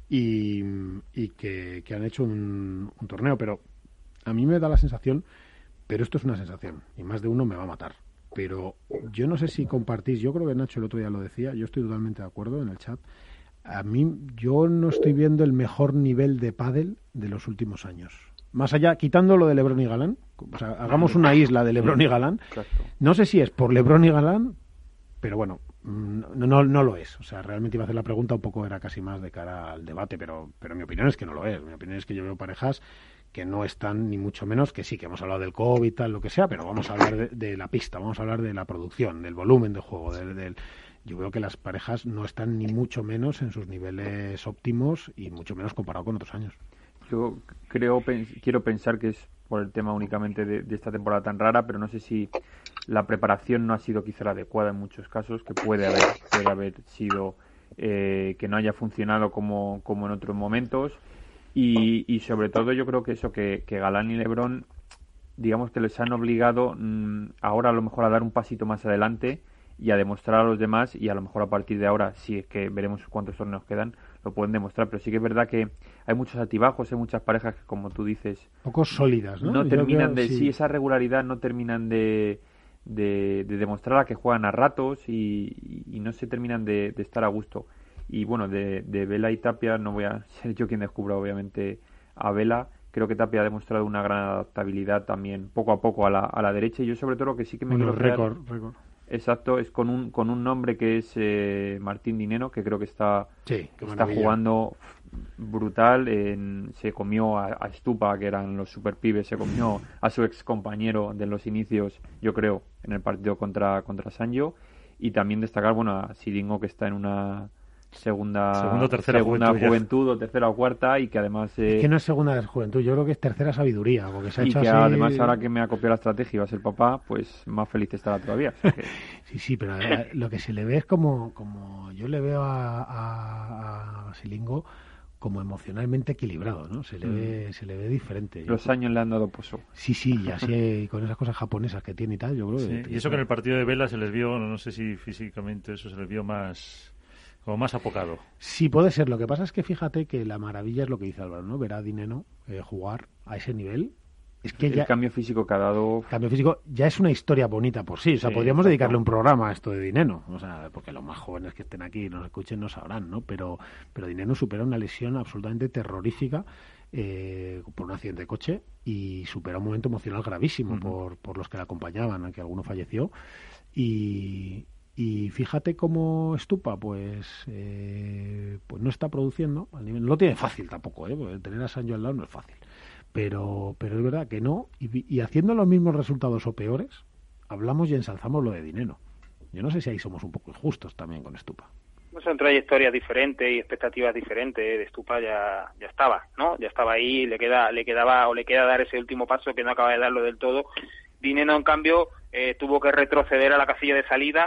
y, y que, que han hecho un, un torneo. Pero a mí me da la sensación, pero esto es una sensación, y más de uno me va a matar, pero yo no sé si compartís, yo creo que Nacho el otro día lo decía, yo estoy totalmente de acuerdo en el chat. A mí, yo no estoy viendo el mejor nivel de pádel de los últimos años. Más allá, quitando lo de Lebrón y Galán, o sea, hagamos una isla de Lebrón y Galán. No sé si es por Lebrón y Galán, pero bueno, no, no, no lo es. O sea, realmente iba a hacer la pregunta un poco, era casi más de cara al debate, pero, pero mi opinión es que no lo es. Mi opinión es que yo veo parejas que no están ni mucho menos, que sí, que hemos hablado del COVID y tal, lo que sea, pero vamos a hablar de, de la pista, vamos a hablar de la producción, del volumen de juego, del... del yo veo que las parejas no están ni mucho menos en sus niveles óptimos y mucho menos comparado con otros años. Yo creo, quiero pensar que es por el tema únicamente de, de esta temporada tan rara, pero no sé si la preparación no ha sido quizá la adecuada en muchos casos, que puede haber, puede haber sido eh, que no haya funcionado como, como en otros momentos. Y, y sobre todo yo creo que eso, que, que Galán y Lebrón, digamos que les han obligado mmm, ahora a lo mejor a dar un pasito más adelante y a demostrar a los demás, y a lo mejor a partir de ahora, si es que veremos cuántos torneos quedan, lo pueden demostrar. Pero sí que es verdad que hay muchos altibajos, hay muchas parejas que, como tú dices, poco sólidas, ¿no? No terminan creo, de, sí. sí, esa regularidad no terminan de, de, de demostrar a que juegan a ratos y, y no se terminan de, de estar a gusto. Y bueno, de, de Vela y Tapia no voy a ser yo quien descubra obviamente a Vela, Creo que Tapia ha demostrado una gran adaptabilidad también poco a poco a la, a la derecha. Y yo sobre todo lo que sí que me bueno, quiero récord, récord. Exacto, es con un con un nombre que es eh, Martín Dineno, que creo que está, sí, que está jugando brutal. En, se comió a, a Stupa, que eran los super pibes, se comió a su ex compañero de los inicios, yo creo, en el partido contra, contra Sanjo. Y también destacar, bueno, a Siringo, que está en una segunda, Segundo, tercera segunda juventud, juventud o tercera o cuarta, y que además eh, es que no es segunda juventud, yo creo que es tercera sabiduría, porque se ha y hecho que así... además ahora que me ha copiado la estrategia y va a ser papá, pues más feliz estará todavía. O sea que... sí, sí, pero eh, lo que se le ve es como, como yo le veo a, a, a Silingo como emocionalmente equilibrado, ¿no? Se le mm. ve, se le ve diferente. Los años le han dado pozo. Sí, sí, y así con esas cosas japonesas que tiene y tal, yo creo. Sí, que, y eso que en el partido de Vela se les vio, no sé si físicamente eso se les vio más, como más apocado. Sí, puede ser. Lo que pasa es que fíjate que la maravilla es lo que dice Álvaro, ¿no? Ver a Dineno eh, jugar a ese nivel. Es que el ya, cambio físico que ha dado... cambio físico ya es una historia bonita por sí. O sea, Sí, podríamos exacto. dedicarle un programa a esto de Dineno. O sea, porque los más jóvenes que estén aquí y nos escuchen no sabrán, ¿no? Pero, pero Dineno supera una lesión absolutamente terrorífica eh, por un accidente de coche y supera un momento emocional gravísimo uh-huh. por, por los que le acompañaban, aunque alguno falleció. Y... Y fíjate cómo Stupa, pues, eh, pues no está produciendo al nivel. No lo tiene fácil tampoco, ¿eh? Porque tener a Sancho al lado no es fácil. Pero, pero es verdad que no. Y, y haciendo los mismos resultados o peores, hablamos y ensalzamos lo de Dineno. Yo no sé si ahí somos un poco injustos también con Stupa. Son trayectorias diferentes y expectativas diferentes. De Stupa ya ya estaba, ¿no? Ya estaba ahí, le queda le quedaba o le queda dar ese último paso que no acaba de darlo del todo. Dineno, en cambio, eh, tuvo que retroceder a la casilla de salida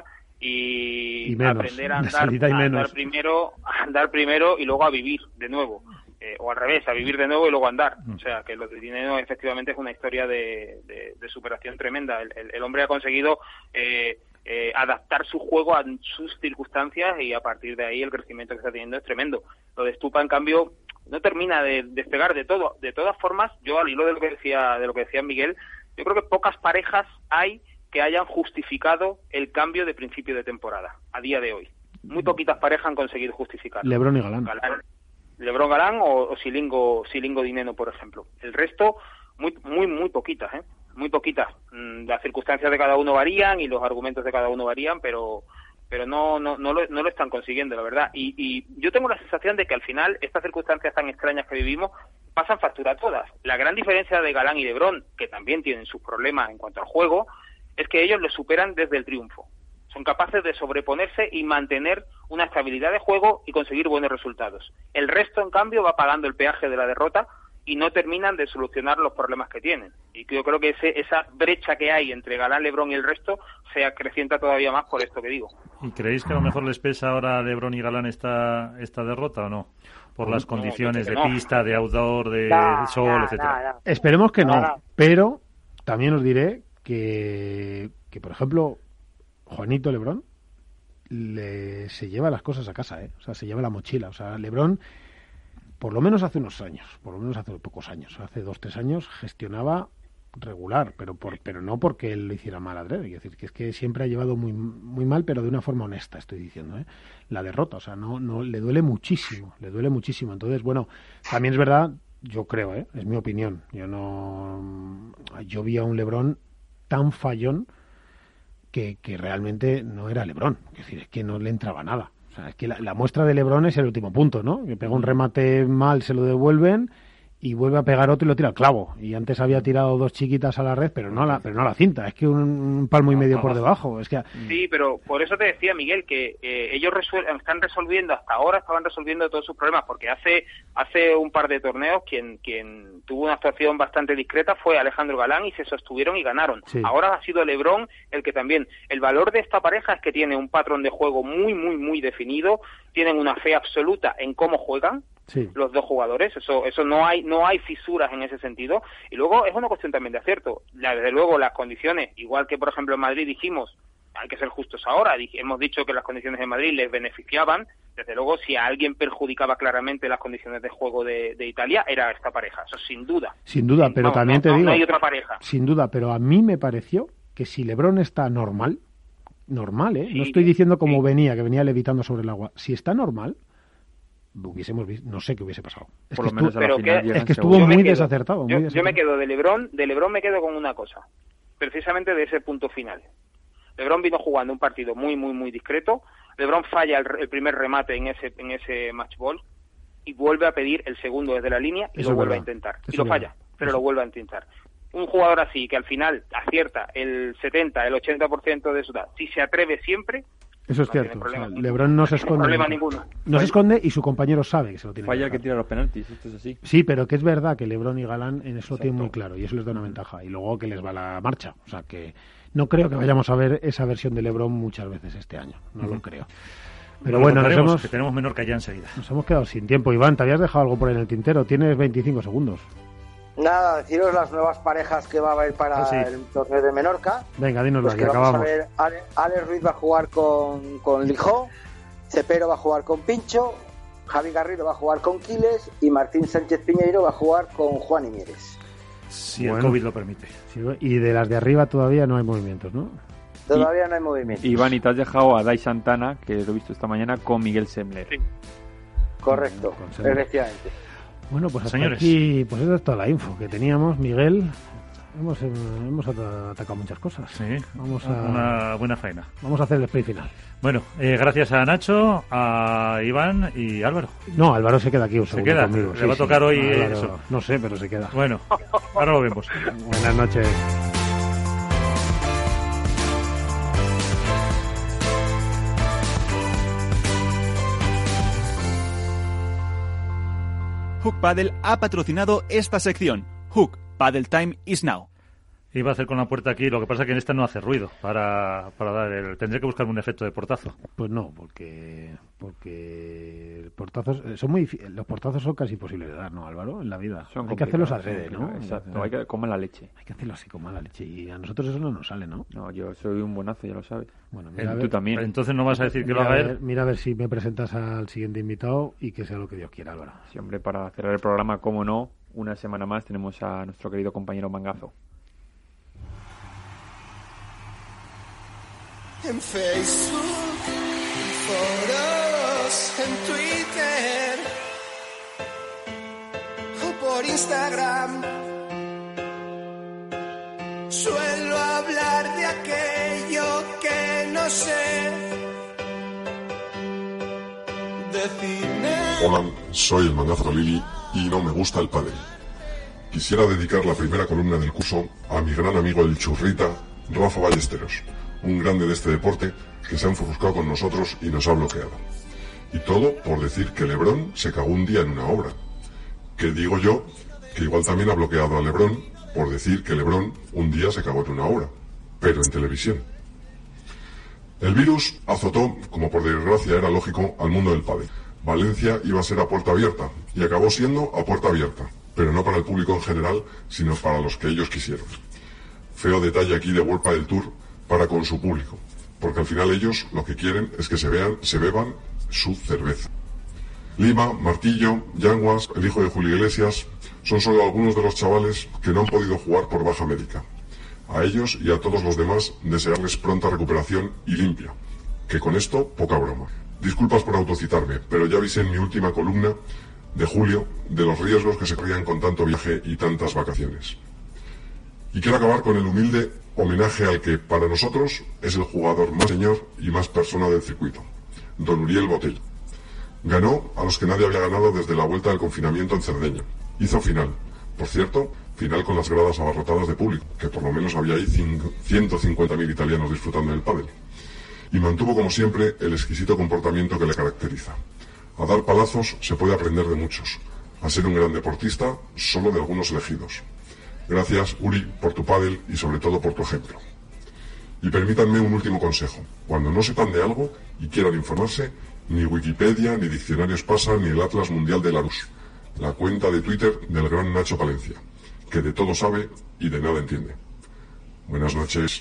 y, y menos, aprender a andar, a andar primero a andar primero y luego a vivir de nuevo eh, o al revés, a vivir de nuevo y luego a andar. Mm. O sea que lo de Dineno efectivamente es una historia de, de, de superación tremenda. El, el, el hombre ha conseguido eh, eh, adaptar su juego a sus circunstancias y a partir de ahí el crecimiento que está teniendo es tremendo. Lo de Stupa, en cambio, no termina de despegar de todo. De todas formas, yo al hilo de lo que decía de lo que decía Miguel, yo creo que pocas parejas hay que hayan justificado el cambio de principio de temporada a día de hoy. Muy poquitas parejas han conseguido justificarlo. Lebron y Galán. Galán Lebron Galán o, o Silingo Silingo Dineno, por ejemplo. El resto, muy muy muy poquitas, ¿eh? Muy poquitas. Las circunstancias de cada uno varían y los argumentos de cada uno varían, pero pero no no no lo, no lo están consiguiendo, la verdad. Y, y yo tengo la sensación de que al final estas circunstancias tan extrañas que vivimos pasan factura a todas. La gran diferencia de Galán y Lebron, que también tienen sus problemas en cuanto al juego, es que ellos lo superan desde el triunfo. Son capaces de sobreponerse y mantener una estabilidad de juego y conseguir buenos resultados. El resto, en cambio, va pagando el peaje de la derrota y no terminan de solucionar los problemas que tienen. Y yo creo que ese, esa brecha que hay entre Galán, Lebron y el resto se acrecienta todavía más por esto que digo. ¿Y creéis que a lo mejor les pesa ahora a Lebron y Galán esta, esta derrota o no? Por las no, condiciones de no. pista, de outdoor, de no, sol, no, etcétera. No, no. Esperemos que no, no, no. Pero también os diré que, que por ejemplo, Juanito Lebron le, se lleva las cosas a casa, ¿eh? O sea, se lleva la mochila. O sea, Lebron, por lo menos hace unos años, por lo menos hace pocos años, hace dos, tres años, gestionaba regular, pero por, pero no porque él lo hiciera mal adrede. Es decir, que es que siempre ha llevado muy muy mal, pero de una forma honesta, estoy diciendo, ¿eh? La derrota. O sea, no no le duele muchísimo, le duele muchísimo. Entonces, bueno, también es verdad, yo creo, ¿eh? Es mi opinión. Yo no... Yo vi a un Lebron tan fallón que, que realmente no era Lebron. Es decir, es que no le entraba nada. O sea, es que la, la muestra de Lebron es el último punto, ¿no? Que pega un remate mal, se lo devuelven y vuelve a pegar otro y lo tira al clavo. Y antes había tirado dos chiquitas a la red, pero no a la, pero no a la cinta. Es que un, un palmo y medio por debajo. Es que... Sí, pero por eso te decía, Miguel, que eh, ellos resuel- están resolviendo, hasta ahora estaban resolviendo todos sus problemas, porque hace hace un par de torneos quien quien tuvo una actuación bastante discreta fue Alejandro Galán y se sostuvieron y ganaron. Sí. Ahora ha sido Lebron el que también. El valor de esta pareja es que tiene un patrón de juego muy, muy, muy definido, tienen una fe absoluta en cómo juegan. Sí. Los dos jugadores, eso eso no hay no hay fisuras en ese sentido. Y luego es una cuestión también de acierto. Desde luego las condiciones, igual que por ejemplo en Madrid dijimos, hay que ser justos ahora, hemos dicho que las condiciones en Madrid les beneficiaban. Desde luego, si a alguien perjudicaba claramente las condiciones de juego de, de Italia, era esta pareja, eso sin duda. Sin duda, pero no, también no, te no, digo... No hay otra pareja. Sin duda, pero a mí me pareció que si Lebron está normal, normal, ¿eh? Sí, no estoy diciendo como sí. venía, que venía levitando sobre el agua. Si está normal, hubiésemos visto, no sé qué hubiese pasado. Es Por que lo menos estuvo, a la pero final que- llegan es que estuvo seguros. muy quedo- desacertado. Muy Yo, desacertado. yo me quedo de LeBron, de LeBron me quedo con una cosa, precisamente de ese punto final. LeBron vino jugando un partido muy, muy, muy discreto. LeBron falla el, el primer remate en ese en ese match ball y vuelve a pedir el segundo desde la línea y Eso lo es vuelve a verdad. intentar. Y Eso lo es falla, verdad. pero Eso. lo vuelve a intentar. Un jugador así, que al final acierta el setenta, el ochenta por ciento de su edad, si se atreve siempre, Eso es no tiene cierto. O problema sea, ninguno. LeBron no se No tiene esconde. problema ninguno. No se esconde y su compañero sabe que se lo tiene Falla que el que dejar. tira los penaltis, esto es así. Sí, pero que es verdad que LeBron y Galán en eso lo tienen Exacto. muy claro y eso les da una ventaja. Y luego que les va la marcha. O sea que no creo que vayamos a ver esa versión de LeBron muchas veces este año. No lo Ujú. creo. Pero Lo bueno, nos contaremos, hemos, que tenemos Menorca ya enseguida. nos hemos quedado sin tiempo. Iván, te habías dejado algo por ahí en el tintero. Tienes veinticinco segundos. Nada, deciros las nuevas parejas que va a haber para Ah, sí. el torneo de Menorca. Venga, dínoslo, Pues que que vamos a acabamos. ver, Ale, Ale Ruiz va a jugar con, con Lijó, Cepero va a jugar con Pincho, Javi Garrido va a jugar con Quiles y Martín Sánchez Piñeiro va a jugar con Juan y Mieres. Si el Bueno. COVID lo permite. Sí, y de las de arriba todavía no hay movimientos, ¿no? Todavía no hay movimiento. Iván, y te has dejado a Dai Santana, que lo he visto esta mañana, con Miguel Semler. Correcto, Con Semler. efectivamente. Bueno, pues hasta Señores. aquí, pues esa es toda la info que teníamos, Miguel. Hemos, eh, hemos ata- atacado muchas cosas. Sí, Vamos a, una buena faena. vamos a hacer el spray final. Bueno, eh, gracias a Nacho, a Iván y Álvaro. No, Álvaro se queda aquí un ¿Se segundo queda? conmigo. Le sí, va a sí. tocar hoy Álvaro, eso. No sé, pero se queda. Bueno, ahora lo vemos. Buenas noches. Hook Paddle ha patrocinado esta sección. Hook Paddle Time is now. Iba a hacer con la puerta aquí, lo que pasa es que en esta no hace ruido para, para dar el... Tendré que buscar un efecto de portazo. Pues no, porque porque portazos eh, son muy difí- los portazos son casi imposibles de dar, ¿no, Álvaro? En la vida. Son hay que hacerlos complicados, adrede, son ¿no? complicados, Exacto, hay que comer la leche. Hay que hacerlo así con mala leche y a nosotros eso no nos sale, ¿no? No, yo soy un buenazo, ya lo sabes. Bueno, Eh, a tú ver- también. Entonces no vas a decir que lo mira, haga a él. ver, mira a ver si me presentas al siguiente invitado y que sea lo que Dios quiera, Álvaro. Sí, hombre, para cerrar el programa, como no, una semana más tenemos a nuestro querido compañero Mangazo. En Facebook, en foros, en Twitter o por Instagram. Suelo hablar de aquello que no sé. De cine. Hola, soy el Mangazo Lili y no me gusta el pádel. Quisiera dedicar la primera columna del curso a mi gran amigo el churrita, Rafa Ballesteros, un grande de este deporte que se ha enfuscado con nosotros y nos ha bloqueado. Y todo por decir que LeBron se cagó un día en una obra. Que digo yo que igual también ha bloqueado a LeBron por decir que LeBron un día se cagó en una obra, pero en televisión. El virus azotó, como por desgracia era lógico, al mundo del pádel. Valencia iba a ser a puerta abierta y acabó siendo a puerta abierta, pero no para el público en general, sino para los que ellos quisieron. Feo detalle aquí de World Padel Tour para con su público, porque al final ellos lo que quieren es que se vean, se beban su cerveza. Lima, Martillo, Yanguas, el hijo de Julio Iglesias, son solo algunos de los chavales que no han podido jugar por baja médica. A ellos y a todos los demás desearles pronta recuperación y limpia, que con esto poca broma. Disculpas por autocitarme, pero ya avisé en mi última columna de julio de los riesgos que se corrían con tanto viaje y tantas vacaciones. Y quiero acabar con el humilde homenaje al que para nosotros es el jugador más señor y más persona del circuito, don Uriel Botell. Ganó a los que nadie había ganado desde la vuelta del confinamiento en Cerdeña. Hizo final. Por cierto, final con las gradas abarrotadas de público, que por lo menos había ahí ciento cincuenta mil italianos disfrutando del pádel. Y mantuvo como siempre el exquisito comportamiento que le caracteriza. A dar palazos se puede aprender de muchos. A ser un gran deportista, solo de algunos elegidos. Gracias, Uri, por tu pádel y sobre todo por tu ejemplo. Y permítanme un último consejo. Cuando no sepan de algo y quieran informarse, ni Wikipedia, ni Diccionarios Pasa, ni el Atlas Mundial de Larousse, la cuenta de Twitter del gran Nacho Palencia, que de todo sabe y de nada entiende. Buenas noches.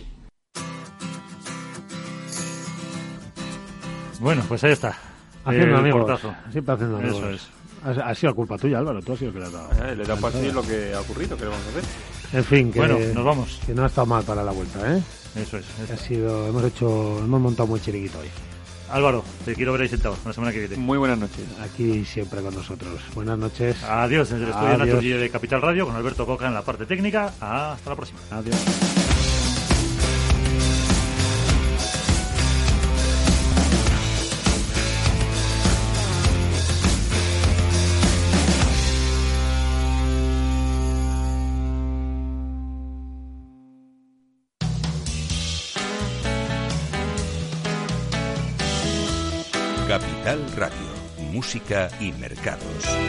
Bueno, pues ahí está. Haciendo el amigos. portazo. Siempre haciendo amigos. Eso es. Ha, ha sido culpa tuya, Álvaro. Tú has sido el que le has dado. Eh, le da para así lo que ha ocurrido, ¿qué le vamos a hacer? En fin, que, Bueno, nos vamos. que no ha estado mal para la vuelta, ¿eh? Eso es. Eso Ha es. sido, hemos hecho, hemos montado muy chiringuito hoy. Álvaro, te quiero ver ahí sentado la semana que viene. Muy buenas noches. Aquí siempre con nosotros. Buenas noches. Adiós, desde el estudio Nacho Gille de Capital Radio, con Alberto Coca en la parte técnica. Hasta la próxima. Adiós. Capital Radio, música y mercados.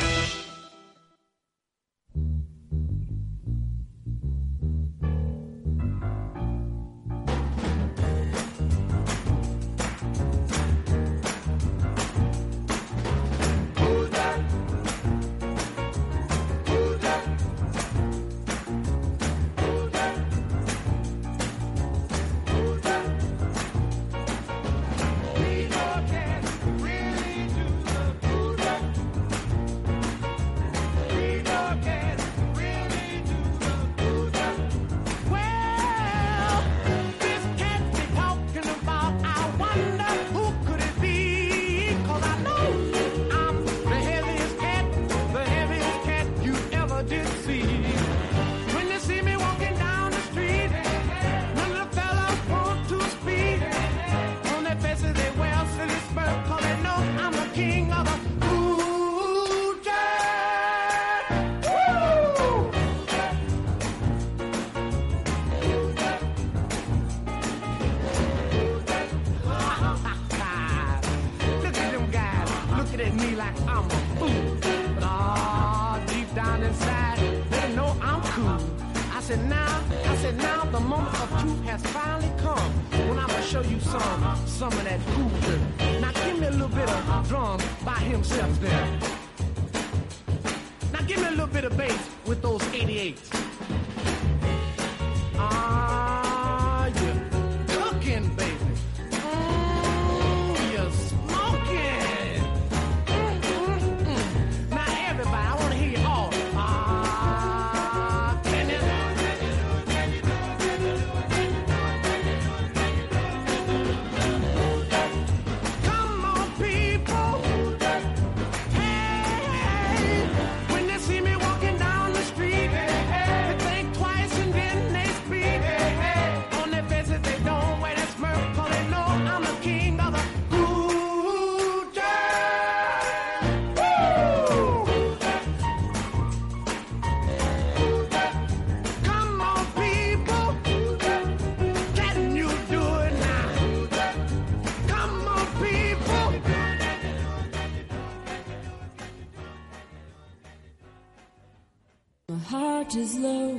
Is low,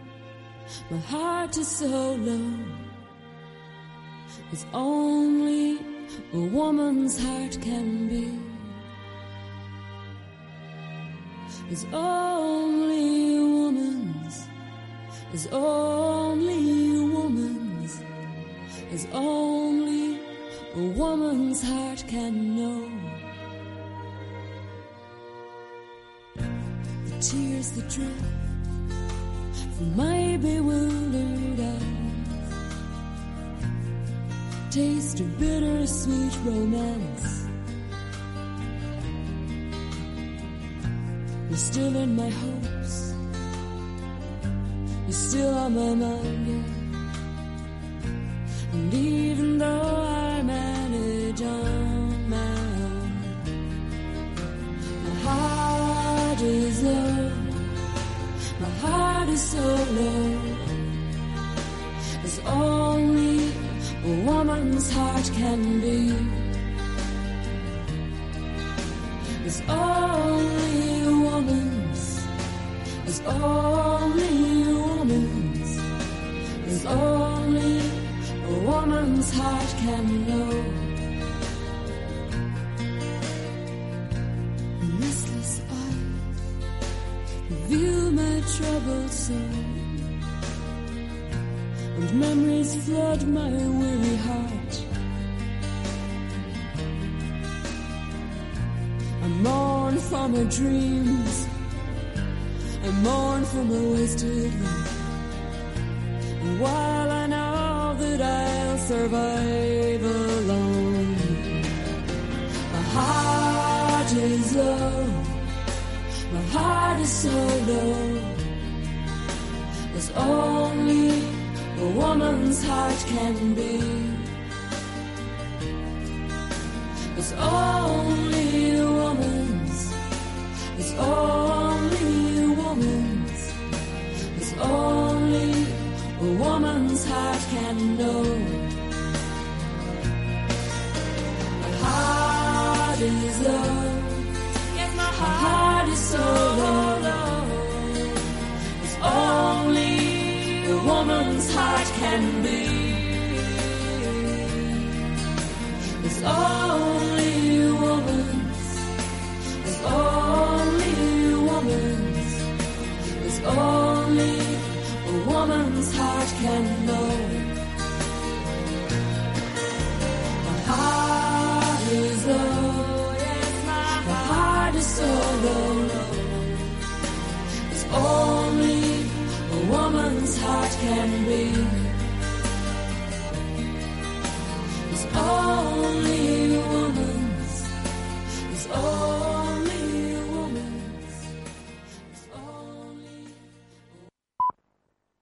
my heart is so low. It's only a woman's heart can be. It's only a woman's. It's only a woman's. It's only a woman's heart can know. The tears that drip from my bewildered eyes taste of bittersweet romance. You're still in my hopes, you're still on my mind, yeah. And even though I manage on my own, my heart is low. My heart is so low. As only a woman's heart can be. As only a woman's. As only a woman's. As only a woman's heart can know. Restless eyes reveal my troubled soul, and memories flood my weary heart. I mourn for my dreams, I mourn for my wasted life. And while I know that I'll survive alone, is so low, as only a woman's heart can be, as only a woman's, as only a woman's, as only a woman's heart can know. My heart is low, yes, my heart is so low, as only a woman's heart can be, as only a woman's, as only a woman's, as only a woman's heart can know. My heart is low, yes, my heart is so low, as only a woman's heart can be.